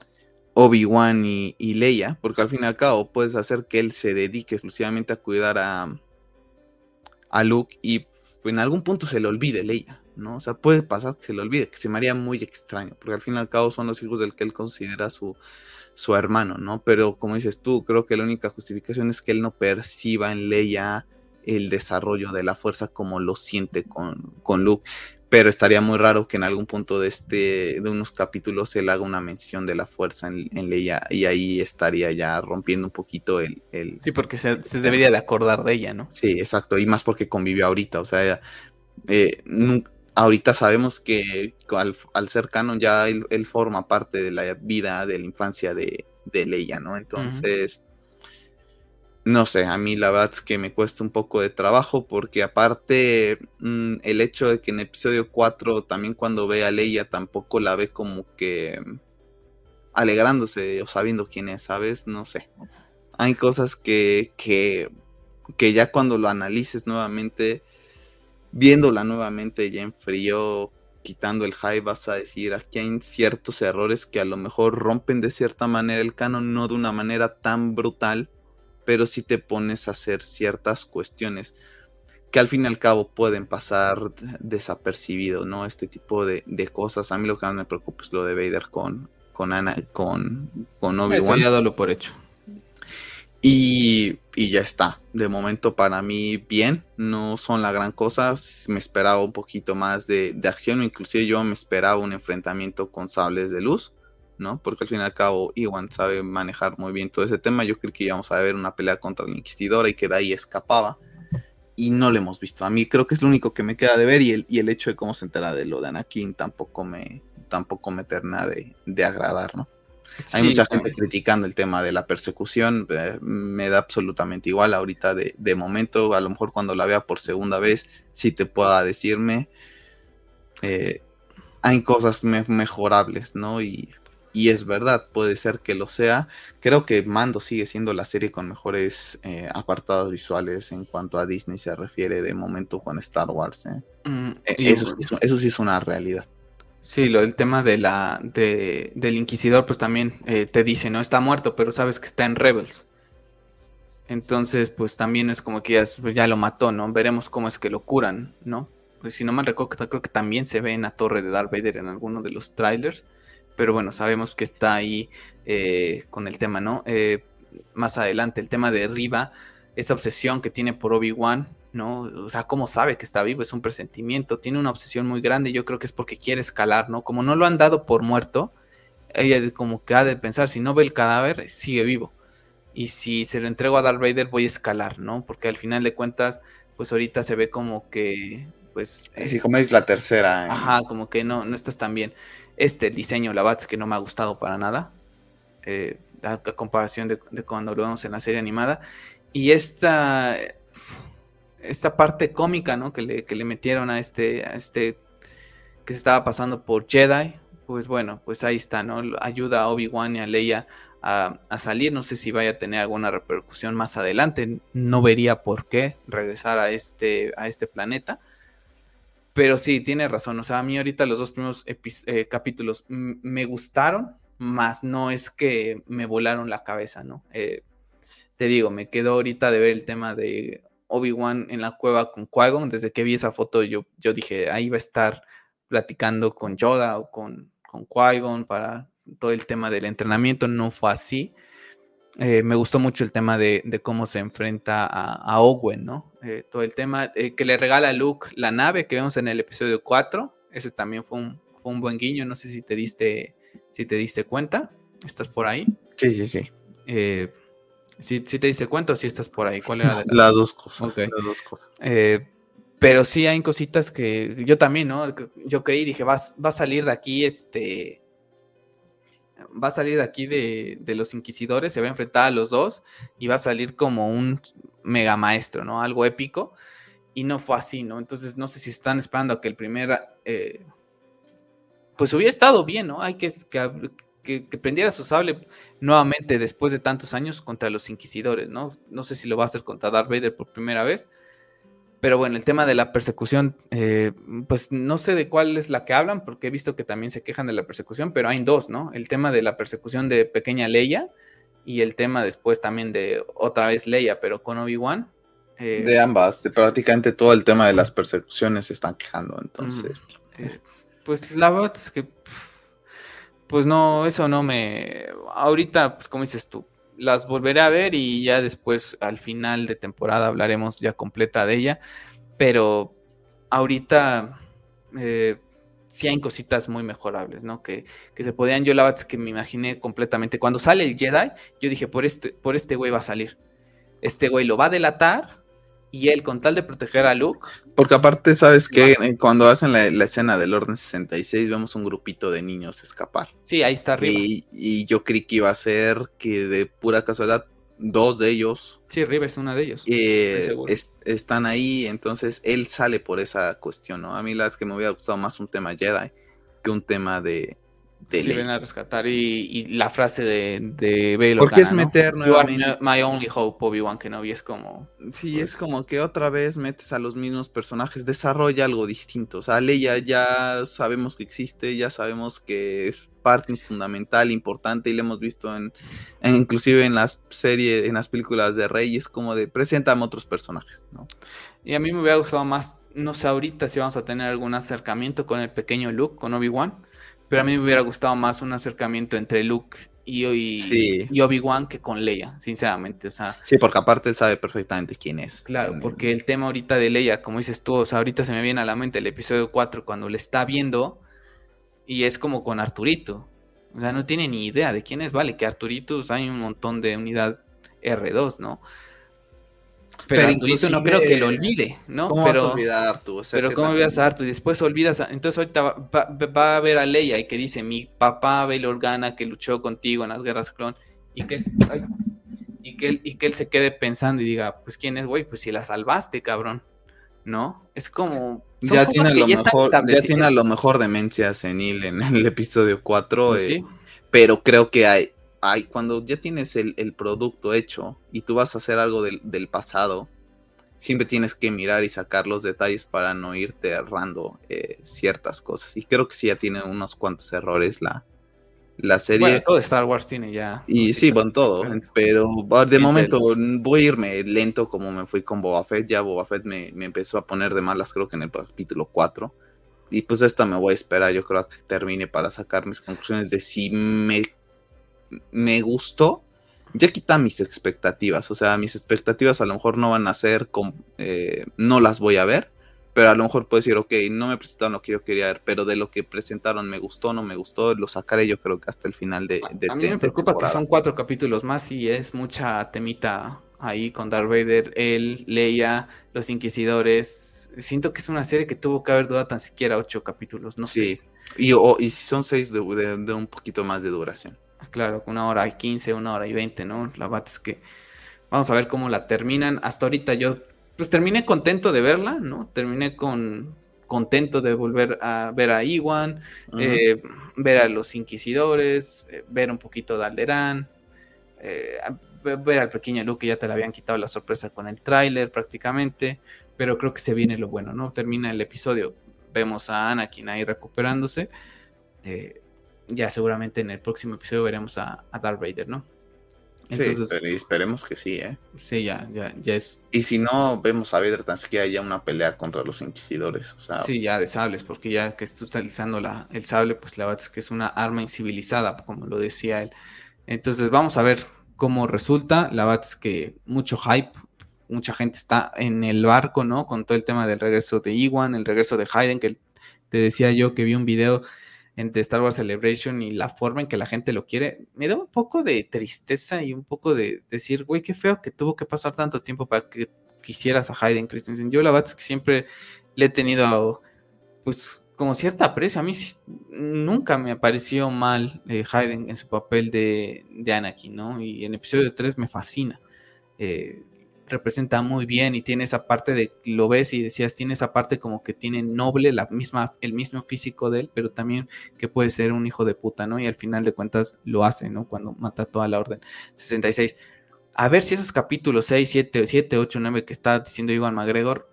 Obi-Wan y, y Leia, porque al fin y al cabo puedes hacer que él se dedique exclusivamente a cuidar a, a Luke y en algún punto se le olvide Leia, ¿no? O sea, puede pasar que se le olvide, que se me haría muy extraño, porque al fin y al cabo son los hijos del que él considera su, su hermano, ¿no? Pero como dices tú, creo que la única justificación es que él no perciba en Leia el desarrollo de la fuerza como lo siente con, con Luke. Pero estaría muy raro que en algún punto de este, de unos capítulos él haga una mención de la fuerza en, en Leia, y ahí estaría ya rompiendo un poquito el, el, Sí, porque se, el se tema. debería de acordar de ella, ¿no? Sí, exacto, y más porque convivió ahorita, o sea, eh, nu- ahorita sabemos que al, al ser canon ya él, él forma parte de la vida, de la infancia de, de Leia, ¿no? Entonces, no sé, a mí la verdad es que me cuesta un poco de trabajo porque aparte mmm, el hecho de que en episodio cuatro también cuando ve a Leia tampoco la ve como que alegrándose o sabiendo quién es, ¿sabes? No sé. Hay cosas que, que, que ya cuando lo analices nuevamente, viéndola nuevamente ya en frío, quitando el hype, vas a decir, aquí hay ciertos errores que a lo mejor rompen de cierta manera el canon, no de una manera tan brutal, pero sí te pones a hacer ciertas cuestiones que al fin y al cabo pueden pasar desapercibido, ¿no? Este tipo de, de cosas. A mí lo que más me preocupa es lo de Vader con, con, Ana, con, con Eso Obi-Wan. ya dalo por hecho. Y, y ya está. De momento para mí bien, no son la gran cosa. Me esperaba un poquito más de, de acción, inclusive yo me esperaba un enfrentamiento con sables de luz, ¿no? Porque al fin y al cabo Iwan sabe manejar muy bien todo ese tema. Yo creo que íbamos a ver una pelea contra la Inquisidora y que de ahí escapaba. Y no lo hemos visto. A mí creo que es lo único que me queda de ver, y el, y el hecho de cómo se entera de lo de Anakin tampoco me, tampoco me termina de, de agradar, ¿no? Sí, Hay mucha bueno. gente criticando el tema de la persecución, eh, me da absolutamente igual ahorita de, de momento, a lo mejor cuando la vea por segunda vez, sí te pueda decirme, eh, hay cosas me mejorables, ¿no? Y, y es verdad, puede ser que lo sea. Creo que Mando sigue siendo la serie con mejores eh, apartados visuales en cuanto a Disney se refiere de momento con Star Wars, ¿eh? Mm, Eh, y Eso, sí es, eso sí es una realidad. sí, lo, el tema de la, de, del Inquisidor, pues también eh, te dice, ¿no? Está muerto, pero sabes que está en Rebels. Entonces, pues también es como que ya, pues, ya lo mató, ¿no? Veremos cómo es que lo curan, ¿no? Pues si no mal recuerdo, creo que también se ve en la torre de Darth Vader en alguno de los trailers. Pero bueno, sabemos que está ahí eh, con el tema, ¿no? Eh, más adelante, el tema de Riva, esa obsesión que tiene por Obi-Wan, ¿no? O sea, ¿cómo sabe que está vivo? Es un presentimiento, tiene una obsesión muy grande, yo creo que es porque quiere escalar, ¿no? Como no lo han dado por muerto, ella como que ha de pensar, si no ve el cadáver, sigue vivo. Y si se lo entrego a Darth Vader, voy a escalar, ¿no? Porque al final de cuentas, pues ahorita se ve como que, pues, Así eh, como es la tercera ajá, en... como que no, no estás tan bien. Este el diseño, la verdad es que no me ha gustado para nada. Eh, a, a comparación de, de, cuando lo vemos en la serie animada. Y esta, esta parte cómica, ¿no? Que le, que le metieron a este, a este que se estaba pasando por Jedi, pues bueno, pues ahí está, ¿no? Ayuda a Obi-Wan y a Leia a, a, salir, no sé si vaya a tener alguna repercusión más adelante, no vería por qué regresar a este, a este planeta, pero sí, tiene razón, o sea, a mí ahorita los dos primeros eh, capítulos me gustaron, más no es que me volaron la cabeza, ¿no? Eh, te digo, me quedo ahorita de ver el tema de Obi-Wan en la cueva con Qui-Gon. Desde que vi esa foto, yo, yo dije, ahí va a estar platicando con Yoda o con, con Qui-Gon para todo el tema del entrenamiento. No fue así. Eh, me gustó mucho el tema de, de cómo se enfrenta a, a Owen, ¿no? Eh, todo el tema eh, que le regala a Luke la nave que vemos en el episodio cuatro. Ese también fue un, fue un buen guiño. No sé si te diste, si te diste cuenta. ¿Estás por ahí? Sí, sí, sí. Eh, si, si te diste cuenta o si estás por ahí, ¿cuál era de las, las dos cosas? Okay. Las dos cosas. Eh, pero sí hay cositas que yo también, ¿no? Yo creí, dije, va, va a salir de aquí, este, va a salir de aquí de, de los inquisidores, se va a enfrentar a los dos y va a salir como un mega maestro, ¿no? Algo épico. Y no fue así, ¿no? Entonces no sé si están esperando a que el primer, eh, pues hubiera estado bien, ¿no? Hay que, que Que, que, prendiera su sable nuevamente después de tantos años contra los inquisidores, ¿no? No sé si lo va a hacer contra Darth Vader por primera vez, pero bueno, el tema de la persecución, eh, pues no sé de cuál es la que hablan, porque he visto que también se quejan de la persecución, pero hay dos, ¿no? El tema de la persecución de pequeña Leia y el tema después también de otra vez Leia, pero con Obi-Wan. Eh, de ambas, de prácticamente todo el tema de las persecuciones se están quejando, entonces. Mm, eh, pues la verdad es que... Pues no, eso no me... Ahorita, pues como dices tú, las volveré a ver y ya después al final de temporada hablaremos ya completa de ella, pero ahorita eh, sí hay cositas muy mejorables, ¿no? Que, que se podían, yo la verdad es que me imaginé completamente, cuando sale el Jedi, yo dije, por este, por este güey va a salir, este güey lo va a delatar y él con tal de proteger a Luke. Porque aparte, ¿sabes qué? Wow. Cuando hacen la, la escena del Orden sesenta y seis, vemos un grupito de niños escapar. Sí, ahí está arriba. Y, y yo creí que iba a ser que de pura casualidad, dos de ellos. Sí, Riva es uno de ellos. Eh, es, están ahí, entonces él sale por esa cuestión, ¿no? A mí la es que me hubiera gustado más un tema Jedi que un tema de... de sí, ven a rescatar y, y, la frase de, de Bail Porque es meter ¿no? nuevamente... You are my only hope, Obi-Wan Kenobi, es como... Sí, pues... es como que otra vez metes a los mismos personajes, desarrolla algo distinto, o sea, Leia ya sabemos que existe, ya sabemos que es parte fundamental, importante, y lo hemos visto en, en inclusive en las series, en las películas de Rey, es como de, preséntame otros personajes, ¿no? Y a mí me hubiera gustado más, no sé ahorita si vamos a tener algún acercamiento con el pequeño Luke, con Obi-Wan, pero a mí me hubiera gustado más un acercamiento entre Luke y, y, sí. y Obi-Wan que con Leia, sinceramente, o sea... Sí, porque aparte él sabe perfectamente quién es. Claro, porque el tema ahorita de Leia, como dices tú, o sea, ahorita se me viene a la mente el episodio cuatro cuando le está viendo y es como con Arturito, o sea, no tiene ni idea de quién es, vale, que Arturitos hay un montón de unidad R dos, ¿no? pero, Pero Arturito no creo que lo inclusive, olvide, ¿no? ¿cómo vas a Pero, olvidar a Artu? O sea, es pero que ¿cómo olvidas a también... Artu? Y después olvidas a... Entonces ahorita va, va- va a ver a Leia y que dice, mi papá Bail Organa que luchó contigo en las guerras clon, y que, ay, y que, él, y que él se quede pensando y diga, pues ¿quién es, güey? Pues si la salvaste, cabrón, ¿no? Es como... Son Ya cosas tiene a que lo ya están mejor, ya tiene a establecidas. lo mejor demencia senil en el episodio cuatro, Pues eh, sí. pero creo que hay, hay, cuando ya tienes el, el producto hecho y tú vas a hacer algo del, del pasado, siempre tienes que mirar y sacar los detalles para no irte errando eh, ciertas cosas. Y creo que sí ya tiene unos cuantos errores la, la Bueno, serie. todo Star Wars tiene ya Y sí, cositas con que me todo, pierden. pero ah, de Entre momento los... voy a irme lento como me fui con Boba Fett. Ya Boba Fett me, me empezó a poner de malas, creo que en el capítulo cuatro. Y pues esta me voy a esperar, yo creo que termine para sacar mis conclusiones de si me, me gustó. Ya quita mis expectativas, o sea, mis expectativas a lo mejor no van a ser, con, eh, no las voy a ver, pero a lo mejor puedo decir, ok, no me presentaron lo que yo quería ver, pero de lo que presentaron me gustó, no me gustó, lo sacaré yo creo que hasta el final de, de, A mí me de preocupa que temporada. son cuatro capítulos más y es mucha temita ahí con Darth Vader, él, Leia, los Inquisidores. Siento que es una serie que tuvo que haber durado tan siquiera ocho capítulos, no Sí, seis. y, o, y si son seis de, de, de un poquito más de duración. Claro, una hora y quince, una hora y veinte, ¿no? La verdad es que vamos a ver cómo la terminan. Hasta ahorita yo, pues terminé contento de verla, ¿no? Terminé con contento de volver a ver a Iwan, Uh -huh. eh, ver a los Inquisidores, eh, ver un poquito de Alderaan, eh, ver al pequeño Luke, que ya te le habían quitado la sorpresa con el tráiler prácticamente, pero creo que se viene lo bueno, ¿no? Termina el episodio, vemos a Anakin ahí recuperándose, eh, ya seguramente en el próximo episodio veremos a, a Darth Vader, ¿no? Sí, Entonces, espere, esperemos que sí, ¿eh? sí, ya, ya, ya es... Y si no, vemos a Vader tan siquiera ya una pelea contra los Inquisidores, o sea... Sí, ya de sables, porque ya que estoy utilizando la, el sable, pues la verdad es que es una arma incivilizada, como lo decía él. Entonces vamos a ver cómo resulta. La verdad es que mucho hype, mucha gente está en el barco, ¿no? Con todo el tema del regreso de Iwan, el regreso de Hayden, que te decía yo que vi un video en de Star Wars Celebration y la forma en que la gente lo quiere, me da un poco de tristeza y un poco de decir, güey, qué feo que tuvo que pasar tanto tiempo para que quisieras a Hayden Christensen. Yo la verdad es que siempre le he tenido, pues, como cierta aprecio. A mí nunca me pareció mal eh, Hayden en su papel de, de Anakin, ¿no? Y en episodio tres me fascina. Eh, representa muy bien y tiene esa parte de, lo ves y decías, tiene esa parte como que tiene noble, la misma, el mismo físico de él, pero también que puede ser un hijo de puta, ¿no? Y al final de cuentas lo hace, ¿no? Cuando mata toda la orden sesenta y seis. A ver si esos capítulos seis, siete, siete, ocho, nueve que está diciendo Iwan McGregor,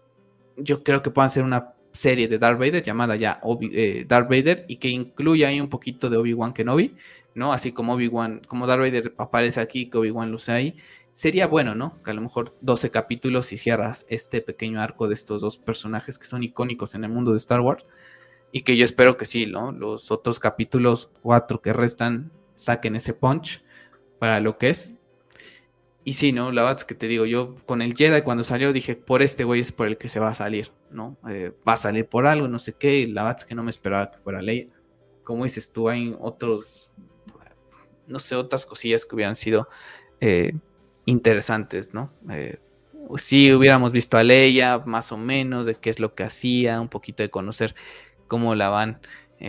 yo creo que puedan ser una serie de Darth Vader llamada ya Obi, eh, Darth Vader y que incluya ahí un poquito de Obi-Wan Kenobi, ¿no? Así como Obi-Wan, como Darth Vader aparece aquí, que Obi-Wan luce ahí. Sería bueno, ¿no? Que a lo mejor doce capítulos y cierras este pequeño arco de estos dos personajes que son icónicos en el mundo de Star Wars y que yo espero que sí, ¿no? Los otros capítulos, cuatro que restan, saquen ese punch para lo que es. Y sí, ¿no? La verdad es que te digo, yo con el Jedi cuando salió dije, por este güey es por el que se va a salir, ¿no? Eh, va a salir por algo, no sé qué, y la verdad es que no me esperaba que fuera Leia. Como dices tú, hay otros, no sé, otras cosillas que hubieran sido eh, interesantes, ¿no? Eh, sí hubiéramos visto a Leia, más o menos, de qué es lo que hacía, un poquito de conocer cómo la van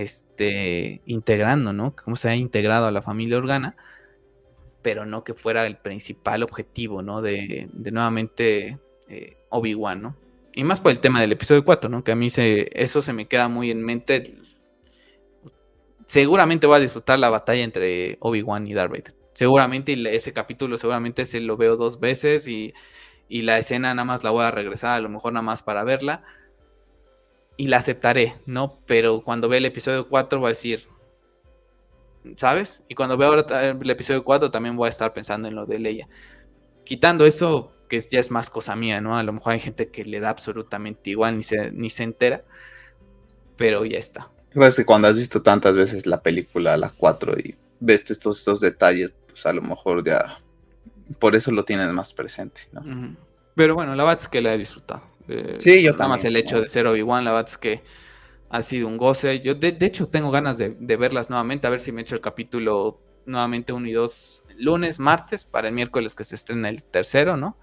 este, integrando, ¿no? Cómo se ha integrado a la familia Organa, pero no que fuera el principal objetivo, ¿no? De, de nuevamente eh, Obi-Wan, ¿no? Y más por el tema del episodio cuatro, ¿no? Que a mí se, eso se me queda muy en mente. Seguramente voy a disfrutar la batalla entre Obi-Wan y Darth Vader. Seguramente y ese capítulo seguramente se lo veo dos veces y, y la escena nada más la voy a regresar, a lo mejor nada más para verla. Y la aceptaré, ¿no? Pero cuando vea el episodio cuatro voy a decir, ¿sabes? Y cuando vea ahora el episodio cuatro también voy a estar pensando en lo de Leia. Quitando eso, que ya es más cosa mía, ¿no? A lo mejor hay gente que le da absolutamente igual, ni se, ni se entera, pero ya está. Pues que cuando has visto tantas veces la película, la cuatro, y ves estos, estos detalles, pues a lo mejor ya por eso lo tienes más presente, ¿no? Uh-huh. Pero bueno, la verdad es que la he disfrutado. Eh, Sí, yo nada más también. el hecho de ser Obi-Wan, la verdad es que ha sido un goce. Yo, de, de hecho, tengo ganas de, de, verlas nuevamente, a ver si me echo el capítulo nuevamente uno y dos lunes, martes, para el miércoles que se estrena el tercero, ¿no?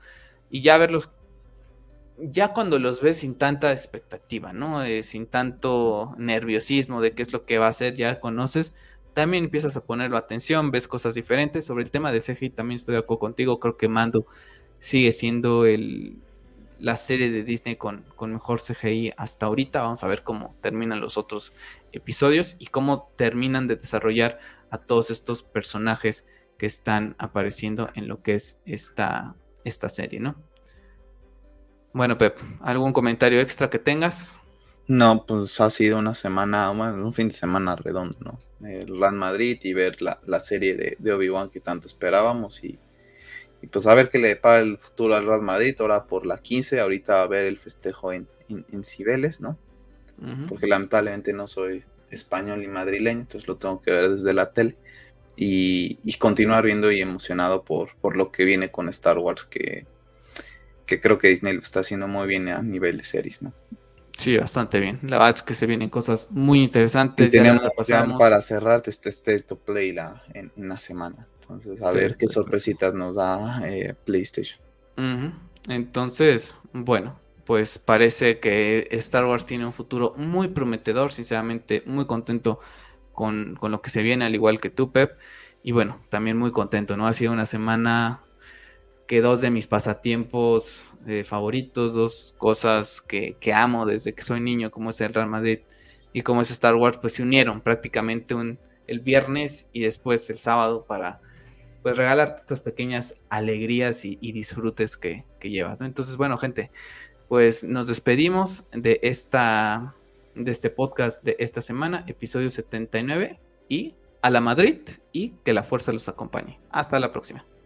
y ya verlos, ya cuando los ves sin tanta expectativa, ¿no? Eh, sin tanto nerviosismo de qué es lo que va a hacer, ya conoces, también empiezas a ponerlo atención, ves cosas diferentes. Sobre el tema de C G I también estoy de acuerdo contigo, creo que Mando sigue siendo el, la serie de Disney con, con mejor C G I hasta ahorita. Vamos a ver cómo terminan los otros episodios y cómo terminan de desarrollar a todos estos personajes que están apareciendo en lo que es esta, esta serie, ¿no? Bueno, Pep, ¿algún comentario extra que tengas? No, pues ha sido una semana, bueno, un fin de semana redondo, ¿no? El Real Madrid y ver la, la serie de, de Obi-Wan que tanto esperábamos y, y pues a ver qué le depara el futuro al Real Madrid, ahora por la quince, ahorita a ver el festejo en, en, en Cibeles, ¿no? Uh-huh. Porque lamentablemente no soy español ni madrileño, entonces lo tengo que ver desde la tele y, y continuar viendo y emocionado por, por lo que viene con Star Wars, que, que creo que Disney lo está haciendo muy bien a nivel de series, ¿no? Sí, bastante bien. La verdad es que se vienen cosas muy interesantes. Y tenemos ya, ya para cerrar este State of Play la, en, en la semana. Entonces, State a ver qué sorpresitas nos da eh, PlayStation. Uh-huh. Entonces, bueno, pues parece que Star Wars tiene un futuro muy prometedor. Sinceramente, muy contento con, con lo que se viene, al igual que tú, Pep. Y bueno, también muy contento, ¿no? Ha sido una semana que dos de mis pasatiempos eh, favoritos, dos cosas que, que amo desde que soy niño, como es el Real Madrid y como es Star Wars, pues se unieron prácticamente un, el viernes y después el sábado para pues regalarte estas pequeñas alegrías y, y disfrutes que, que llevas, ¿no? Entonces, bueno, gente, pues nos despedimos de esta de este podcast de esta semana, episodio setenta y nueve, y a la Madrid, y que la fuerza los acompañe. Hasta la próxima.